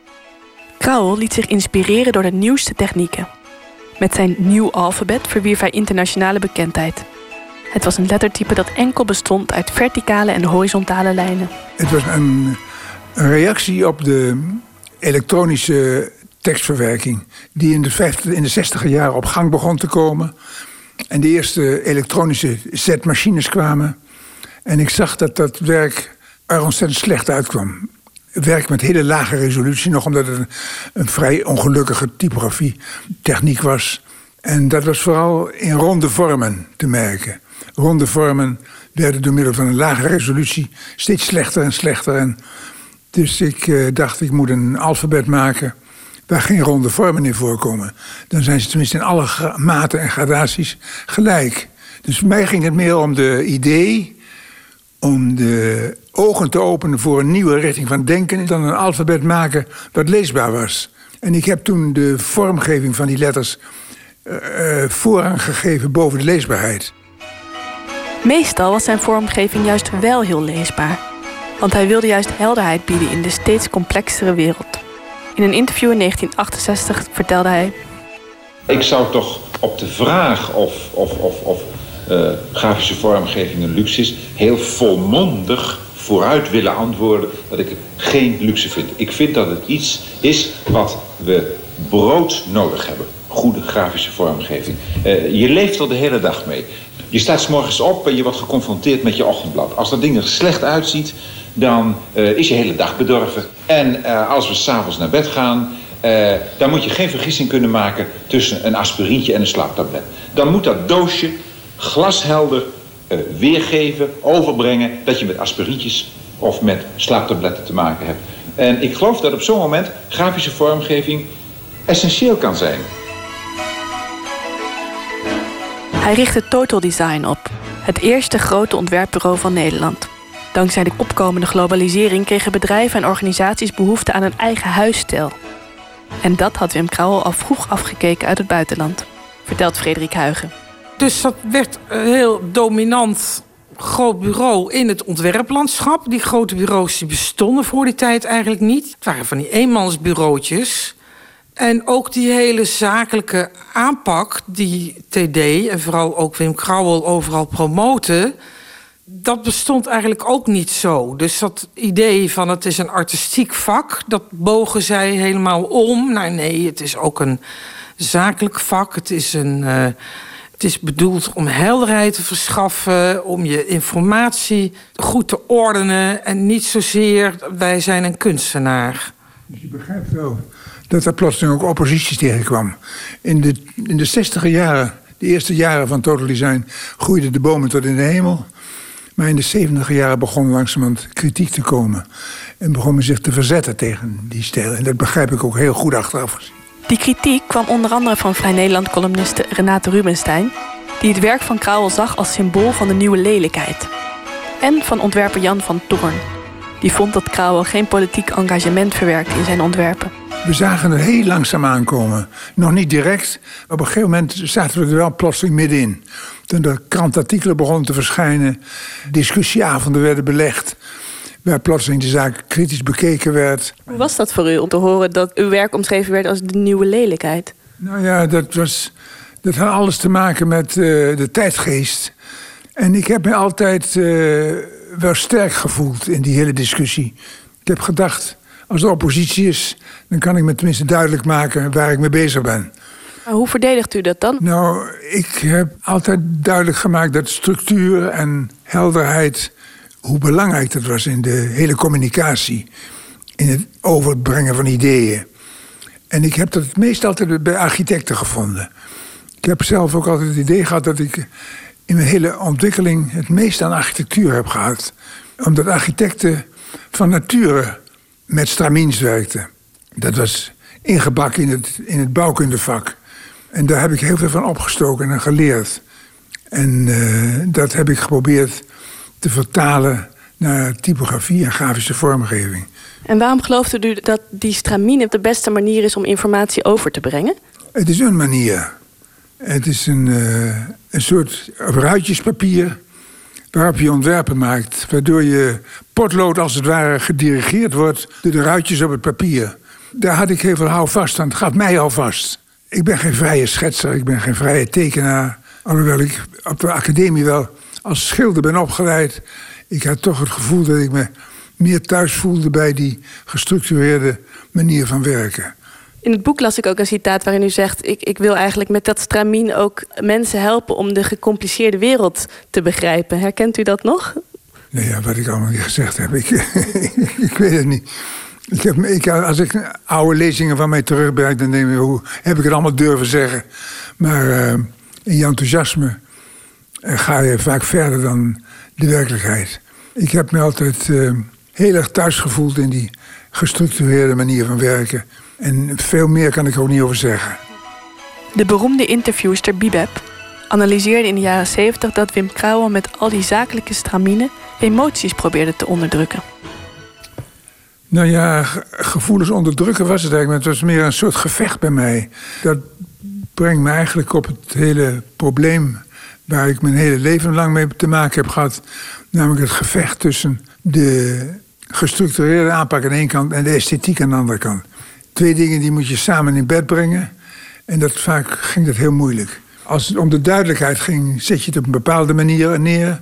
Krauwel liet zich inspireren door de nieuwste technieken. Met zijn nieuw alfabet verwierf hij internationale bekendheid. Het was een lettertype dat enkel bestond uit verticale en horizontale lijnen. Het was een reactie op de elektronische tekstverwerking die in de, vijftig, in de zestiger jaren op gang begon te komen. En de eerste elektronische zetmachines kwamen. En ik zag dat dat werk er ontzettend slecht uitkwam. Werk met hele lage resolutie, nog omdat het een, een vrij ongelukkige typografie techniek was. En dat was vooral in ronde vormen te merken. Ronde vormen werden door middel van een lage resolutie steeds slechter en slechter. En dus ik uh, dacht, ik moet een alfabet maken waar geen ronde vormen in voorkomen. Dan zijn ze tenminste in alle gra- maten en gradaties gelijk. Dus voor mij ging het meer om de idee, om de ogen te openen voor een nieuwe richting van denken, dan een alfabet maken wat leesbaar was. En ik heb toen de vormgeving van die letters uh, voorrang gegeven boven de leesbaarheid. Meestal was zijn vormgeving juist wel heel leesbaar. Want hij wilde juist helderheid bieden in de steeds complexere wereld. In een interview in negentien achtenzestig vertelde hij: Ik zou toch op de vraag of, of, of, of uh, grafische vormgeving een luxe is, heel volmondig vooruit willen antwoorden dat ik het geen luxe vind. Ik vind dat het iets is wat we brood nodig hebben. Goede grafische vormgeving. Uh, je leeft er de hele dag mee. Je staat 's morgens op en je wordt geconfronteerd met je ochtendblad. Als dat ding er slecht uitziet, dan uh, is je hele dag bedorven. En uh, als we 's avonds naar bed gaan, uh, dan moet je geen vergissing kunnen maken tussen een aspirintje en een slaaptablet. Dan moet dat doosje glashelder uh, weergeven, overbrengen dat je met aspirintjes of met slaaptabletten te maken hebt. En ik geloof dat op zo'n moment grafische vormgeving essentieel kan zijn. Hij richtte Total Design op, het eerste grote ontwerpbureau van Nederland. Dankzij de opkomende globalisering kregen bedrijven en organisaties behoefte aan een eigen huisstijl. En dat had Wim Krauwel al vroeg afgekeken uit het buitenland, vertelt Frederike Huygen. Dus dat werd een heel dominant groot bureau in het ontwerplandschap. Die grote bureaus die bestonden voor die tijd eigenlijk niet. Het waren van die eenmansbureautjes. En ook die hele zakelijke aanpak die T D en vooral ook Wim Krauwel overal promoten, dat bestond eigenlijk ook niet zo. Dus dat idee van het is een artistiek vak, dat bogen zij helemaal om. Nou nee, het is ook een zakelijk vak. Het is, een, uh, het is bedoeld om helderheid te verschaffen, om je informatie goed te ordenen en niet zozeer wij zijn een kunstenaar. Dus je begrijpt wel dat er plotseling ook oppositie tegenkwam. In de, in de zestiger jaren, de eerste jaren van Total Design, groeiden de bomen tot in de hemel. Maar in de zeventiger jaren begon langzamerhand kritiek te komen. En begon men zich te verzetten tegen die stijl. En dat begrijp ik ook heel goed achteraf gezien. Die kritiek kwam onder andere van Vrij Nederland-columniste Renate Rubenstein, die het werk van Krauwel zag als symbool van de nieuwe lelijkheid. En van ontwerper Jan van Toorn, die vond dat Krauwel geen politiek engagement verwerkte in zijn ontwerpen. We zagen het heel langzaam aankomen. Nog niet direct. Op een gegeven moment zaten we er wel plotseling middenin. Toen de krantartikelen begonnen te verschijnen, discussieavonden werden belegd, waar plotseling de zaak kritisch bekeken werd. Hoe was dat voor u om te horen dat uw werk omschreven werd als de nieuwe lelijkheid? Nou ja, dat, was, dat had alles te maken met uh, de tijdgeest. En ik heb me altijd uh, wel sterk gevoeld in die hele discussie. Ik heb gedacht, als er oppositie is, dan kan ik me tenminste duidelijk maken waar ik mee bezig ben. Maar hoe verdedigt u dat dan? Nou, ik heb altijd duidelijk gemaakt dat structuur en helderheid, hoe belangrijk dat was in de hele communicatie, in het overbrengen van ideeën. En ik heb dat het meest altijd bij architecten gevonden. Ik heb zelf ook altijd het idee gehad dat ik in mijn hele ontwikkeling het meest aan architectuur heb gehad. Omdat architecten van nature met stramines werkten. Dat was ingebakken in het, in het bouwkundevak. En daar heb ik heel veel van opgestoken en geleerd. En uh, dat heb ik geprobeerd te vertalen naar typografie en grafische vormgeving. En waarom gelooft u dat die stramine de beste manier is om informatie over te brengen? Het is een manier. Het is een, uh, een soort ruitjespapier waarop je ontwerpen maakt, waardoor je potlood als het ware gedirigeerd wordt door de ruitjes op het papier. Daar had ik heel veel houvast aan. Het gaat mij al vast. Ik ben geen vrije schetser, ik ben geen vrije tekenaar. Alhoewel ik op de academie wel als schilder ben opgeleid. Ik had toch het gevoel dat ik me meer thuis voelde bij die gestructureerde manier van werken. In het boek las ik ook een citaat waarin u zegt, Ik, ik wil eigenlijk met dat stramien ook mensen helpen om de gecompliceerde wereld te begrijpen. Herkent u dat nog? Nee, ja, wat ik allemaal niet gezegd heb. Ik, ik weet het niet. Ik heb, ik, als ik oude lezingen van mij terugbreng, dan denk ik, hoe heb ik het allemaal durven zeggen? Maar uh, in je enthousiasme uh, ga je vaak verder dan de werkelijkheid. Ik heb me altijd uh, heel erg thuis gevoeld in die gestructureerde manier van werken. En veel meer kan ik er ook niet over zeggen. De beroemde interviewster Bibeb analyseerde in de jaren zeventig dat Wim Krauwel met al die zakelijke stramine emoties probeerde te onderdrukken. Nou ja, gevoelens onderdrukken was het eigenlijk, maar het was meer een soort gevecht bij mij. Dat brengt me eigenlijk op het hele probleem waar ik mijn hele leven lang mee te maken heb gehad. Namelijk het gevecht tussen de gestructureerde aanpak aan de ene kant en de esthetiek aan de andere kant. Twee dingen die moet je samen in bed brengen. En dat, vaak ging dat heel moeilijk. Als het om de duidelijkheid ging, zet je het op een bepaalde manier neer.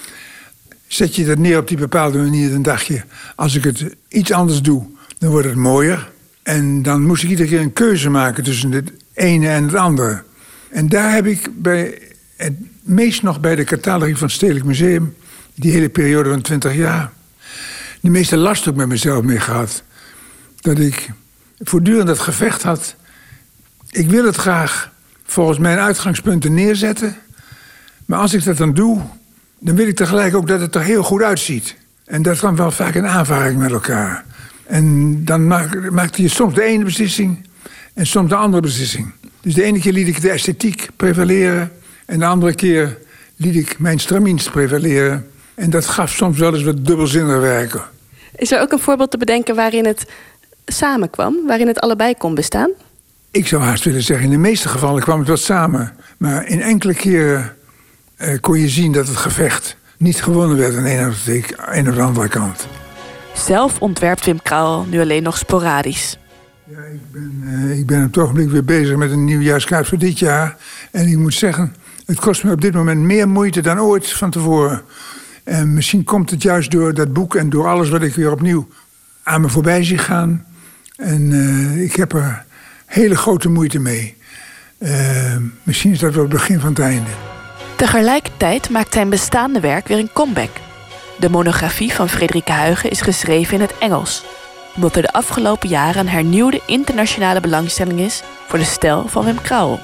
Zet je dat neer op die bepaalde manier, dan dacht je, als ik het iets anders doe, dan wordt het mooier. En dan moest ik iedere keer een keuze maken tussen het ene en het andere. En daar heb ik bij het meest nog bij de catalogie van het Stedelijk Museum, die hele periode van twintig jaar, de meeste last ook met mezelf mee gehad. Dat ik voortdurend dat gevecht had. Ik wil het graag volgens mijn uitgangspunten neerzetten. Maar als ik dat dan doe, dan wil ik tegelijk ook dat het er heel goed uitziet. En dat kwam wel vaak in aanvaring met elkaar. En dan maakte je soms de ene beslissing en soms de andere beslissing. Dus de ene keer liet ik de esthetiek prevaleren en de andere keer liet ik mijn stramines prevaleren. En dat gaf soms wel eens wat dubbelzinnig werken. Is er ook een voorbeeld te bedenken waarin het samenkwam, waarin het allebei kon bestaan? Ik zou haast willen zeggen, in de meeste gevallen kwam het wat samen. Maar in enkele keren uh, kon je zien dat het gevecht niet gewonnen werd aan de ene of de, een of de andere kant. Zelf ontwerpt Wim Krauwel nu alleen nog sporadisch. Ja, ik ben, uh, ik ben op het ogenblik weer bezig met een nieuwjaarskaart voor dit jaar. En ik moet zeggen, het kost me op dit moment meer moeite dan ooit van tevoren. En misschien komt het juist door dat boek en door alles wat ik weer opnieuw aan me voorbij zie gaan. En uh, ik heb er hele grote moeite mee. Uh, misschien is dat wel het begin van het einde. Tegelijkertijd maakt zijn bestaande werk weer een comeback. De monografie van Frederike Huygens is geschreven in het Engels, omdat er de afgelopen jaren een hernieuwde internationale belangstelling is voor de stijl van Wim Krauwel.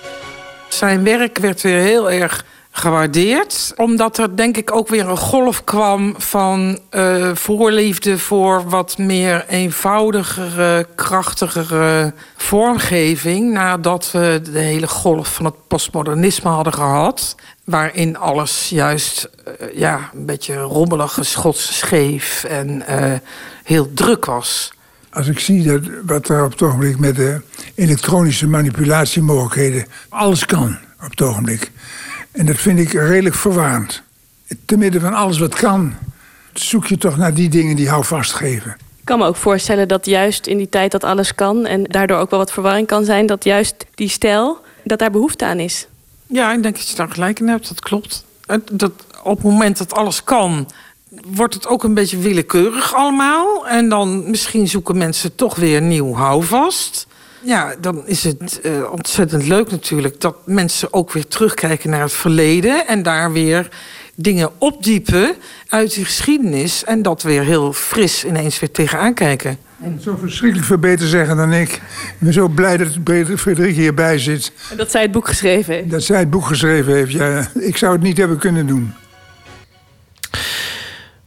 Zijn werk werd weer heel erg gewaardeerd, omdat er denk ik ook weer een golf kwam van uh, voorliefde voor wat meer eenvoudigere, krachtigere vormgeving, nadat we de hele golf van het postmodernisme hadden gehad, waarin alles juist uh, ja, een beetje rommelig, schots, scheef en uh, heel druk was. Als ik zie dat wat er op het ogenblik met de elektronische manipulatiemogelijkheden alles kan op het ogenblik. En dat vind ik redelijk verwarrend. Te midden van alles wat kan, zoek je toch naar die dingen die houvast geven. Ik kan me ook voorstellen dat juist in die tijd dat alles kan en daardoor ook wel wat verwarring kan zijn, dat juist die stijl, dat daar behoefte aan is. Ja, ik denk dat je daar gelijk in hebt, dat klopt. Dat op het moment dat alles kan, wordt het ook een beetje willekeurig allemaal. En dan misschien zoeken mensen toch weer nieuw houvast. Ja, dan is het uh, ontzettend leuk natuurlijk dat mensen ook weer terugkijken naar het verleden en daar weer dingen opdiepen uit die geschiedenis en dat weer heel fris ineens weer tegenaan kijken. En zo verschrikkelijk veel beter zeggen dan ik. Ik ben zo blij dat Frederike hierbij zit. En dat zij het boek geschreven heeft. Dat zij het boek geschreven heeft, ja. Ik zou het niet hebben kunnen doen.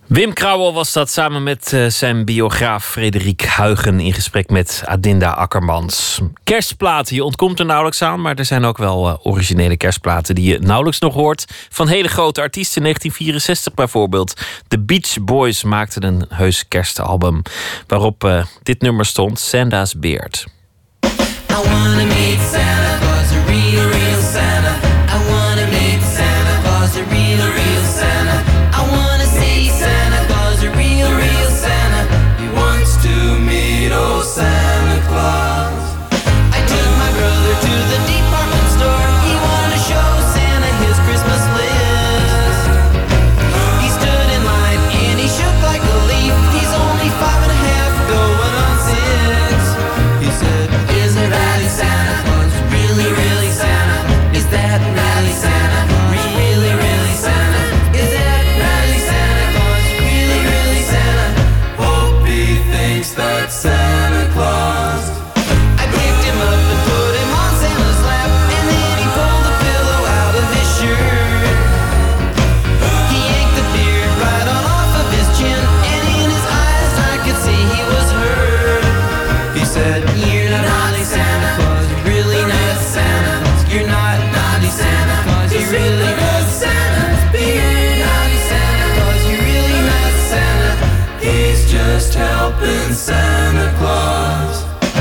Wim Krauwel was dat samen met uh, zijn biograaf Frederik Huygen in gesprek met Adinda Akkermans. Kerstplaten, je ontkomt er nauwelijks aan, maar er zijn ook wel uh, originele kerstplaten die je nauwelijks nog hoort. Van hele grote artiesten, negentien vierenzestig bijvoorbeeld. De Beach Boys maakten een heus kerstalbum waarop uh, dit nummer stond, Santa's Beard. I wanna meet Santa Claus, a real, real Santa. I wanna meet Santa Claus, a real, real Santa. I wanna see Santa Claus, a real, real Santa. He wants to meet old Santa Claus. I took my brother to the department store. He wanted to show Santa his Christmas list. He stood in line and he shook like a leaf. He's only five and a half, going on six. He said, is it really Santa Claus? Really, really Santa? Is that really Santa? Really, really Santa? Is that really Santa Claus? Really, really Santa? Hope he thinks that's Santa Claus. I picked him up and put him on Santa's lap, and then he pulled the pillow out of his shirt. He yanked the beard right on off of his chin, and in his eyes I could see he was hurt. He said, you're not naughty Santa Claus, you're really not Santa Claus. You're not naughty Santa Claus, you're really not Santa's beard. Naughty Santa Claus, you're really not Santa. He's just helping Santa Claus.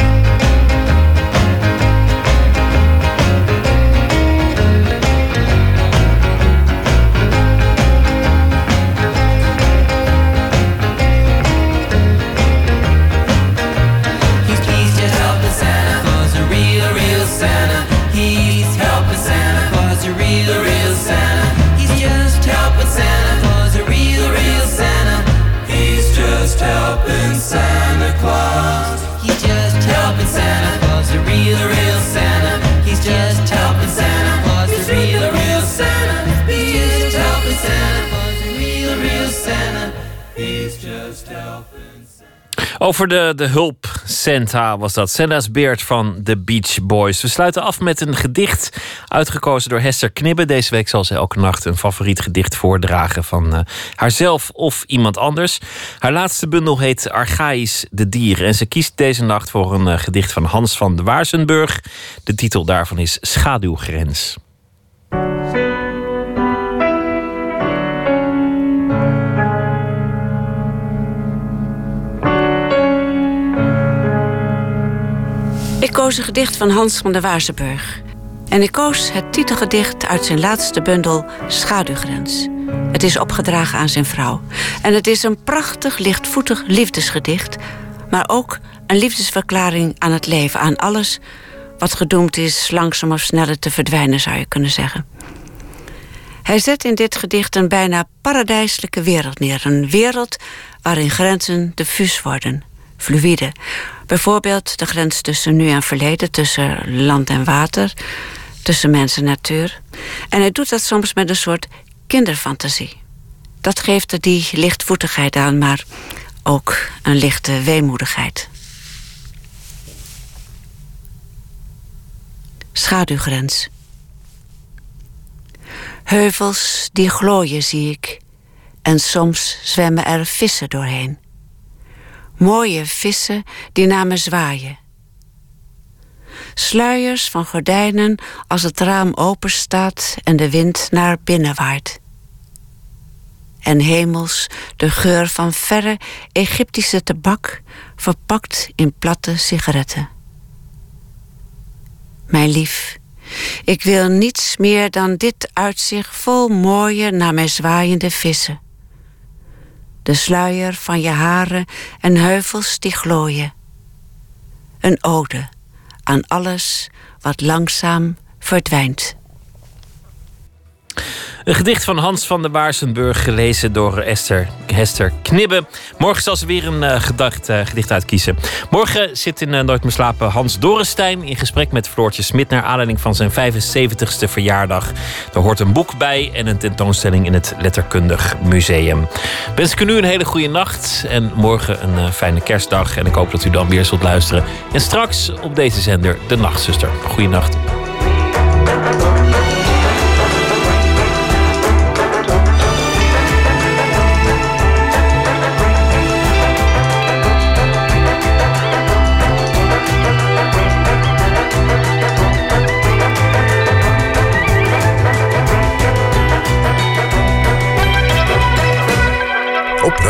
He's, he's just helping Santa Claus, a real, real Santa. He's helping Santa Claus, a real, real Santa. He's just helping Santa Claus, a real, real Santa. He's just helping Santa Claus. He's just helping Santa Claus, a real, real Santa. He's just helping Santa Claus, a real, real Santa. He's just helping Santa Claus, a real, real Santa. He's just helping. Over de, de hulp Santa was dat. Santa's Beard van de Beach Boys. We sluiten af met een gedicht uitgekozen door Hester Knibbe. Deze week zal ze elke nacht een favoriet gedicht voordragen van uh, haarzelf of iemand anders. Haar laatste bundel heet Archaïs de Dier. En ze kiest deze nacht voor een uh, gedicht van Hans van de Waarsenburg. De titel daarvan is Schaduwgrens. Ik koos een gedicht van Hans van der Waarsenburg. En ik koos het titelgedicht uit zijn laatste bundel Schaduwgrens. Het is opgedragen aan zijn vrouw. En het is een prachtig, lichtvoetig liefdesgedicht, maar ook een liefdesverklaring aan het leven, aan alles wat gedoemd is langzaam of sneller te verdwijnen, zou je kunnen zeggen. Hij zet in dit gedicht een bijna paradijselijke wereld neer. Een wereld waarin grenzen diffuus worden, fluïde. Bijvoorbeeld de grens tussen nu en verleden, tussen land en water, tussen mens en natuur. En hij doet dat soms met een soort kinderfantasie. Dat geeft er die lichtvoetigheid aan, maar ook een lichte weemoedigheid. Schaduwgrens. Heuvels die glooien zie ik, en soms zwemmen er vissen doorheen. Mooie vissen die naar me zwaaien. Sluiers van gordijnen als het raam open staat en de wind naar binnen waait. En hemels de geur van verre Egyptische tabak verpakt in platte sigaretten. Mijn lief, ik wil niets meer dan dit uitzicht vol mooie naar mij zwaaiende vissen. De sluier van je haren en heuvels die glooien. Een ode aan alles wat langzaam verdwijnt. Een gedicht van Hans van der Waarsenburg, gelezen door Esther, Hester Knibbe. Morgen zal ze weer een uh, gedacht, uh, gedicht uitkiezen. Morgen zit in uh, Nooit meer slapen Hans Dorrestein in gesprek met Floortje Smit naar aanleiding van zijn vijfenzeventigste verjaardag. Er hoort een boek bij en een tentoonstelling in het Letterkundig Museum. Wens ik u nu een hele goede nacht en morgen een uh, fijne kerstdag. En ik hoop dat u dan weer zult luisteren. En straks op deze zender De Nachtzuster. Goeienacht.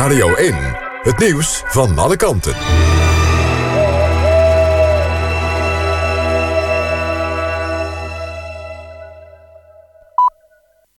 Radio één. Het nieuws van alle kanten.